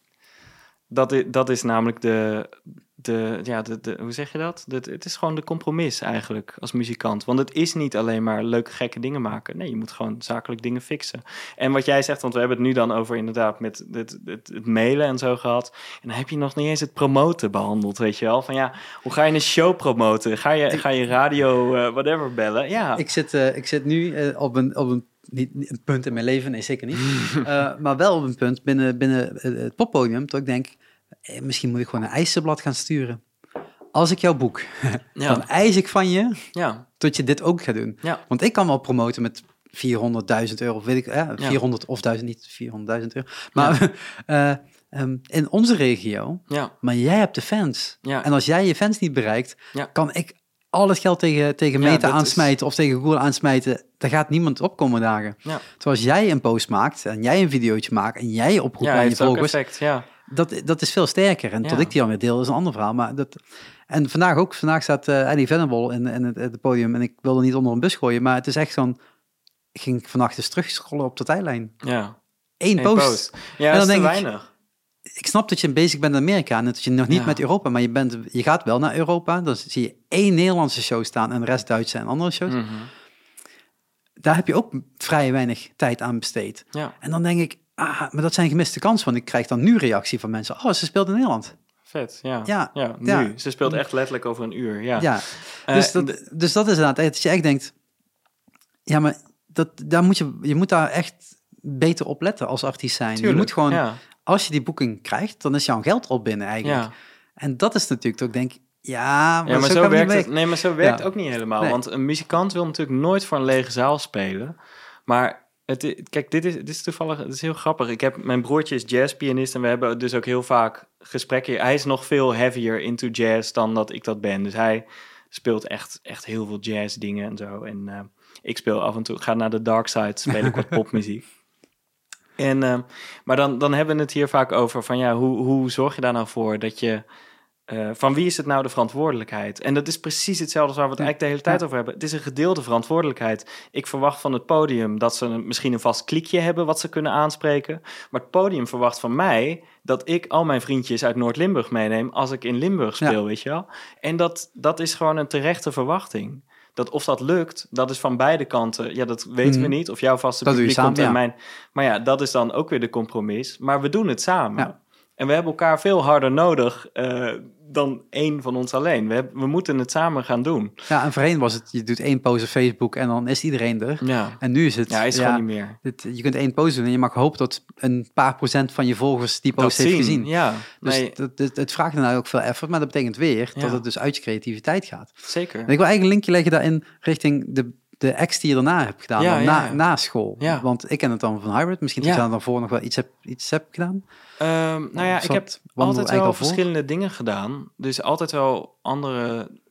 dat, is, dat is namelijk de... De, ja, de, de, hoe zeg je dat? De, het is gewoon de compromis eigenlijk als muzikant. Want het is niet alleen maar leuke gekke dingen maken. Nee, je moet gewoon zakelijk dingen fixen. En wat jij zegt, want we hebben het nu dan over inderdaad met het, het, het mailen en zo gehad. En dan heb je nog niet eens het promoten behandeld, weet je wel. Van ja, hoe ga je een show promoten? Ga je, ga je radio, uh, whatever bellen? Ja. Ik zit, uh, ik zit nu uh, op een... Op een Niet, niet een punt in mijn leven, nee zeker niet. uh, maar wel op een punt binnen, binnen het poppodium, dat ik denk, eh, misschien moet ik gewoon een eisenblad gaan sturen. Als ik jou boek, ja. dan eis ik van je ja. dat je dit ook gaat doen. Ja. Want ik kan wel promoten met vierhonderdduizend euro, weet ik, eh, vierhonderd ja. of duizend, niet vierhonderdduizend euro. Maar ja. uh, um, in onze regio, ja. maar jij hebt de fans. Ja. En als jij je fans niet bereikt, ja. kan ik al het geld tegen, tegen Meta ja, aansmijten is... of tegen Google aansmijten, daar gaat niemand opkomen dagen. Ja. Terwijl als jij een post maakt en jij een videootje maakt en jij oproept ja, aan je volgers, effect, ja. dat, dat is veel sterker. En ja. tot ik die alweer deel is een ander verhaal. Maar dat, en vandaag ook, vandaag staat uh, Eddie Venable in, in het, het podium en ik wilde niet onder een bus gooien, maar het is echt zo'n, ik ging vannacht eens terugscrollen op de tijdlijn. Ja. Eén post. post. Ja, en dan dat is te weinig. Ik, Ik snap dat je bezig bent in Amerika en dat je nog niet ja. met Europa, maar je, bent, je gaat wel naar Europa. Dan zie je één Nederlandse show staan en de rest Duitse en andere shows. Mm-hmm. Daar heb je ook vrij weinig tijd aan besteed. Ja. En dan denk ik, ah, maar dat zijn gemiste kansen, want ik krijg dan nu reactie van mensen. Oh, ze speelt in Nederland. Vet, ja. Ja, ja nu. Ja. Ze speelt echt letterlijk over een uur, ja. ja. Dus, uh, dat, de... dus dat is inderdaad, dat je echt denkt, ja, maar dat, daar moet je, je moet daar echt beter op letten als artiest zijn. Tuurlijk, je moet gewoon... Ja. Als je die boeking krijgt, dan is jouw geld al binnen eigenlijk. Ja. En dat is natuurlijk toch, denk ik, ja, maar, ja, maar zo, zo werkt het. Nee, maar zo werkt ja. ook niet helemaal. Nee. Want een muzikant wil natuurlijk nooit voor een lege zaal spelen. Maar het, kijk, dit is, dit is toevallig, het is heel grappig. Ik heb, mijn broertje is jazzpianist en we hebben dus ook heel vaak gesprekken. Hij is nog veel heavier into jazz dan dat ik dat ben. Dus hij speelt echt, echt heel veel jazz dingen en zo. En uh, ik speel af en toe, ga naar de dark side, speel ik wat popmuziek. En, uh, maar dan, dan hebben we het hier vaak over van ja, hoe, hoe zorg je daar nou voor dat je, uh, van wie is het nou de verantwoordelijkheid? En dat is precies hetzelfde als waar we het eigenlijk de hele tijd ja. over hebben. Het is een gedeelde verantwoordelijkheid. Ik verwacht van het podium dat ze een, misschien een vast klikje hebben wat ze kunnen aanspreken. Maar het podium verwacht van mij dat ik al mijn vriendjes uit Noord-Limburg meeneem als ik in Limburg speel, ja. weet je wel? En dat, dat is gewoon een terechte verwachting. Dat of dat lukt, dat is van beide kanten. Ja, dat weten mm. we niet. Of jouw vaste dat publiek samen, komt en ja. mijn... Maar ja, dat is dan ook weer de compromis. Maar we doen het samen. Ja. En we hebben elkaar veel harder nodig uh, dan één van ons alleen. We, hebben, we moeten het samen gaan doen. Ja, en voorheen was het, je doet één post op Facebook en dan is iedereen er. Ja. En nu is het... Ja, is ja, gewoon niet meer. Het, je kunt één post doen en je mag hopen dat een paar procent van je volgers die post dat heeft zien. gezien. Ja, dus nee. het, het, het vraagt nou ook veel effort, maar dat betekent weer ja. dat het dus uit je creativiteit gaat. Zeker. En ik wil eigenlijk een linkje leggen daarin richting de... de acts die je daarna hebt gedaan, ja, ja, na, ja. na school. Ja. Want ik ken het dan van Hybrid. Misschien ja. dat je daarvoor nog wel iets hebt iets heb gedaan. Um, nou ja, ik heb altijd wel verschillende dingen gedaan. Dus altijd wel andere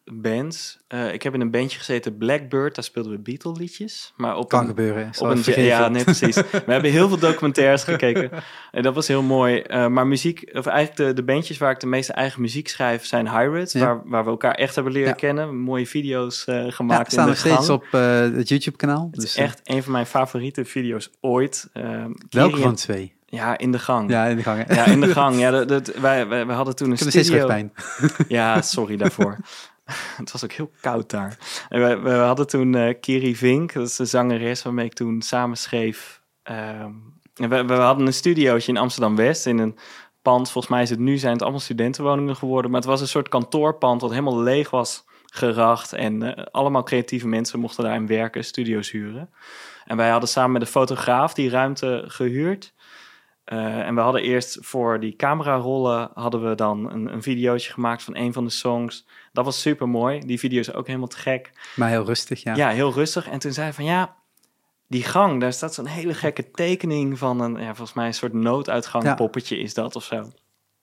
bands. Uh, ik heb in een bandje gezeten, Blackbird. Daar speelden we Beatle liedjes. Maar op kan een, gebeuren. Op een, ja, nee, precies. We hebben heel veel documentaires gekeken. En dat was heel mooi. Uh, maar muziek, of eigenlijk de, de bandjes waar ik de meeste eigen muziek schrijf, zijn Hybrids. Ja. Waar, waar we elkaar echt hebben leren ja. kennen. Mooie video's uh, gemaakt. Ja, staan in de nog steeds gang. op uh, het YouTube-kanaal. Het dus, is echt uh, een van mijn favoriete video's ooit. Uh, Welke van twee? Ja, in de gang. Ja, in de gang. Hè? Ja, in de gang. Ja, dat, dat, wij, wij, wij hadden toen een studio. Steeds pijn. Ja, sorry daarvoor. Het was ook heel koud daar. En we, we hadden toen uh, Kiri Vink, dat is de zangeres waarmee ik toen samen schreef. Um, en we, we hadden een studiootje in Amsterdam-West in een pand. Volgens mij is het nu zijn het allemaal studentenwoningen geworden. Maar het was een soort kantoorpand wat helemaal leeg was geracht. En uh, allemaal creatieve mensen mochten daarin werken, studio's huren. En wij hadden samen met een fotograaf die ruimte gehuurd. Uh, en we hadden eerst voor die camerarollen hadden we dan een, een videootje gemaakt van een van de songs. Dat was super mooi. Die video is ook helemaal te gek. Maar heel rustig, ja. Ja, heel rustig. En toen zei hij van ja, die gang, daar staat zo'n hele gekke tekening van een, ja, volgens mij een soort nooduitgang ja. poppetje is dat of zo.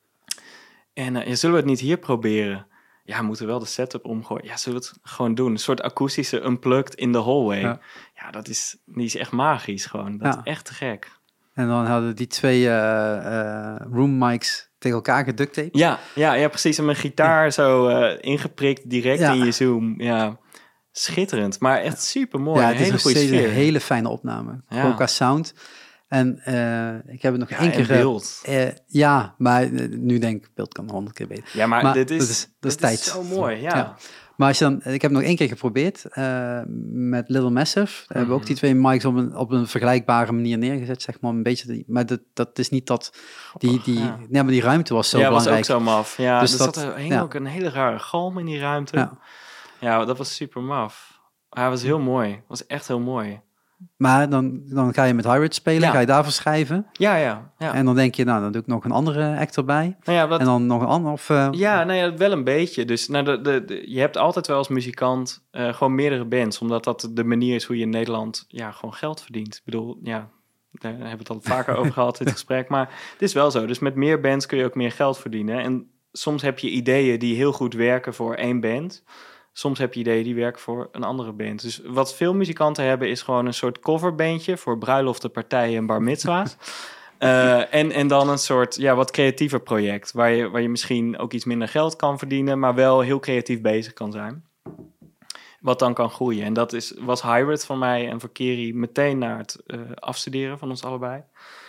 En uh, ja, zullen we het niet hier proberen? Ja, we moeten wel de setup omgooien. Ja, zullen we het gewoon doen? Een soort akoestische unplugged in the hallway. Ja, ja dat is, die is echt magisch gewoon. Dat ja. is echt te gek. En dan hadden die twee uh, uh, room mics tegen elkaar geducttaped. Ja, ja, ja, precies. En mijn gitaar ja. zo uh, ingeprikt direct ja. in je Zoom. Ja, schitterend. Maar echt super mooi. Ja, het hele is nog steeds sfeer. een hele fijne opname. Ja. Gewoon qua sound. En uh, ik heb het nog ja, één keer... beeld. Uh, ja, maar uh, nu denk ik, beeld kan honderd keer beter. Ja, maar, maar dit is, dat is, dat is tijd. Is zo mooi, ja. ja. Maar als je dan, ik heb het nog één keer geprobeerd uh, met Little Massive. Mm-hmm. Hebben we ook die twee mics op een, op een vergelijkbare manier neergezet, zeg maar. Een beetje die, maar dat, dat is niet dat... Die, die, ja. nee, maar die ruimte was zo ja, belangrijk. Ja, was ook zo maf. Ja, dus er dat, zat er hing ja. ook een hele rare galm in die ruimte. Ja, ja dat was super maf. Hij was heel mooi. Het was echt heel mooi. Maar dan, dan ga je met Hybrid spelen, ja. ga je daarvoor schrijven. Ja, ja, ja. En dan denk je, nou, dan doe ik nog een andere act erbij. Nou ja, wat... En dan nog een ander, of... Uh... Ja, nou ja, wel een beetje. Dus nou, de, de, de, je hebt altijd wel als muzikant uh, gewoon meerdere bands. Omdat dat de manier is hoe je in Nederland ja, gewoon geld verdient. Ik bedoel, ja, daar hebben we het al vaker over gehad in het gesprek. Maar het is wel zo. Dus met meer bands kun je ook meer geld verdienen. En soms heb je ideeën die heel goed werken voor één band... Soms heb je ideeën die werken voor een andere band. Dus wat veel muzikanten hebben is gewoon een soort coverbandje... voor bruiloften, partijen en bar mitzwa's. uh, en, en dan een soort ja, wat creatiever project... Waar je, waar je misschien ook iets minder geld kan verdienen... maar wel heel creatief bezig kan zijn. Wat dan kan groeien. En dat is, was Hybrid van mij en voor Kiri... meteen naar het uh, afstuderen van ons allebei.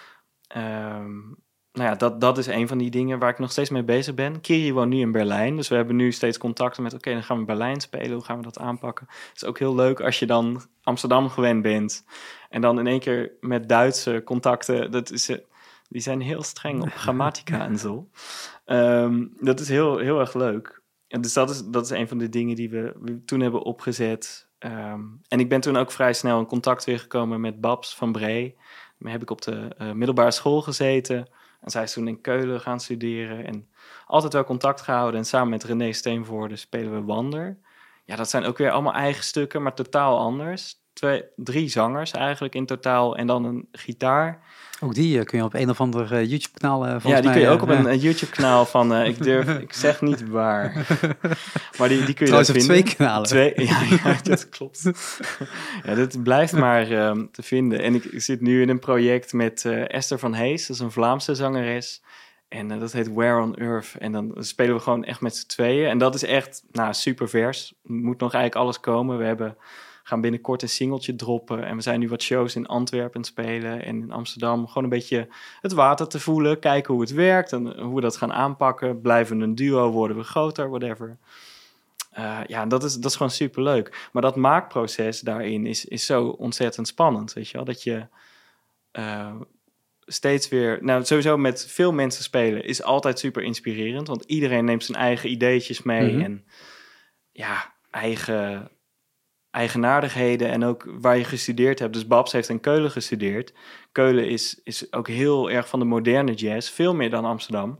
Um, Nou ja, dat, dat is een van die dingen waar ik nog steeds mee bezig ben. Kiri woont nu in Berlijn, dus we hebben nu steeds contacten met... oké, okay, dan gaan we Berlijn spelen, hoe gaan we dat aanpakken? Het is ook heel leuk als je dan Amsterdam gewend bent... en dan in één keer met Duitse contacten... Dat is, die zijn heel streng op grammatica en zo. Um, dat is heel, heel erg leuk. En dus dat is, dat is een van de dingen die we, we toen hebben opgezet. Um, en ik ben toen ook vrij snel in contact weer gekomen met Babs van Bree. Daarmee heb ik op de uh, middelbare school gezeten... En zij is toen in Keulen gaan studeren en altijd wel contact gehouden. En samen met René Steenvoorde spelen we Wander. Ja, dat zijn ook weer allemaal eigen stukken, maar totaal anders. Twee, drie zangers eigenlijk in totaal en dan een gitaar. Ook die uh, kun je op een of ander uh, YouTube-kanaal uh, volgens mij... Ja, die mij, kun je ook uh, op een uh, YouTube-kanaal van... Uh, ik durf, ik zeg niet waar. Maar die, die kun je trouwens op twee kanalen. Twee, ja, ja, dat klopt. Ja, dat blijft maar um, te vinden. En ik, ik zit nu in een project met uh, Esther van Hees. Dat is een Vlaamse zangeres. En uh, dat heet Where on Earth. En dan spelen we gewoon echt met z'n tweeën. En dat is echt nou, super vers. Moet nog eigenlijk alles komen. We hebben... gaan binnenkort een singeltje droppen. En we zijn nu wat shows in Antwerpen spelen en in Amsterdam. Gewoon een beetje het water te voelen, kijken hoe het werkt en hoe we dat gaan aanpakken. Blijven we een duo, worden we groter, whatever. Uh, ja, dat is, dat is gewoon superleuk. Maar dat maakproces daarin is, is zo ontzettend spannend, weet je wel. Dat je uh, steeds weer... Nou, sowieso met veel mensen spelen is altijd super inspirerend. Want iedereen neemt zijn eigen ideetjes mee mm-hmm. en ja, eigen... eigenaardigheden en ook waar je gestudeerd hebt. Dus Babs heeft in Keulen gestudeerd. Keulen is, is ook heel erg van de moderne jazz, veel meer dan Amsterdam.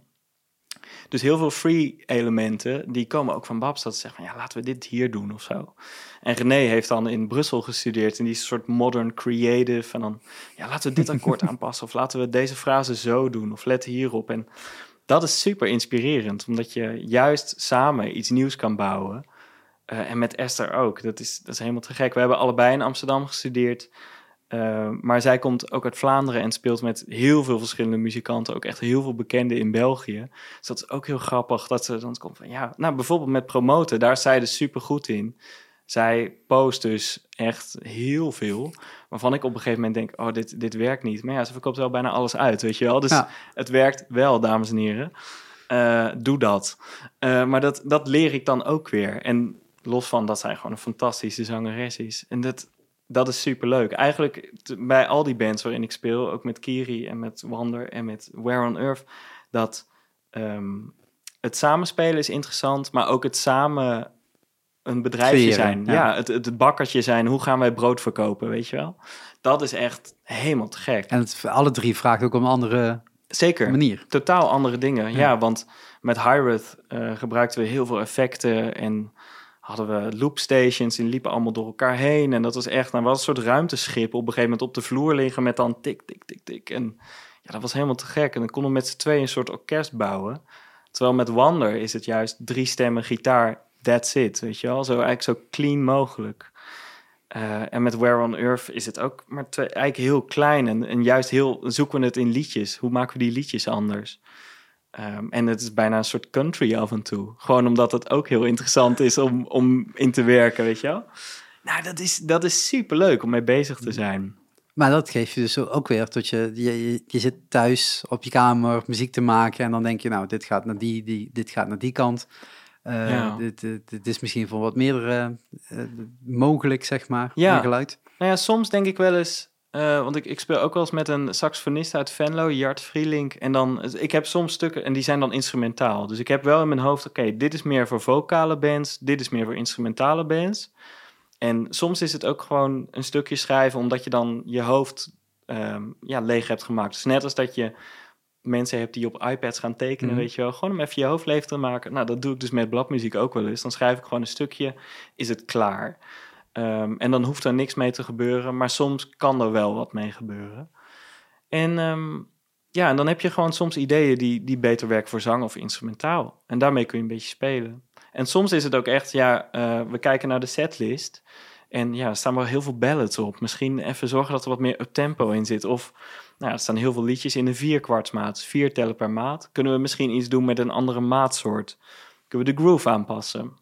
Dus heel veel free elementen, die komen ook van Babs, dat ze zeggen van ja, laten we dit hier doen of zo. En René heeft dan in Brussel gestudeerd en die is een soort modern creative en dan, ja, laten we dit akkoord aanpassen of laten we deze frase zo doen of let hierop. En dat is super inspirerend, omdat je juist samen iets nieuws kan bouwen. Uh, en met Esther ook. Dat is, dat is helemaal te gek. We hebben allebei in Amsterdam gestudeerd. Uh, maar zij komt ook uit Vlaanderen en speelt met heel veel verschillende muzikanten. Ook echt heel veel bekenden in België. Dus dat is ook heel grappig dat ze dan komt van... ja, nou bijvoorbeeld met promoten, daar is zij dus super goed in. Zij post dus echt heel veel, waarvan ik op een gegeven moment denk... oh, dit, dit werkt niet. Maar ja, ze verkoopt wel bijna alles uit, weet je wel. Dus ja. Het werkt wel, dames en heren. Uh, doe dat. Uh, maar dat, dat leer ik dan ook weer. En los van dat zij gewoon een fantastische zangeres is. En dat, dat is superleuk. Eigenlijk t- bij al die bands waarin ik speel... ook met Kiri en met Wander en met Where on Earth... dat um, het samenspelen is interessant... maar ook het samen... een bedrijfje Creëren, zijn. Ja, ja het, het bakkertje zijn. Hoe gaan wij brood verkopen, weet je wel? Dat is echt helemaal te gek. En het, alle drie vraagt ook om een andere Zeker, manier. Totaal andere dingen. Ja, ja want met Hi-Reth uh, gebruikten we heel veel effecten... en hadden we loopstations en liepen allemaal door elkaar heen. En dat was echt, nou, was een soort ruimteschip... op een gegeven moment op de vloer liggen met dan tik, tik, tik, tik. En ja, dat was helemaal te gek. En dan konden we met z'n tweeën een soort orkest bouwen. Terwijl met Wander is het juist drie stemmen gitaar... That's it, weet je wel? Zo eigenlijk zo clean mogelijk. Uh, en met Where on Earth is het ook maar twee, eigenlijk heel klein. En, en juist heel zoeken we het in liedjes. Hoe maken we die liedjes anders? Um, en het is bijna een soort country af en toe. Gewoon omdat het ook heel interessant is om, om in te werken, weet je wel? Nou, dat is, dat is superleuk om mee bezig te zijn. Maar dat geeft je dus ook weer dat je, je, je zit thuis op je kamer muziek te maken... en dan denk je, nou, dit gaat naar die, die, dit gaat naar die kant... Uh, ja. dit, dit, dit is misschien voor wat meerdere uh, mogelijk, zeg maar, ja. geluid. Nou ja, soms denk ik wel eens... Uh, want ik, ik speel ook wel eens met een saxofonist uit Venlo, Jart Vrielink. En dan, ik heb soms stukken en die zijn dan instrumentaal. Dus ik heb wel in mijn hoofd, oké, okay, dit is meer voor vocale bands, dit is meer voor instrumentale bands. En soms is het ook gewoon een stukje schrijven, omdat je dan je hoofd um, ja, leeg hebt gemaakt. Dus net als dat je mensen hebt die op iPads gaan tekenen, mm. weet je wel. Gewoon om even je hoofd leeg te maken. Nou, dat doe ik dus met bladmuziek ook wel eens. Dan schrijf ik gewoon een stukje, is het klaar. Um, en dan hoeft er niks mee te gebeuren, maar soms kan er wel wat mee gebeuren. En um, ja, en dan heb je gewoon soms ideeën die, die beter werken voor zang of instrumentaal. En daarmee kun je een beetje spelen. En soms is het ook echt, ja, uh, we kijken naar de setlist en ja, er staan wel heel veel ballads op. Misschien even zorgen dat er wat meer uptempo in zit. Of nou, er staan heel veel liedjes in een vierkwartsmaat, vier tellen per maat. Kunnen we misschien iets doen met een andere maatsoort? Kunnen we de groove aanpassen?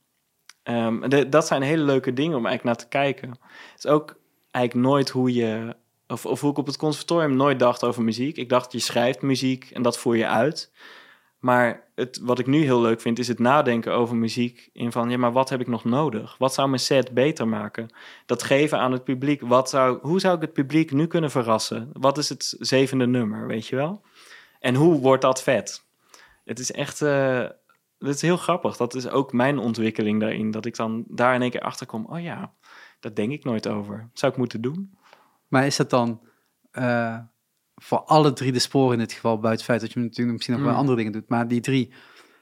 Um, de, dat zijn hele leuke dingen om eigenlijk naar te kijken. Het is ook eigenlijk nooit hoe je... Of, of hoe ik op het conservatorium nooit dacht over muziek. Ik dacht, je schrijft muziek en dat voer je uit. Maar het, wat ik nu heel leuk vind, is het nadenken over muziek. In van, ja, maar wat heb ik nog nodig? Wat zou mijn set beter maken? Dat geven aan het publiek. Wat zou, hoe zou ik het publiek nu kunnen verrassen? Wat is het zevende nummer, weet je wel? En hoe wordt dat vet? Het is echt... Uh, dat is heel grappig. Dat is ook mijn ontwikkeling daarin. Dat ik dan daar in één keer achter kom. Oh ja, dat denk ik nooit over. Zou ik moeten doen? Maar is dat dan uh, voor alle drie de sporen in dit geval, buiten het feit dat je natuurlijk misschien nog mm. wel andere dingen doet, maar die drie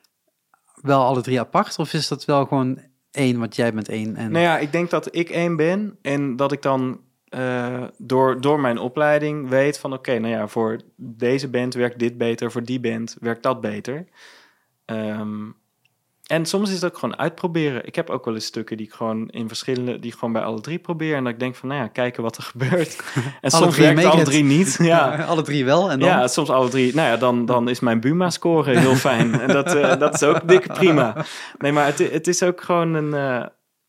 wel alle drie apart? Of is dat wel gewoon één, want jij bent één? En... Nou ja, ik denk dat ik één ben en dat ik dan uh, door, door mijn opleiding weet van oké, okay, nou ja, voor deze band werkt dit beter, voor die band werkt dat beter. Um, en soms is het ook gewoon uitproberen. Ik heb ook wel eens stukken die ik gewoon in verschillende, die ik gewoon bij alle drie probeer. En dat ik denk van, nou ja, kijken wat er gebeurt. En soms werkt alle drie niet. Ja. Ja, alle drie wel. En dan? Ja, soms alle drie. Nou ja, dan, dan is mijn Buma-score heel fijn. En dat, uh, dat is ook dik prima. Nee, maar het, het is ook gewoon een... Uh,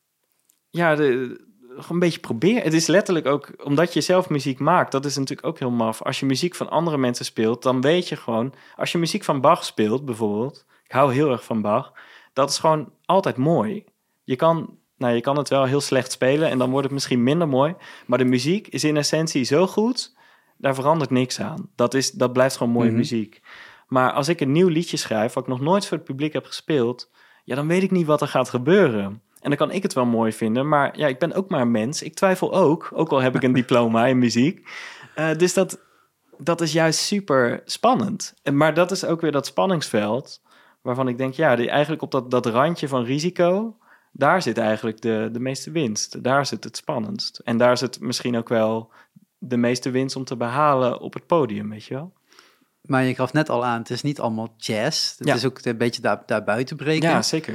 ja, de, gewoon een beetje proberen. Het is letterlijk ook, omdat je zelf muziek maakt, dat is natuurlijk ook heel maf. Als je muziek van andere mensen speelt, dan weet je gewoon... Als je muziek van Bach speelt, bijvoorbeeld... Ik hou heel erg van Bach. Dat is gewoon altijd mooi. Je kan, nou, je kan het wel heel slecht spelen en dan wordt het misschien minder mooi. Maar de muziek is in essentie zo goed, daar verandert niks aan. Dat, is, dat blijft gewoon mooie mm-hmm. muziek. Maar als ik een nieuw liedje schrijf, wat ik nog nooit voor het publiek heb gespeeld, ja, dan weet ik niet wat er gaat gebeuren. En dan kan ik het wel mooi vinden, maar ja, ik ben ook maar een mens. Ik twijfel ook, ook al heb ik een diploma in muziek. Uh, dus dat, dat is juist super spannend. En, maar dat is ook weer dat spanningsveld waarvan ik denk, ja, die, eigenlijk op dat, dat randje van risico, daar zit eigenlijk de, de meeste winst. Daar zit het spannendst. En daar zit misschien ook wel de meeste winst om te behalen op het podium, weet je wel. Maar je gaf net al aan, het is niet allemaal jazz. Het ja. is ook een beetje daar, daar buiten breken. Ja, zeker.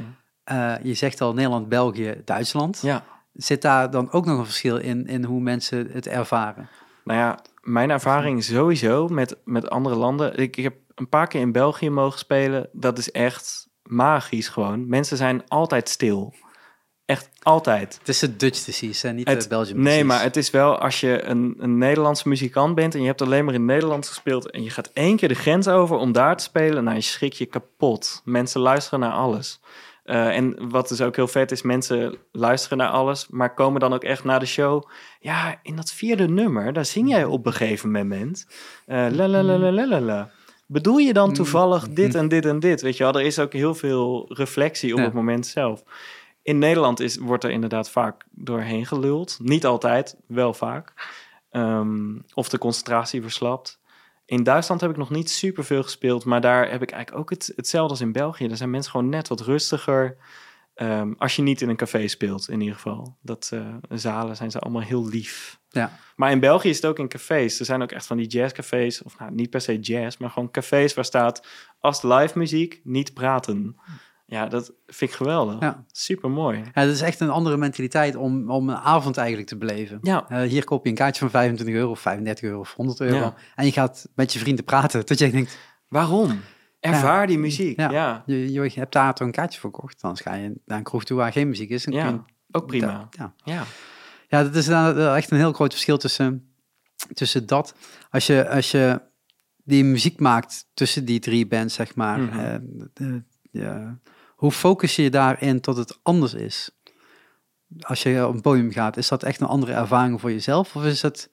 uh, je zegt al Nederland, België, Duitsland. Ja. Zit daar dan ook nog een verschil in, in hoe mensen het ervaren? Nou ja, mijn ervaring sowieso met, met andere landen. Ik, ik heb een paar keer in België mogen spelen. Dat is echt magisch gewoon. Mensen zijn altijd stil. Echt altijd. Het is de Dutch disease en niet het, de Belgian nee, disease. maar het is wel als je een, een Nederlandse muzikant bent en je hebt alleen maar in Nederland gespeeld en je gaat één keer de grens over om daar te spelen, nou, je schrik je kapot. Mensen luisteren naar alles. Uh, en wat dus ook heel vet is, mensen luisteren naar alles, maar komen dan ook echt naar de show. Ja, in dat vierde nummer, daar zing jij op een gegeven moment. Uh, la la la la la la la. Bedoel je dan toevallig dit en dit en dit? Weet je wel, er is ook heel veel reflectie op ja. het moment zelf. In Nederland is, wordt er inderdaad vaak doorheen geluld. Niet altijd, wel vaak. Um, of de concentratie verslapt. In Duitsland heb ik nog niet superveel gespeeld, maar daar heb ik eigenlijk ook het, hetzelfde als in België. Daar zijn mensen gewoon net wat rustiger. Um, als je niet in een café speelt, in ieder geval. Dat uh, zalen zijn ze allemaal heel lief. Ja. Maar in België is het ook in cafés. Er zijn ook echt van die jazzcafés, of nou, niet per se jazz, maar gewoon cafés waar staat als live muziek niet praten. Ja, dat vind ik geweldig. Ja. Super mooi. Ja, dat is echt een andere mentaliteit om, om een avond eigenlijk te beleven. Ja. Uh, hier koop je een kaartje van vijfentwintig euro of vijfendertig euro of honderd euro. Ja. En je gaat met je vrienden praten tot je denkt... Waarom? Ervaar ja. die muziek. Ja. ja. Je, je hebt daar toch een kaartje voor gekocht. Dan ga je naar een kroeg toe waar geen muziek is. En ja, je, ook prima. Da, ja. Ja. ja, dat is uh, echt een heel groot verschil tussen, tussen dat. Als je, als je die muziek maakt tussen die drie bands, zeg maar... Mm-hmm. Uh, de, ja, hoe focus je je daarin tot het anders is? Als je op een podium gaat, is dat echt een andere ervaring voor jezelf? Of is het,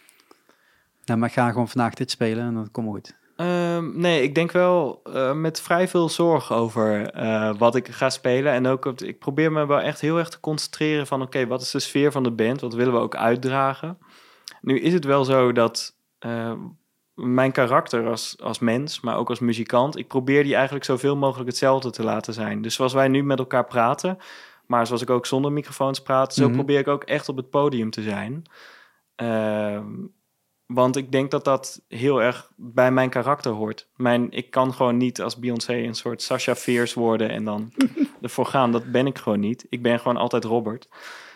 nou, maar ik ga gewoon vandaag dit spelen en dan komt het goed? Um, nee, ik denk wel uh, met vrij veel zorg over uh, wat ik ga spelen. En ook, ik probeer me wel echt heel erg te concentreren van... oké, okay, wat is de sfeer van de band? Wat willen we ook uitdragen? Nu is het wel zo dat... Uh, mijn karakter als, als mens, maar ook als muzikant... ik probeer die eigenlijk zoveel mogelijk hetzelfde te laten zijn. Dus zoals wij nu met elkaar praten... maar zoals ik ook zonder microfoons praat... zo mm-hmm. probeer ik ook echt op het podium te zijn. Uh, want ik denk dat dat heel erg bij mijn karakter hoort. Mijn, ik kan gewoon niet als Beyoncé een soort Sasha Fierce worden... en dan ervoor gaan. Dat ben ik gewoon niet. Ik ben gewoon altijd Robert...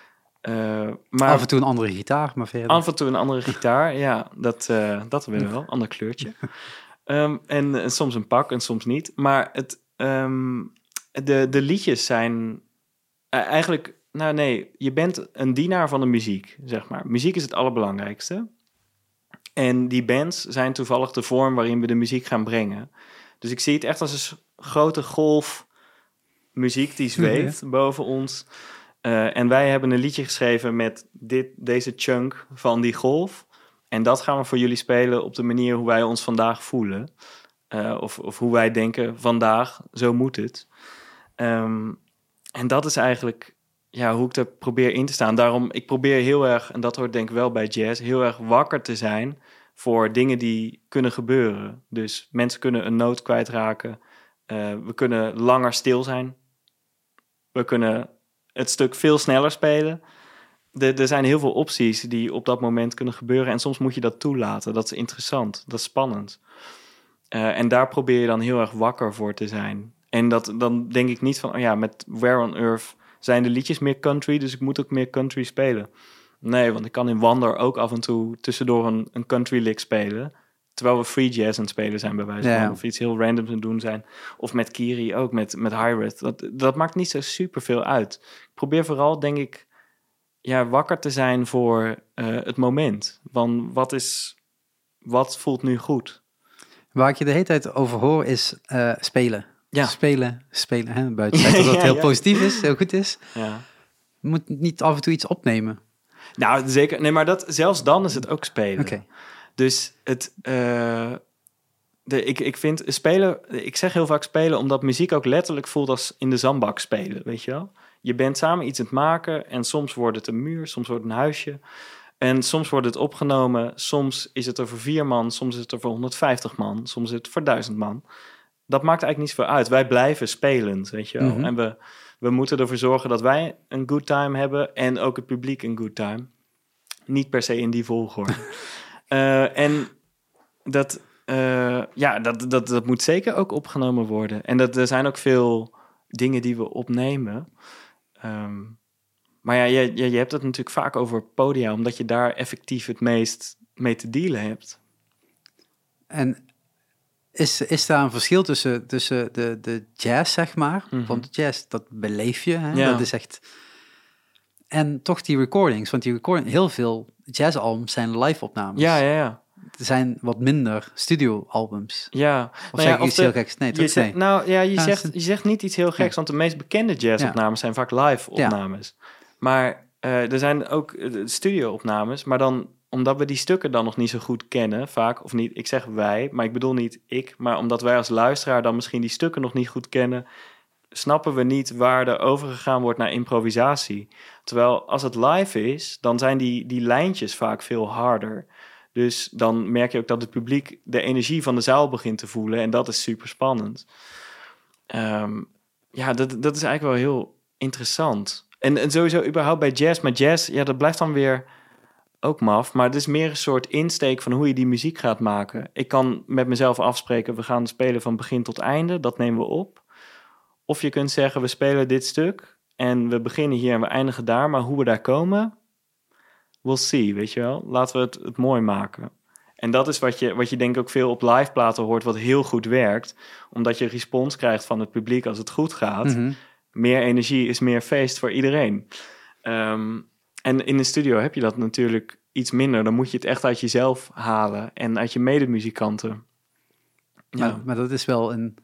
Uh, maar af en toe een andere gitaar, maar verder. Af en toe een andere gitaar, ja, dat, uh, dat wil wel, ander kleurtje. Um, en, en soms een pak en soms niet. Maar het, um, de, de liedjes zijn uh, eigenlijk, nou nee, je bent een dienaar van de muziek, zeg maar. Muziek is het allerbelangrijkste. En die bands zijn toevallig de vorm waarin we de muziek gaan brengen. Dus ik zie het echt als een grote golf muziek die zweeft ja. boven ons... Uh, en wij hebben een liedje geschreven met dit, deze chunk van die golf. En dat gaan we voor jullie spelen op de manier hoe wij ons vandaag voelen. Uh, of, of hoe wij denken, vandaag, zo moet het. Um, en dat is eigenlijk ja, hoe ik er probeer in te staan. Daarom, ik probeer heel erg, en dat hoort denk ik wel bij jazz... heel erg wakker te zijn voor dingen die kunnen gebeuren. Dus mensen kunnen een noot kwijtraken. Uh, we kunnen langer stil zijn. We kunnen... het stuk veel sneller spelen. De, er zijn heel veel opties die op dat moment kunnen gebeuren. En soms moet je dat toelaten. Dat is interessant. Dat is spannend. Uh, en daar probeer je dan heel erg wakker voor te zijn. En dat, dan denk ik niet van... oh ja, met Where on Earth zijn de liedjes meer country... dus ik moet ook meer country spelen. Nee, want ik kan in Wander ook af en toe... tussendoor een, een country lick spelen... terwijl we free jazz aan het spelen zijn bij wijze van... Ja. Of iets heel randoms aan het doen zijn. Of met Kiri ook, met, met Hi-Reth. Dat, dat maakt niet zo super veel uit. Ik probeer vooral, denk ik... ja, wakker te zijn voor uh, het moment. Van wat is... wat voelt nu goed? Waar ik je de hele tijd over hoor is uh, spelen. Ja. Spelen, spelen. Hè? Buiten het feit dat het ja, heel ja. positief is, heel goed is. Ja. Je moet niet af en toe iets opnemen. Nou, zeker. Nee, maar dat, zelfs dan is het ook spelen. Oké. Okay. Dus het, uh, de, ik, ik vind spelen, ik zeg heel vaak spelen, omdat muziek ook letterlijk voelt als in de zandbak spelen, weet je wel? Je bent samen iets aan het maken en soms wordt het een muur, soms wordt het een huisje. En soms wordt het opgenomen, soms is het er voor vier man, soms is het er voor honderdvijftig man, soms is het voor duizend man. Dat maakt eigenlijk niet zoveel uit. Wij blijven spelend, weet je wel? Mm-hmm. En we, we moeten ervoor zorgen dat wij een good time hebben en ook het publiek een good time. Niet per se in die volgorde. Uh, en dat, uh, ja, dat, dat, dat moet zeker ook opgenomen worden. En dat, er zijn ook veel dingen die we opnemen. Um, maar ja, je, je, je hebt het natuurlijk vaak over podia, omdat je daar effectief het meest mee te dealen hebt. En is, is daar een verschil tussen, tussen de, de jazz, zeg maar? Mm-hmm. Want jazz, dat beleef je, hè? Ja. Dat is echt... En toch die recordings, want die recording, heel veel jazzalbums zijn live-opnames. Ja, ja, ja. Er zijn wat minder studio-albums. Ja. Of nou zeg ja, ik of iets de, heel geks? Nee, toch? Zegt, nee. Nou ja, je, ja, zegt, je zegt niet iets heel geks, ja. want de meest bekende jazzopnames ja. zijn vaak live-opnames. Ja. Maar uh, er zijn ook uh, studio-opnames, maar dan... omdat we die stukken dan nog niet zo goed kennen, vaak, of niet, ik zeg wij, maar ik bedoel niet ik, maar omdat wij als luisteraar dan misschien die stukken nog niet goed kennen, snappen we niet waar er overgegaan wordt naar improvisatie. Terwijl als het live is, dan zijn die, die lijntjes vaak veel harder. Dus dan merk je ook dat het publiek de energie van de zaal begint te voelen en dat is super spannend. Um, ja, dat, dat is eigenlijk wel heel interessant. En, en sowieso überhaupt bij jazz, maar jazz, ja, dat blijft dan weer... ook maf, maar het is meer een soort insteek van hoe je die muziek gaat maken. Ik kan met mezelf afspreken, we gaan spelen van begin tot einde, dat nemen we op. Of je kunt zeggen, we spelen dit stuk en we beginnen hier en we eindigen daar, maar hoe we daar komen, we'll see, weet je wel. Laten we het, het mooi maken. En dat is wat je, wat je denk ik ook veel op live platen hoort, wat heel goed werkt, omdat je respons krijgt van het publiek als het goed gaat. Mm-hmm. Meer energie is meer feest voor iedereen. Um, En in de studio heb je dat natuurlijk iets minder. Dan moet je het echt uit jezelf halen en uit je medemuzikanten. Ja. Maar, maar dat is wel een...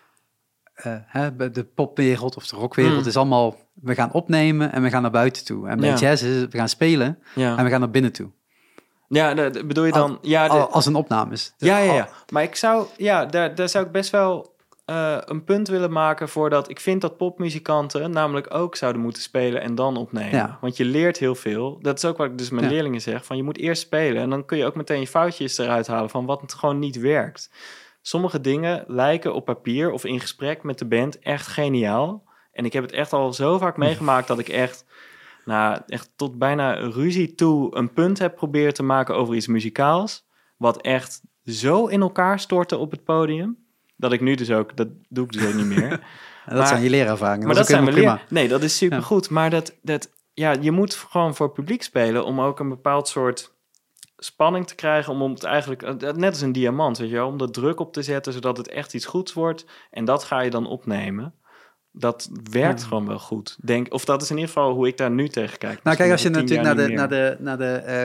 Uh, hè, de popwereld of de rockwereld mm. is allemaal... We gaan opnemen en we gaan naar buiten toe. En bij ja. jazz is het, we gaan spelen ja. en we gaan naar binnen toe. Ja, de, de, bedoel je dan... Al, ja, de, als een opname is. Dus ja, ja, ja. Maar ik zou... Ja, daar, daar zou ik best wel... Uh, een punt willen maken voordat ik vind dat popmuzikanten namelijk ook zouden moeten spelen en dan opnemen. Ja. Want je leert heel veel. Dat is ook wat ik dus mijn ja. leerlingen zeg. Van je moet eerst spelen en dan kun je ook meteen je foutjes eruit halen van wat het gewoon niet werkt. Sommige dingen lijken op papier of in gesprek met de band echt geniaal. En ik heb het echt al zo vaak meegemaakt dat ik echt, nou, echt tot bijna ruzie toe een punt heb proberen te maken over iets muzikaals. Wat echt zo in elkaar stortte op het podium. Dat ik nu dus ook, dat doe ik dus ook niet meer. dat maar, zijn je leerervaringen. Maar dat, dat zijn we leer. Nee, dat is supergoed. Ja. Maar dat, dat, ja, je moet gewoon voor publiek spelen om ook een bepaald soort spanning te krijgen. Om het eigenlijk, net als een diamant, weet je wel, om de druk op te zetten, zodat het echt iets goeds wordt. En dat ga je dan opnemen. Dat werkt ja. gewoon wel goed. Denk, of dat is in ieder geval hoe ik daar nu tegen kijk. Nou kijk, als je natuurlijk naar de, naar de, naar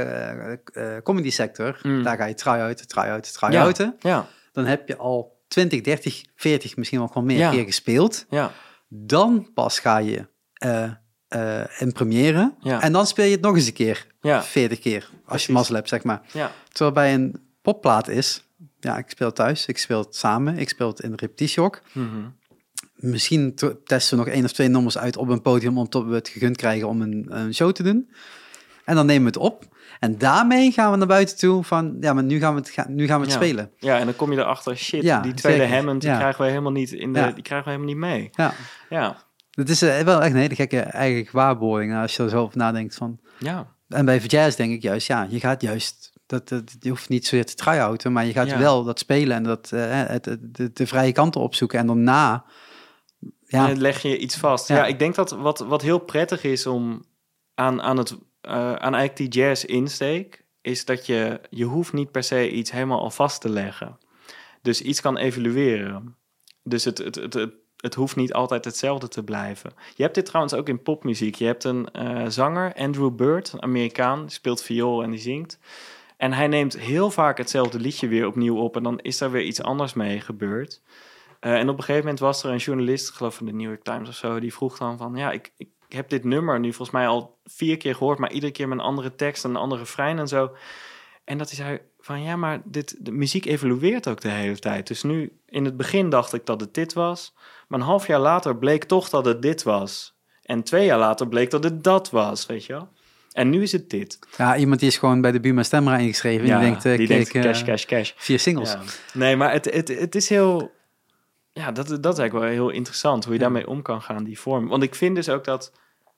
de uh, uh, comedy sector, mm. daar ga je try-out, try-out, try-outen. Ja. Ja. Dan heb je al twintig, dertig, veertig, misschien ook wel meer ja. keer gespeeld. Ja. Dan pas ga je uh, uh, in première. Ja. En dan speel je het nog eens een keer. Ja. veertig keer. Als Precies. je mazzel hebt, zeg maar. Ja. Terwijl bij een popplaat is... Ja, ik speel thuis. Ik speel het samen. Ik speel het in de repetitiehok. Mm-hmm. Misschien testen we nog één of twee nummers uit op een podium... omdat we het gegund krijgen om een, een show te doen. En dan nemen we het op... En daarmee gaan we naar buiten toe van, ja, maar nu gaan we het, ga, nu gaan we het ja. spelen. Ja, en dan kom je erachter, shit, ja, die tweede zeker. Hammond, die ja. krijgen we helemaal niet in de, ja. die krijgen we helemaal niet mee. Ja. Ja. Het is uh, wel echt een hele gekke eigen gewaarwording als je er zo over nadenkt van. Ja. En bij jazz denk ik juist, ja, je gaat juist, dat, dat, je hoeft niet zozeer te try-outen, maar je gaat ja. wel dat spelen en dat, uh, het, de, de vrije kanten opzoeken en daarna... Ja. En leg je iets vast. Ja, ja ik denk dat wat, wat heel prettig is om aan, aan het... Uh, aan eigenlijk die jazz-insteek is dat je, je hoeft niet per se iets helemaal al vast te leggen. Dus iets kan evolueren. Dus het, het, het, het, het hoeft niet altijd hetzelfde te blijven. Je hebt dit trouwens ook in popmuziek. Je hebt een uh, zanger, Andrew Bird, een Amerikaan, die speelt viool en die zingt. En hij neemt heel vaak hetzelfde liedje weer opnieuw op en dan is er weer iets anders mee gebeurd. Uh, en op een gegeven moment was er een journalist, ik geloof van de New York Times of zo, die vroeg dan van, ja, ik... ik Ik heb dit nummer nu volgens mij al vier keer gehoord, maar iedere keer met een andere tekst en een andere refrein en zo. En dat hij zei van, ja, maar dit, de muziek evolueert ook de hele tijd. Dus nu, in het begin dacht ik dat het dit was, maar een half jaar later bleek toch dat het dit was. En twee jaar later bleek dat het dat was, weet je wel. En nu is het dit. Ja, iemand die is gewoon bij de Buma Stemra ingeschreven. Ja, en die denkt, uh, die kijk, denkt cash, cash, cash. Vier singles. Ja. Nee, maar het, het, het is heel... Ja, dat, dat is eigenlijk wel heel interessant, hoe je ja. daarmee om kan gaan, die vorm. Want ik vind dus ook dat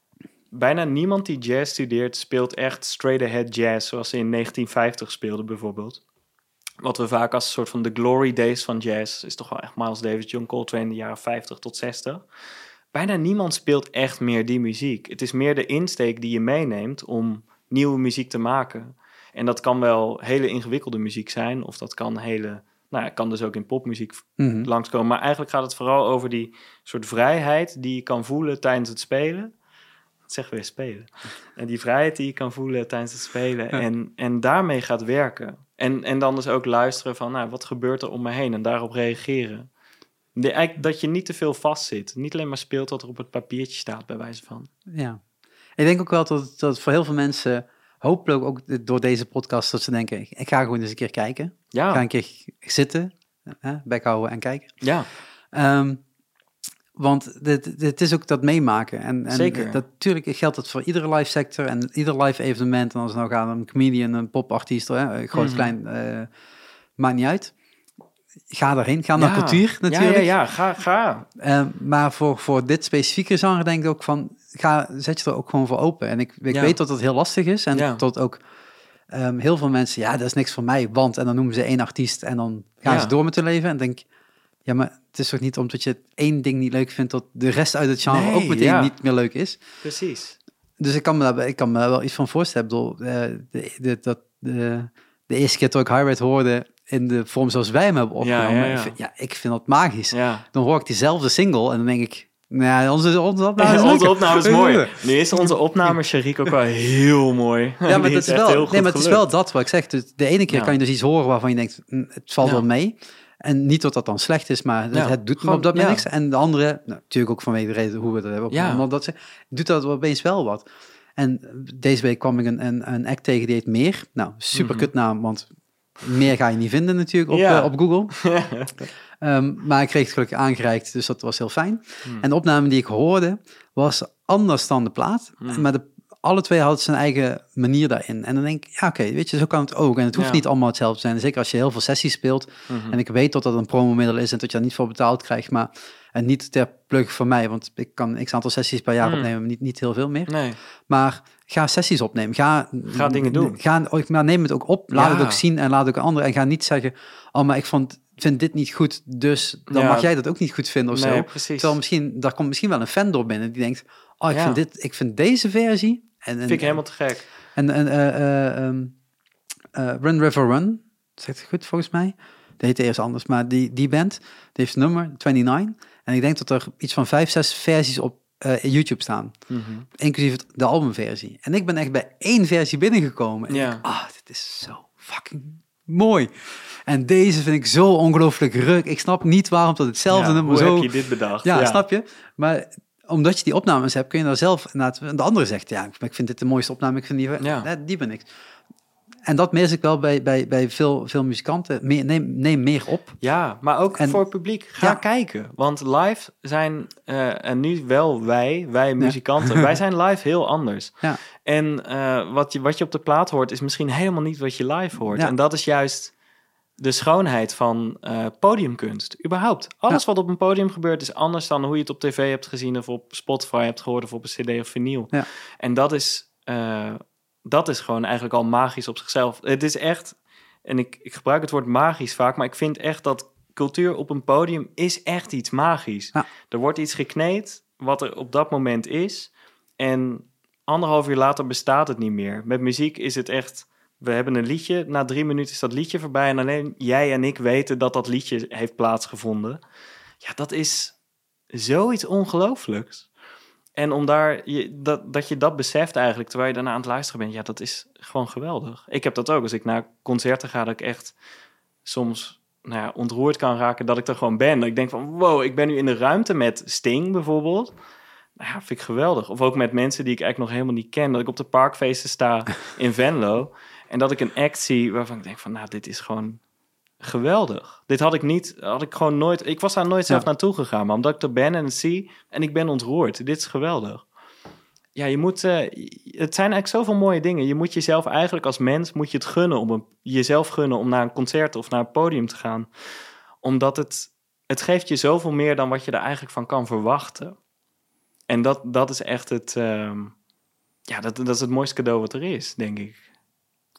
bijna niemand die jazz studeert speelt echt straight-ahead jazz, zoals ze in negentien vijftig speelden bijvoorbeeld. Wat we vaak als een soort van de glory days van jazz, is toch wel echt Miles Davis, John Coltrane in de jaren vijftig tot zestig. bijna niemand speelt echt meer die muziek. Het is meer de insteek die je meeneemt om nieuwe muziek te maken. En dat kan wel hele ingewikkelde muziek zijn, of dat kan hele... Nou, kan dus ook in popmuziek mm-hmm. langskomen. Maar eigenlijk gaat het vooral over die soort vrijheid die je kan voelen tijdens het spelen. Zeg weer spelen. En die vrijheid die je kan voelen tijdens het spelen. Ja. En, en daarmee gaat werken. En, en dan dus ook luisteren van, nou, wat gebeurt er om me heen? En daarop reageren. De, eigenlijk dat je niet te veel vastzit. Niet alleen maar speelt wat er op het papiertje staat, bij wijze van. Ja. Ik denk ook wel dat, dat voor heel veel mensen... hopelijk ook door deze podcast dat ze denken... ik ga gewoon eens een keer kijken. Ja. Ik ga een keer zitten, hè, bek houden en kijken. Ja. Um, want dit, dit is ook dat meemaken. En, en Zeker. Dat, natuurlijk geldt dat voor iedere live sector... en ieder live evenement. En als het nou gaat om een comedian, een popartiest... Hè, groot, mm-hmm. klein, uh, maakt niet uit. Ga erheen, ga naar ja. cultuur natuurlijk. Ja, ja, ja. ga, ga. Uh, maar voor, voor dit specifieke genre denk ik ook van... Ga, zet je er ook gewoon voor open. En ik, ik ja. weet dat het heel lastig is. En ja. tot ook um, heel veel mensen... Ja, dat is niks voor mij, want... En dan noemen ze één artiest en dan gaan ja. ze door met hun leven. En denk ja, maar het is toch niet omdat je één ding niet leuk vindt... dat de rest uit het genre nee, ook meteen ja. niet meer leuk is. Precies. Dus ik kan me daar, ik kan me daar wel iets van voorstellen. Door, uh, de, de, dat, de, de eerste keer dat ik High Rate hoorde... in de vorm zoals wij hem hebben opgenomen. Ja, ja, ja. Ik, vind, ja, ik vind dat magisch. Ja. Dan hoor ik diezelfde single en dan denk ik... Nou ja, onze, onze opname is, ja, onze opname is mooi. Nu is onze opname, Sharik, ook wel heel mooi. Ja, maar, dat is, wel, nee, maar het is wel dat wat ik zeg. Dus de ene keer ja. kan je dus iets horen waarvan je denkt... het valt ja. wel mee. En niet dat dat dan slecht is, maar ja. het doet Gewoon, me op dat moment ja. niks. En de andere, nou, natuurlijk ook vanwege de reden hoe we dat hebben opgenomen... Ja. dat ze, doet dat opeens wel wat. En deze week kwam ik een, een, een act tegen die heet Meer. Nou, super mm-hmm. kut naam, want... Meer ga je niet vinden natuurlijk op, ja. uh, op Google. um, maar ik kreeg het gelukkig aangereikt, dus dat was heel fijn. Hmm. En de opname die ik hoorde was anders dan de plaat. Hmm. Maar de, alle twee hadden zijn eigen manier daarin. En dan denk ik, ja oké, okay, weet je, zo kan het ook. En het hoeft ja. niet allemaal hetzelfde te zijn. Zeker als je heel veel sessies speelt. Mm-hmm. En ik weet dat dat een promomiddel is en dat je daar niet voor betaald krijgt. Maar en niet ter plug voor mij, want ik kan x aantal sessies per jaar mm. opnemen. Niet, niet heel veel meer. Nee. Maar... Ga sessies opnemen. Ga, ga dingen doen. Ga, maar neem het ook op. Laat ja. het ook zien en laat ook een ander. En ga niet zeggen, oh, maar ik vond, vind dit niet goed, dus dan ja. mag jij dat ook niet goed vinden of nee, zo. Precies. Terwijl misschien, daar komt misschien wel een fan door binnen die denkt, oh, ik, ja. vind, dit, ik vind deze versie... En, en, vind ik helemaal te gek. En, en uh, uh, um, uh, Run River Run, zegt het goed volgens mij. Die heette eerst anders, maar die, die band, die heeft nummer negenentwintig. En ik denk dat er iets van vijf, zes versies op Uh, YouTube staan. Mm-hmm. Inclusief de albumversie. En ik ben echt bij één versie binnengekomen. En ja. ik, ah, dit is zo fucking mooi. En deze vind ik zo ongelooflijk ruk. Ik snap niet waarom dat hetzelfde ja, nummer hoe zo... heb je dit bedacht? Ja, ja, snap je? Maar omdat je die opnames hebt, kun je daar zelf... De andere zegt, ja, ik vind dit de mooiste opname. Ik vind die... Ja. Die ben ik. En dat mis ik wel bij, bij, bij veel, veel muzikanten. Meer, neem, neem meer op. Ja, maar ook en, voor het publiek. Ga ja. kijken. Want live zijn, uh, en nu wel wij, wij muzikanten, ja. wij zijn live heel anders. Ja. En uh, wat, je, wat je op de plaat hoort, is misschien helemaal niet wat je live hoort. Ja. En dat is juist de schoonheid van uh, podiumkunst. Überhaupt. Alles ja. wat op een podium gebeurt, is anders dan hoe je het op tv hebt gezien, of op Spotify hebt gehoord, of op een cd of vinyl. Ja. En dat is... Uh, Dat is gewoon eigenlijk al magisch op zichzelf. Het is echt, en ik, ik gebruik het woord magisch vaak, maar ik vind echt dat cultuur op een podium is echt iets magisch. Ja. Er wordt iets gekneed wat er op dat moment is. En anderhalf uur later bestaat het niet meer. Met muziek is het echt, we hebben een liedje. Na drie minuten is dat liedje voorbij. En alleen jij en ik weten dat dat liedje heeft plaatsgevonden. Ja, dat is zoiets ongelooflijks. En om daar, je, dat, dat je dat beseft eigenlijk, terwijl je daarna aan het luisteren bent, ja, dat is gewoon geweldig. Ik heb dat ook. Als ik naar concerten ga, dat ik echt soms nou ja, ontroerd kan raken dat ik er gewoon ben. Dat ik denk van, wow, ik ben nu in de ruimte met Sting bijvoorbeeld. Nou ja, vind ik geweldig. Of ook met mensen die ik eigenlijk nog helemaal niet ken. Dat ik op de parkfeesten sta in Venlo en dat ik een act zie waarvan ik denk van, nou, dit is gewoon geweldig. Dit had ik niet, had ik gewoon nooit, ik was daar nooit zelf ja. naartoe gegaan, maar omdat ik er ben en het zie en ik ben ontroerd. Dit is geweldig. Ja, je moet, uh, het zijn eigenlijk zoveel mooie dingen. Je moet jezelf eigenlijk als mens, moet je het gunnen om een, jezelf gunnen om naar een concert of naar een podium te gaan. Omdat het, het geeft je zoveel meer dan wat je er eigenlijk van kan verwachten. En dat, dat is echt het, uh, ja, dat, dat is het mooiste cadeau wat er is, denk ik.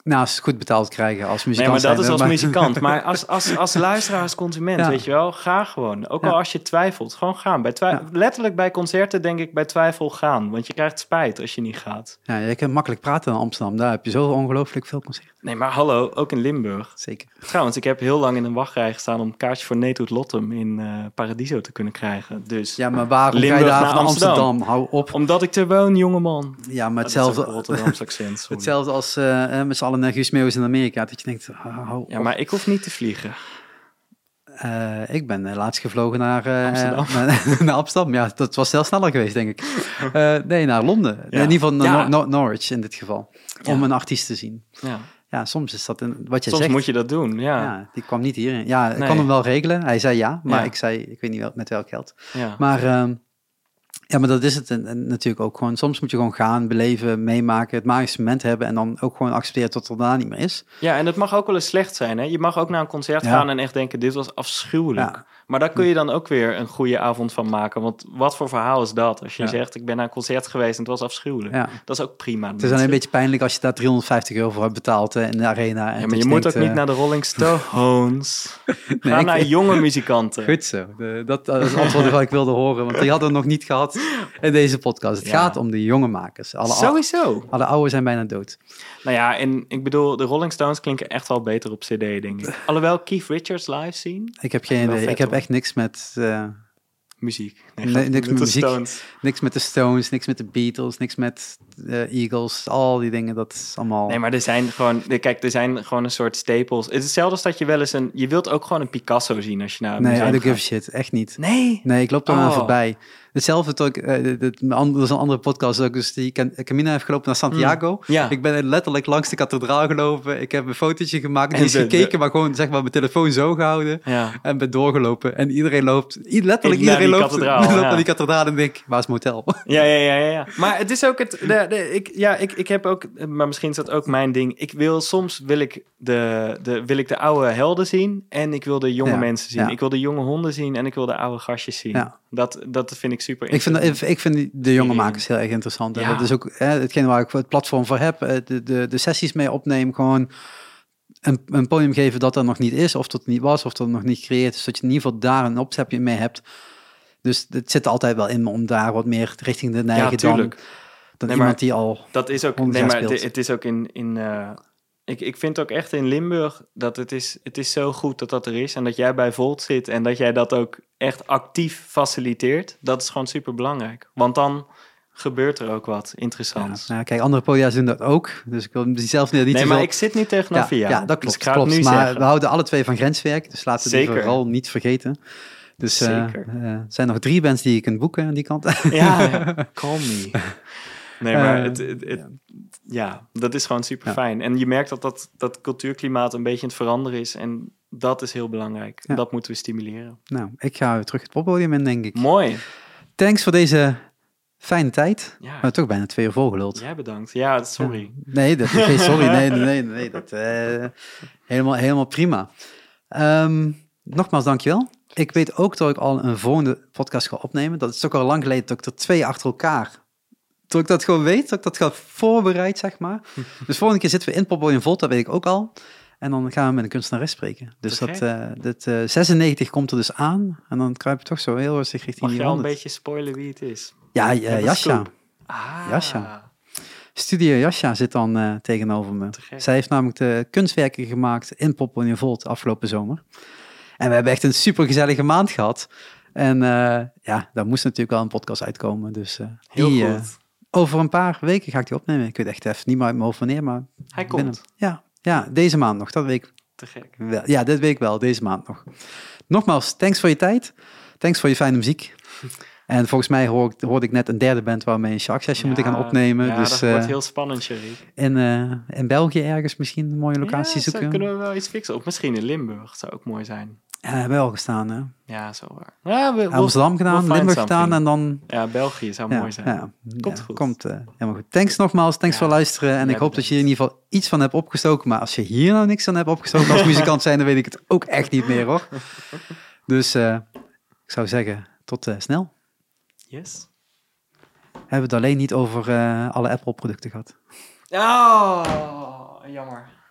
Nou, als ze goed betaald krijgen als muzikant. Nee, maar dat zijn, is als maar... muzikant. Maar als, als, als luisteraar, als consument, ja. weet je wel, ga gewoon. Ook al ja. als je twijfelt, gewoon gaan. Bij twi- ja. Letterlijk bij concerten denk ik bij twijfel gaan. Want je krijgt spijt als je niet gaat. Ja, je kunt makkelijk praten in Amsterdam. Daar heb je zo ongelooflijk veel concerten. Nee, maar hallo, ook in Limburg. Zeker. Trouwens, ik heb heel lang in een wachtrij gestaan om kaartjes voor Neet Lottem in uh, Paradiso te kunnen krijgen. Dus ja, maar waarom Limburg ga je daar naar van Amsterdam? Amsterdam? Hou op. Omdat ik er woon, jongeman. Ja, maar dat hetzelfde, Rotterdamse accent, sorry. hetzelfde als uh, met z'n allen naar Guus Meeuwis in Amerika. Dat je denkt, hou op. Ja, maar ik hoef niet te vliegen. Uh, ik ben uh, laatst gevlogen naar, uh, Amsterdam. naar, naar Amsterdam. Ja, dat was veel sneller geweest, denk ik. Uh, nee, naar Londen. Ja. In ieder geval naar ja. Nor- Norwich in dit geval. Om ja. een artiest te zien. Ja. Ja, soms is dat een, wat je soms zegt. moet je dat doen, ja. Ja, die kwam niet hierin. Ja, ik nee. kon hem wel regelen. Hij zei ja, maar ja. ik zei, ik weet niet wel, met welk geld. Ja. Maar um, ja, maar dat is het en, en natuurlijk ook gewoon. Soms moet je gewoon gaan, beleven, meemaken, het magische moment hebben en dan ook gewoon accepteren tot het daarna niet meer is. Ja, en het mag ook wel eens slecht zijn, hè. Je mag ook naar een concert ja. gaan en echt denken, dit was afschuwelijk. Ja. Maar daar kun je dan ook weer een goede avond van maken. Want wat voor verhaal is dat? Als je ja. zegt, ik ben naar een concert geweest en het was afschuwelijk. Ja. Dat is ook prima. Het is dan een beetje pijnlijk als je daar driehonderdvijftig euro voor hebt betaald hè, in de arena. En ja, maar je, je moet denkt, ook uh... niet naar de Rolling Stones. Ga nee, naar ik... jonge muzikanten. Goed zo. De, dat, dat is het antwoord wat ik wilde horen. Want die hadden we nog niet gehad in deze podcast. Het ja. gaat om de jonge makers. Alle, Sowieso. Alle oude zijn bijna dood. Nou ja, en ik bedoel, de Rolling Stones klinken echt wel beter op cd, denk ik. Alhoewel, Keith Richards live zien. Ik heb geen idee. Ik heb echt niks met... Uh... muziek. Nee, nee, niks met, met muziek. Stones. Niks met de Stones, niks met de Beatles, niks met de Eagles. Al die dingen, dat is allemaal... Nee, maar er zijn gewoon... Kijk, er zijn gewoon een soort staples. Het is hetzelfde als dat je wel eens een... Je wilt ook gewoon een Picasso zien als je naar een nee, museum I don't gaat. give a shit. Echt niet. Nee? Nee, ik loop er oh. aan voorbij. Hetzelfde tot ik... Uh, dat is een andere podcast ook. Dus die Camino heeft gelopen naar Santiago. Mm, ja. Ik ben letterlijk langs de kathedraal gelopen. Ik heb een fotootje gemaakt. En niet de, gekeken, de... maar gewoon zeg maar mijn telefoon zo gehouden. Ja. En ben doorgelopen. En iedereen loopt... Letterlijk in, iedereen loopt, kathedraal, loopt ja. naar die kathedraal en denk waar is het motel? Ja, ja, ja, ja, ja. Maar het is ook het... De, de, ik, ja, ik, ik heb ook... Maar misschien is dat ook mijn ding. Ik wil... Soms wil ik de, de, wil ik de oude helden zien. En ik wil de jonge ja. mensen zien. Ja. Ik wil de jonge honden zien. En ik wil de oude gastjes zien. Ja. Dat, dat vind ik super interessant. Ik vind, ik vind de jonge makers heel erg interessant. Ja. Dat is ook hè, hetgeen waar ik het platform voor heb. De, de, de sessies mee opnemen. Gewoon een, een podium geven dat er nog niet is. Of dat het niet was. Of dat het nog niet gecreëerd is. Zodat je in ieder geval daar een opzetje mee hebt. Dus het zit er altijd wel in me om daar wat meer richting de neigen ja, dan, dan nee, iemand die al dat is ook, nee, maar het, het is ook in... in uh, ik, ik vind ook echt in Limburg dat het is, het is zo goed dat dat er is. En dat jij bij Volt zit en dat jij dat ook echt actief faciliteert. Dat is gewoon super belangrijk. Want dan gebeurt er ook wat interessants. Ja, nou, kijk, andere podia's doen dat ook. Dus ik wil die zelf niet, niet Nee, te maar veel... ik zit niet tegenover ja, jou. Ja, dat klopt. Dus ik ga klopt. het nu maar zeggen. we houden alle twee van grenswerk. Dus laten we die vooral niet vergeten. Dus er uh, uh, zijn nog drie bands die je kunt boeken aan die kant. Ja, call me. Nee, maar uh, het, het, het, ja. ja, dat is gewoon super fijn. Ja. En je merkt dat, dat dat cultuurklimaat een beetje aan het veranderen is. En dat is heel belangrijk. Ja. Dat moeten we stimuleren. Nou, ik ga terug het poppodium in, denk ik. Mooi. Thanks voor deze fijne tijd. Ja. Maar toch bijna twee uur volgeluld. Jij bedankt. Ja, sorry. Ja. Nee, dat, nee, sorry. Nee, nee, nee. nee dat, uh, helemaal, helemaal prima. Um, nogmaals, dankjewel. Ik weet ook dat ik al een volgende podcast ga opnemen. Dat is ook al lang geleden dat ik er twee achter elkaar... Dat ik dat gewoon weet, dat ik dat ga voorbereid, zeg maar. Dus volgende keer zitten we in Poppodium Volt, dat weet ik ook al. En dan gaan we met een kunstenares spreken. Dus okay. dat, uh, dat uh, zesennegentig komt er dus aan. En dan kruip je toch zo heel rustig richting die die honderd. Mag je al een beetje spoilen wie het is? Ja, uh, Jascha. Ah. Jascha. Studio Jascha zit dan uh, tegenover me. Zij heeft namelijk de kunstwerken gemaakt in Poppodium Volt afgelopen zomer. En we hebben echt een super gezellige maand gehad. En uh, ja, daar moest natuurlijk wel een podcast uitkomen. Dus uh, heel die, goed. Uh, over een paar weken ga ik die opnemen. Ik weet echt even niet meer uit mijn hoofd wanneer, maar... Hij komt. Binnen, ja, ja, deze maand nog, dat weet ik. Te gek. Wel, ja, dit weet ik wel, deze maand nog. Nogmaals, thanks voor je tijd. Thanks voor je fijne muziek. En volgens mij hoor ik, hoorde ik net een derde band waarmee een Shark-sessie ja, moet gaan opnemen. Ja, dus, dat uh, wordt heel spannend, Sherry. In, uh, in België ergens misschien een mooie locatie ja, zoeken. Ja, kunnen we wel iets fixen. Of misschien in Limburg, zou ook mooi zijn. Ja, we hebben al gestaan, hè? Ja, zo waar. Ja, we, Amsterdam we'll, gedaan, we'll Limburg gedaan en dan... Ja, België zou ja, mooi zijn. Ja, komt ja, goed. Komt uh, helemaal goed. Thanks nogmaals, thanks ja. voor luisteren. En ja, ik hoop dat je er in ieder geval iets van hebt opgestoken. Maar als je hier nou niks van hebt opgestoken als muzikant zijn, dan weet ik het ook echt niet meer, hoor. Dus uh, ik zou zeggen, tot uh, snel. Yes. Hebben we het alleen niet over uh, alle Apple-producten gehad. Oh, jammer.